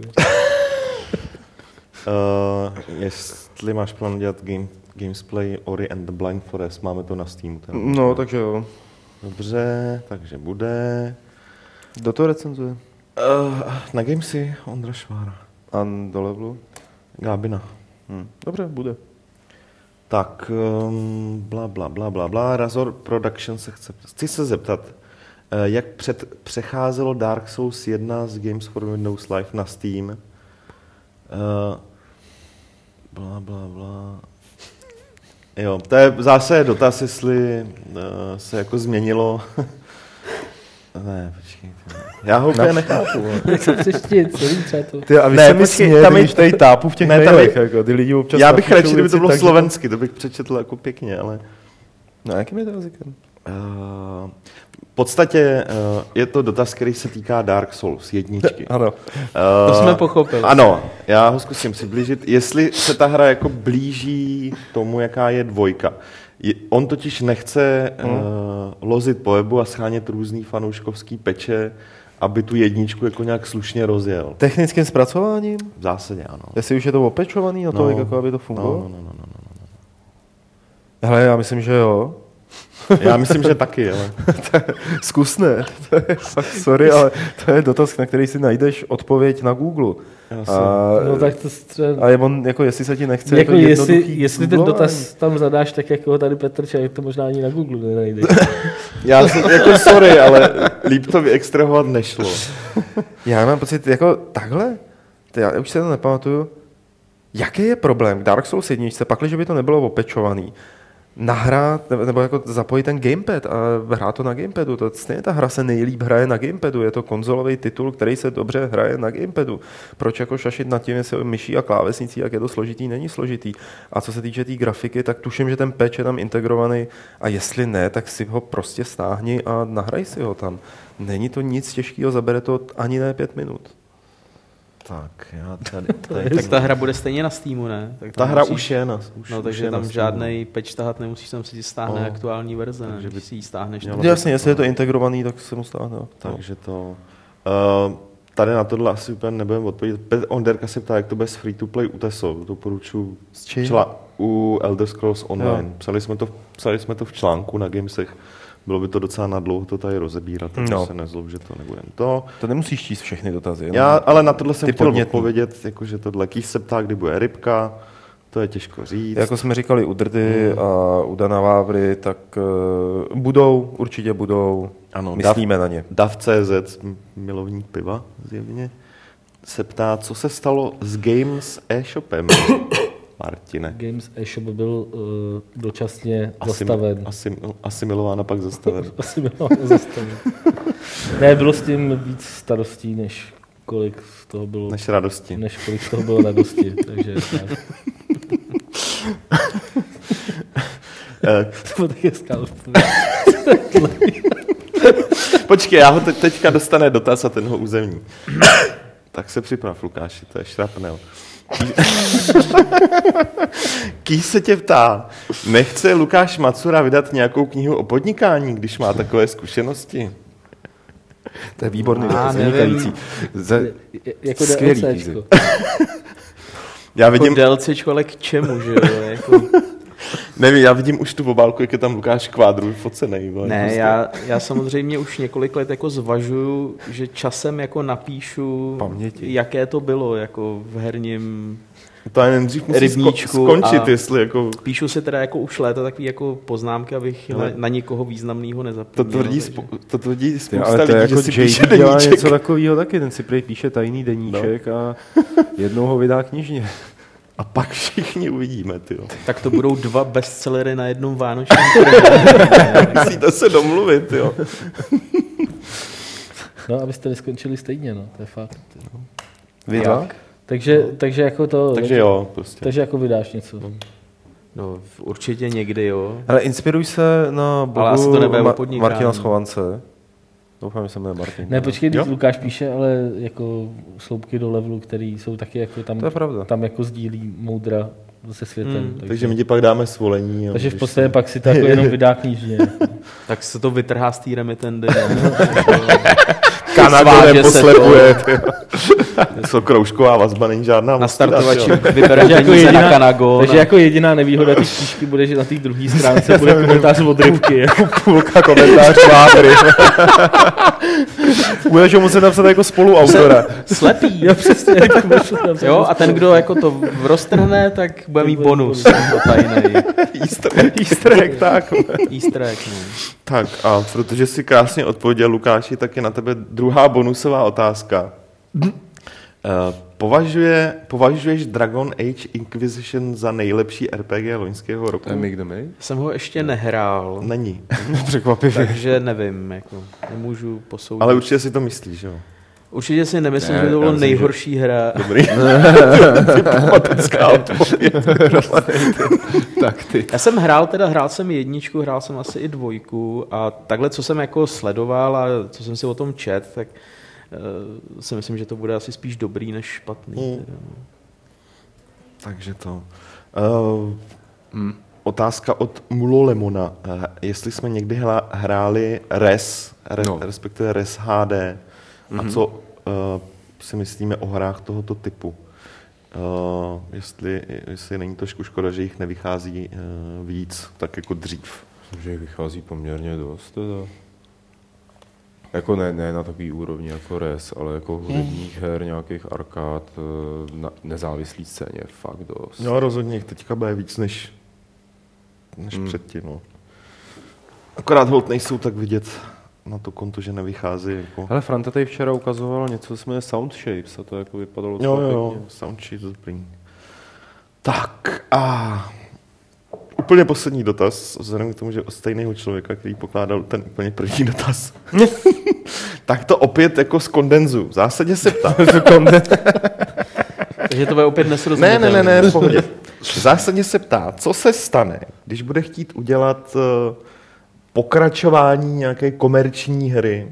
Jestli máš plán dělat Gamesplay Ori and the Blind Forest, máme to na Steamu. No, takže jo. Dobře, takže bude. Kdo to recenzuje? Na Gamesy Ondra Švára. A do Levelu? Gábina. Dobře, bude. Tak, bla. Razor Production chci se zeptat, jak přecházelo Dark Souls 1 z Games for Windows Live na Steam? Bla. Jo, to je zase dotaz, jestli se jako změnilo. Ne, počkejte. Já ho úplně nechápu. Jak se přeštit, celý třeba to. Ty, a vy se mi smějete, když tady tápu v těch mailech, jako ty lidi občas. Já bych radši, kdyby to bylo slovensky, to bych přečetl jako pěkně, ale. No, jakým je to jazykem? V podstatě je to dotaz, který se týká Dark Souls 1. Ano. To jsme pochopili. Ano, já ho zkusím přiblížit. Jestli se ta hra jako blíží tomu, jaká je 2. On totiž nechce lozit po webu a schánět různý fanouškovský peče, aby tu 1 jako nějak slušně rozjel. Technickým zpracováním? V zásadě ano. Jestli už je to opečovaný na to, jako aby to fungovalo? No. Hele, já myslím, že jo. Já myslím, že taky, ale. Zkus ne. To je fakt, sorry, ale to je dotaz, na který si najdeš odpověď na Google. No tak to třeba... A je on, jako jestli se ti nechce, jako jestli ten dotaz tam zadáš, tak jako tady Petr Čajek, to možná ani na Google nenajdeš. Já jsem jako sorry, ale líp to vyextrahovat nešlo. Já mám pocit, jako takhle, já už se to nepamatuju, jaký je problém k Dark Souls 1, pakli, že by to nebylo opečovaný, nahrát, nebo jako zapojit ten gamepad a hrát to na gamepadu. Stejně ta hra se nejlíp hraje na gamepadu. Je to konzolový titul, který se dobře hraje na gamepadu. Proč jako šašit nad tím, jestli myší a klávesnicí, jak je to složitý, není složitý. A co se týče té grafiky, tak tuším, že ten patch je tam integrovaný a jestli ne, tak si ho prostě stáhni a nahraj si ho tam. Není to nic těžkého, zabere to ani ne 5 minut. Tak, já tady tak ta hra bude stejně na Steamu, ne? Tak ta hra už je na no, takže je tam žádnej patch tahat nemusíš, tam si ti stáhne aktuální verze, takže když si ji stáhneš. Jasně, jestli je to integrovaný, tak se mu stáhne. Takže to... tady na tohle asi úplně nebudeme odpovědět. Onderka se ptá, jak to bude s free-to-play u TESO. Doporučuji u Elder Scrolls Online. Psali jsme to v článku na Gamesech. Bylo by to docela nadlouho to tady rozebírat, takže se nezlob, že to nebude to. To nemusíš číst všechny dotazy. Ale na tohle jsem chtěl odpovědět, jakože tohle. Kýž se ptá, kdy bude rybka, to je těžko říct. Jako jsme říkali u Drdy a u Dana Vávry, tak určitě budou, ano, myslíme na ně. Dav.cz, milovník piva zjevně, se ptá, co se stalo s Games e-shopem, Martine. Games e-shop byl dočasně zastaven. Asimilován a pak zastaven. Ne, bylo s tím víc starostí, než kolik z toho bylo... Než radosti. Než kolik z toho bylo radosti, takže... To bylo taky Počkej, já ho teďka dostane dotaz a ten ho uzemní. Tak se připrav, Lukáši, to je šrapnel. Kýž se tě ptá, nechce Lukáš Macura vydat nějakou knihu o podnikání, když má takové zkušenosti? To je výborný, vynikající. Jako skvělý DLCčko. Já vidím... DLCčko, ale k čemu, že jo? Jako... Nevím, já vidím už tu obálku, jak je tam Lukáš Kvádru focenej. Ne, prostě. já samozřejmě už několik let jako zvažuju, že časem jako napíšu, paměti, jaké to bylo jako v herním to je nejdřív musí skončit, jestli jako... Píšu si teda jako už léta takový jako poznámky, abych na nikoho významného nezapomněl. To tvrdí spousta ale to lidí, jako že si píše dělá deníček. něco takového taky, ten si prý píše tajný deníček a jednou ho vydá knižně. A pak všichni uvidíme, tyjo. Tak to budou 2 bestsellery na jednom vánočním Musíte se domluvit, jo. No, abyste neskončili stejně, no, to je fakt. Vydá? Takže jako to... Takže jo, prostě. Takže jako vydáš něco. No, určitě někdy, jo. Ale inspiruj se na blogu Martina Schovance. Doufám, že se jmenuje Martin. Ne, počkej, když Lukáš píše, ale jako sloupky do levelu, který jsou taky jako tam jako sdílí moudra se světem. Takže my ti pak dáme svolení. Takže v podstatě pak si to jako jenom vydá knížně. Tak se to vytrhá z té remitendy. Kanada neposlepuje. Co kroužková vazba není žádná. Na startovači vybereš peníze na Kanago. Takže jako jediná nevýhoda té knížky bude, že na té druhé stránce bude komentář od rybky. Půlka komentář Vávry. Budeš ho muset napsat jako spoluautora. Slepý. Jo, přesně. Jo, a ten, kdo jako to roztrhne, tak bude mít bonus. Easter egg, tak. Easter egg, no. Tak a protože si krásně odpověděl, Lukáši, tak je na tebe druhá bonusová otázka. Považuješ Dragon Age Inquisition za nejlepší RPG loňského roku? Jsem ho ještě nehrál. Není. Překvapivě. Takže nevím, jako nemůžu posoudit. Ale určitě si to myslíš, jo? Určitě si nemyslím, že to bylo nejhorší hra. Dobrý. Diplomatická odpověď. Tak ty. Já jsem hrál jsem 1, hrál jsem asi i 2 a takhle, co jsem jako sledoval a co jsem si o tom čet, tak si myslím, že to bude asi spíš dobrý než špatný. Takže to. Otázka od Mulo Lemona. Jestli jsme někdy hráli respektive Res HD, a co si myslíme o hrách tohoto typu? Jestli není trošku škoda, že jich nevychází víc, tak jako dřív. Myslím, že jich vychází poměrně dost. Teda. Jako ne na takový úrovni jako Res, ale jako hudebních her, nějakých arkád, na nezávislý scéně, fakt dost. No rozhodně jich teďka bude víc než předtím. No. Akorát holt nejsou tak vidět na to konto, že nevychází. Jako... Ale Franta tady včera ukazoval něco, co se jmenuje Sound Shapes a to jako vypadalo jo, Sound Shapes dobrý. Tak a úplně poslední dotaz, vzhledem k tomu, že od stejného člověka, který pokládal ten úplně první dotaz. Tak to opět jako z kondenzu. V zásadě se ptá. Takže to bude opět nesrozumitelné. Ne, v pohodě. V zásadě se ptá, co se stane, když bude chtít udělat pokračování nějaké komerční hry,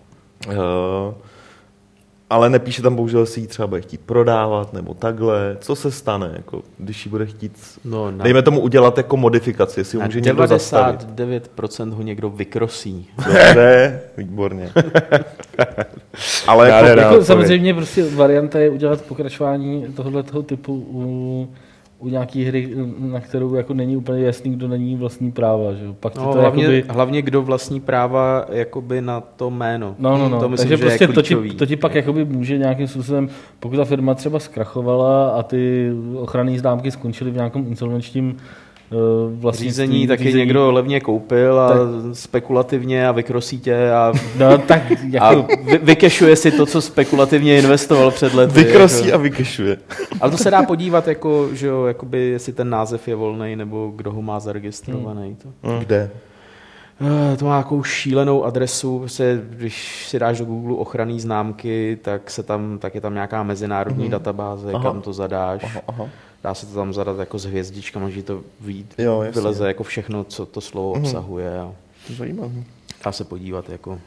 ale nepíše tam bohužel, si ji třeba bude chtít prodávat nebo takhle. Co se stane, jako, když ji bude chtít, dejme tomu udělat jako modifikaci, jestli může někdo zastavit. 99% ho někdo vykrosí. Dobře, výborně. Ale jako samozřejmě prostě varianta je udělat pokračování tohoto typu u nějaký hry, na kterou jako není úplně jasný, kdo není vlastní práva. Že? Pak to hlavně kdo vlastní práva jakoby na to jméno. No. To myslím, takže že prostě je to ti pak jakoby může nějakým způsobem, pokud ta firma třeba zkrachovala a ty ochranné známky skončily v nějakém insolvenčním Řízení taky někdo levně koupil a spekulativně a vykrosí tě a, vykešuje si to, co spekulativně investoval před lety. Vykrosí jako. A vykešuje. Ale to se dá podívat, jako, že jo, jakoby, jestli ten název je volný nebo kdo ho má zaregistrovaný. Kde? To má nějakou šílenou adresu, když si dáš do Google ochranný známky, tak je tam nějaká mezinárodní databáze, kam to zadáš. Aha. Dá se to tam zadat jako s hvězdičkama, že to vyleze jako všechno, co to slovo obsahuje. Zajímavý. Dá se podívat jako.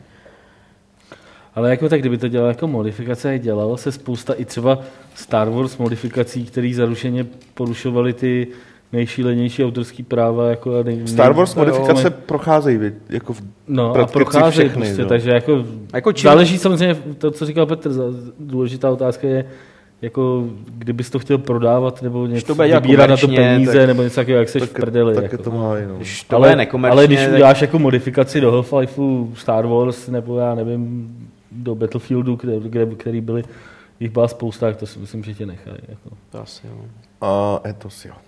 Ale jako tak, kdyby to dělalo jako modifikace, dělalo se spousta i třeba Star Wars modifikací, které zaručeně porušovaly ty nejšílenější autorský práva. Jako Star Wars modifikace procházejí jako a procházejí prostě, takže jako záleží samozřejmě, to, co říkal Petr, důležitá otázka je, jako kdybys to chtěl prodávat nebo něco vybírat na to peníze nebo něco takového, jak seš v prdeli. Tak jako. je to má ale když uděláš jako modifikaci do Half-Lifeu Star Wars nebo já nevím, do Battlefieldu, který byly, jich byla spousta, tak to si myslím, že tě nechají. Jako. To asi jo. A etos jo.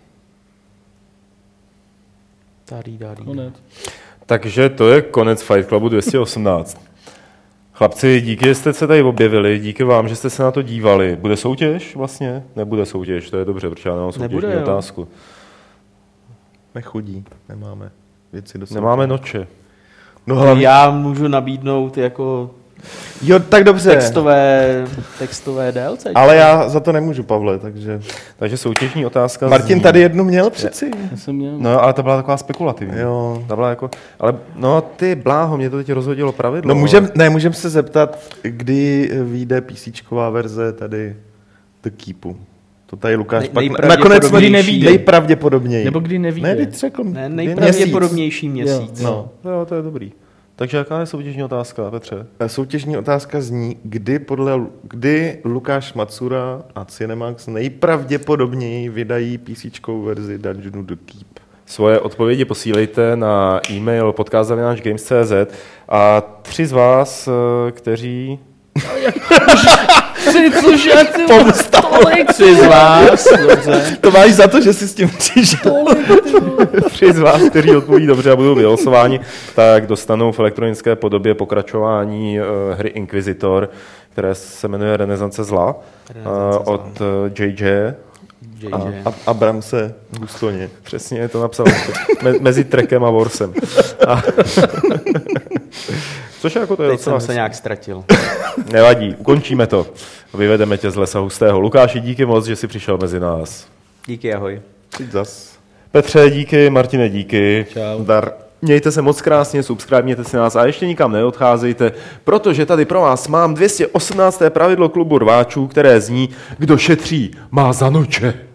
Konec. Takže to je konec Fight Clubu 218. Chlapci, díky, že jste se tady objevili, díky vám, že jste se na to dívali. Bude soutěž vlastně? Nebude soutěž, to je dobře, protože já nemám soutěžní otázku. Nechudí, nemáme věci do soutěže. Nemáme noče. No, já můžu nabídnout jako tak dobře. Textové DLC. Ale já za to nemůžu, Pavle, takže soutěžní otázka. Martin tady jednu měl přeci. Já jsem měl. No, ale ta byla taková spekulativní. Jo. Ta byla jako, ale no ty bláho, mě to teď rozhodilo pravidlo. No můžem se zeptat, kdy vyjde PCčková verze tady The Keepu. To tady Lukáš pak nakonec nejpravděpodobněji. Nebo kdy nevíde. Ne, řekl nejpravděpodobnější měsíc. Jo, to je dobrý. Takže jaká je soutěžní otázka, Petře? Soutěžní otázka zní, kdy Lukáš Macura a Cinemax nejpravděpodobněji vydají PCčkovou verzi Dungeonu The Keep. Svoje odpovědi posílejte na e-mail podcast@games.cz a 3 z vás, kteří... Tři z vás, dobře. To máš za to, že jsi s tím přišel. 3 z vás, kteří odpoví dobře a budou vylosováni, tak dostanou v elektronické podobě pokračování hry Inquisitor, které se jmenuje Renesance zla od JJ. A Bramse Gustoně. Přesně, to napsal mezi Trekem a Warsem. Což jako to je teď jsem se nějak ztratil. Nevadí, ukončíme to. Vyvedeme tě z lesa hustého. Lukáši, díky moc, že jsi přišel mezi nás. Díky, ahoj. Přijď zas. Petře, díky, Martine, díky. Čau. Dar. Mějte se moc krásně, subscribněte si nás a ještě nikam neodcházejte, protože tady pro vás mám 218. pravidlo klubu rváčů, které zní, kdo šetří, má za noče.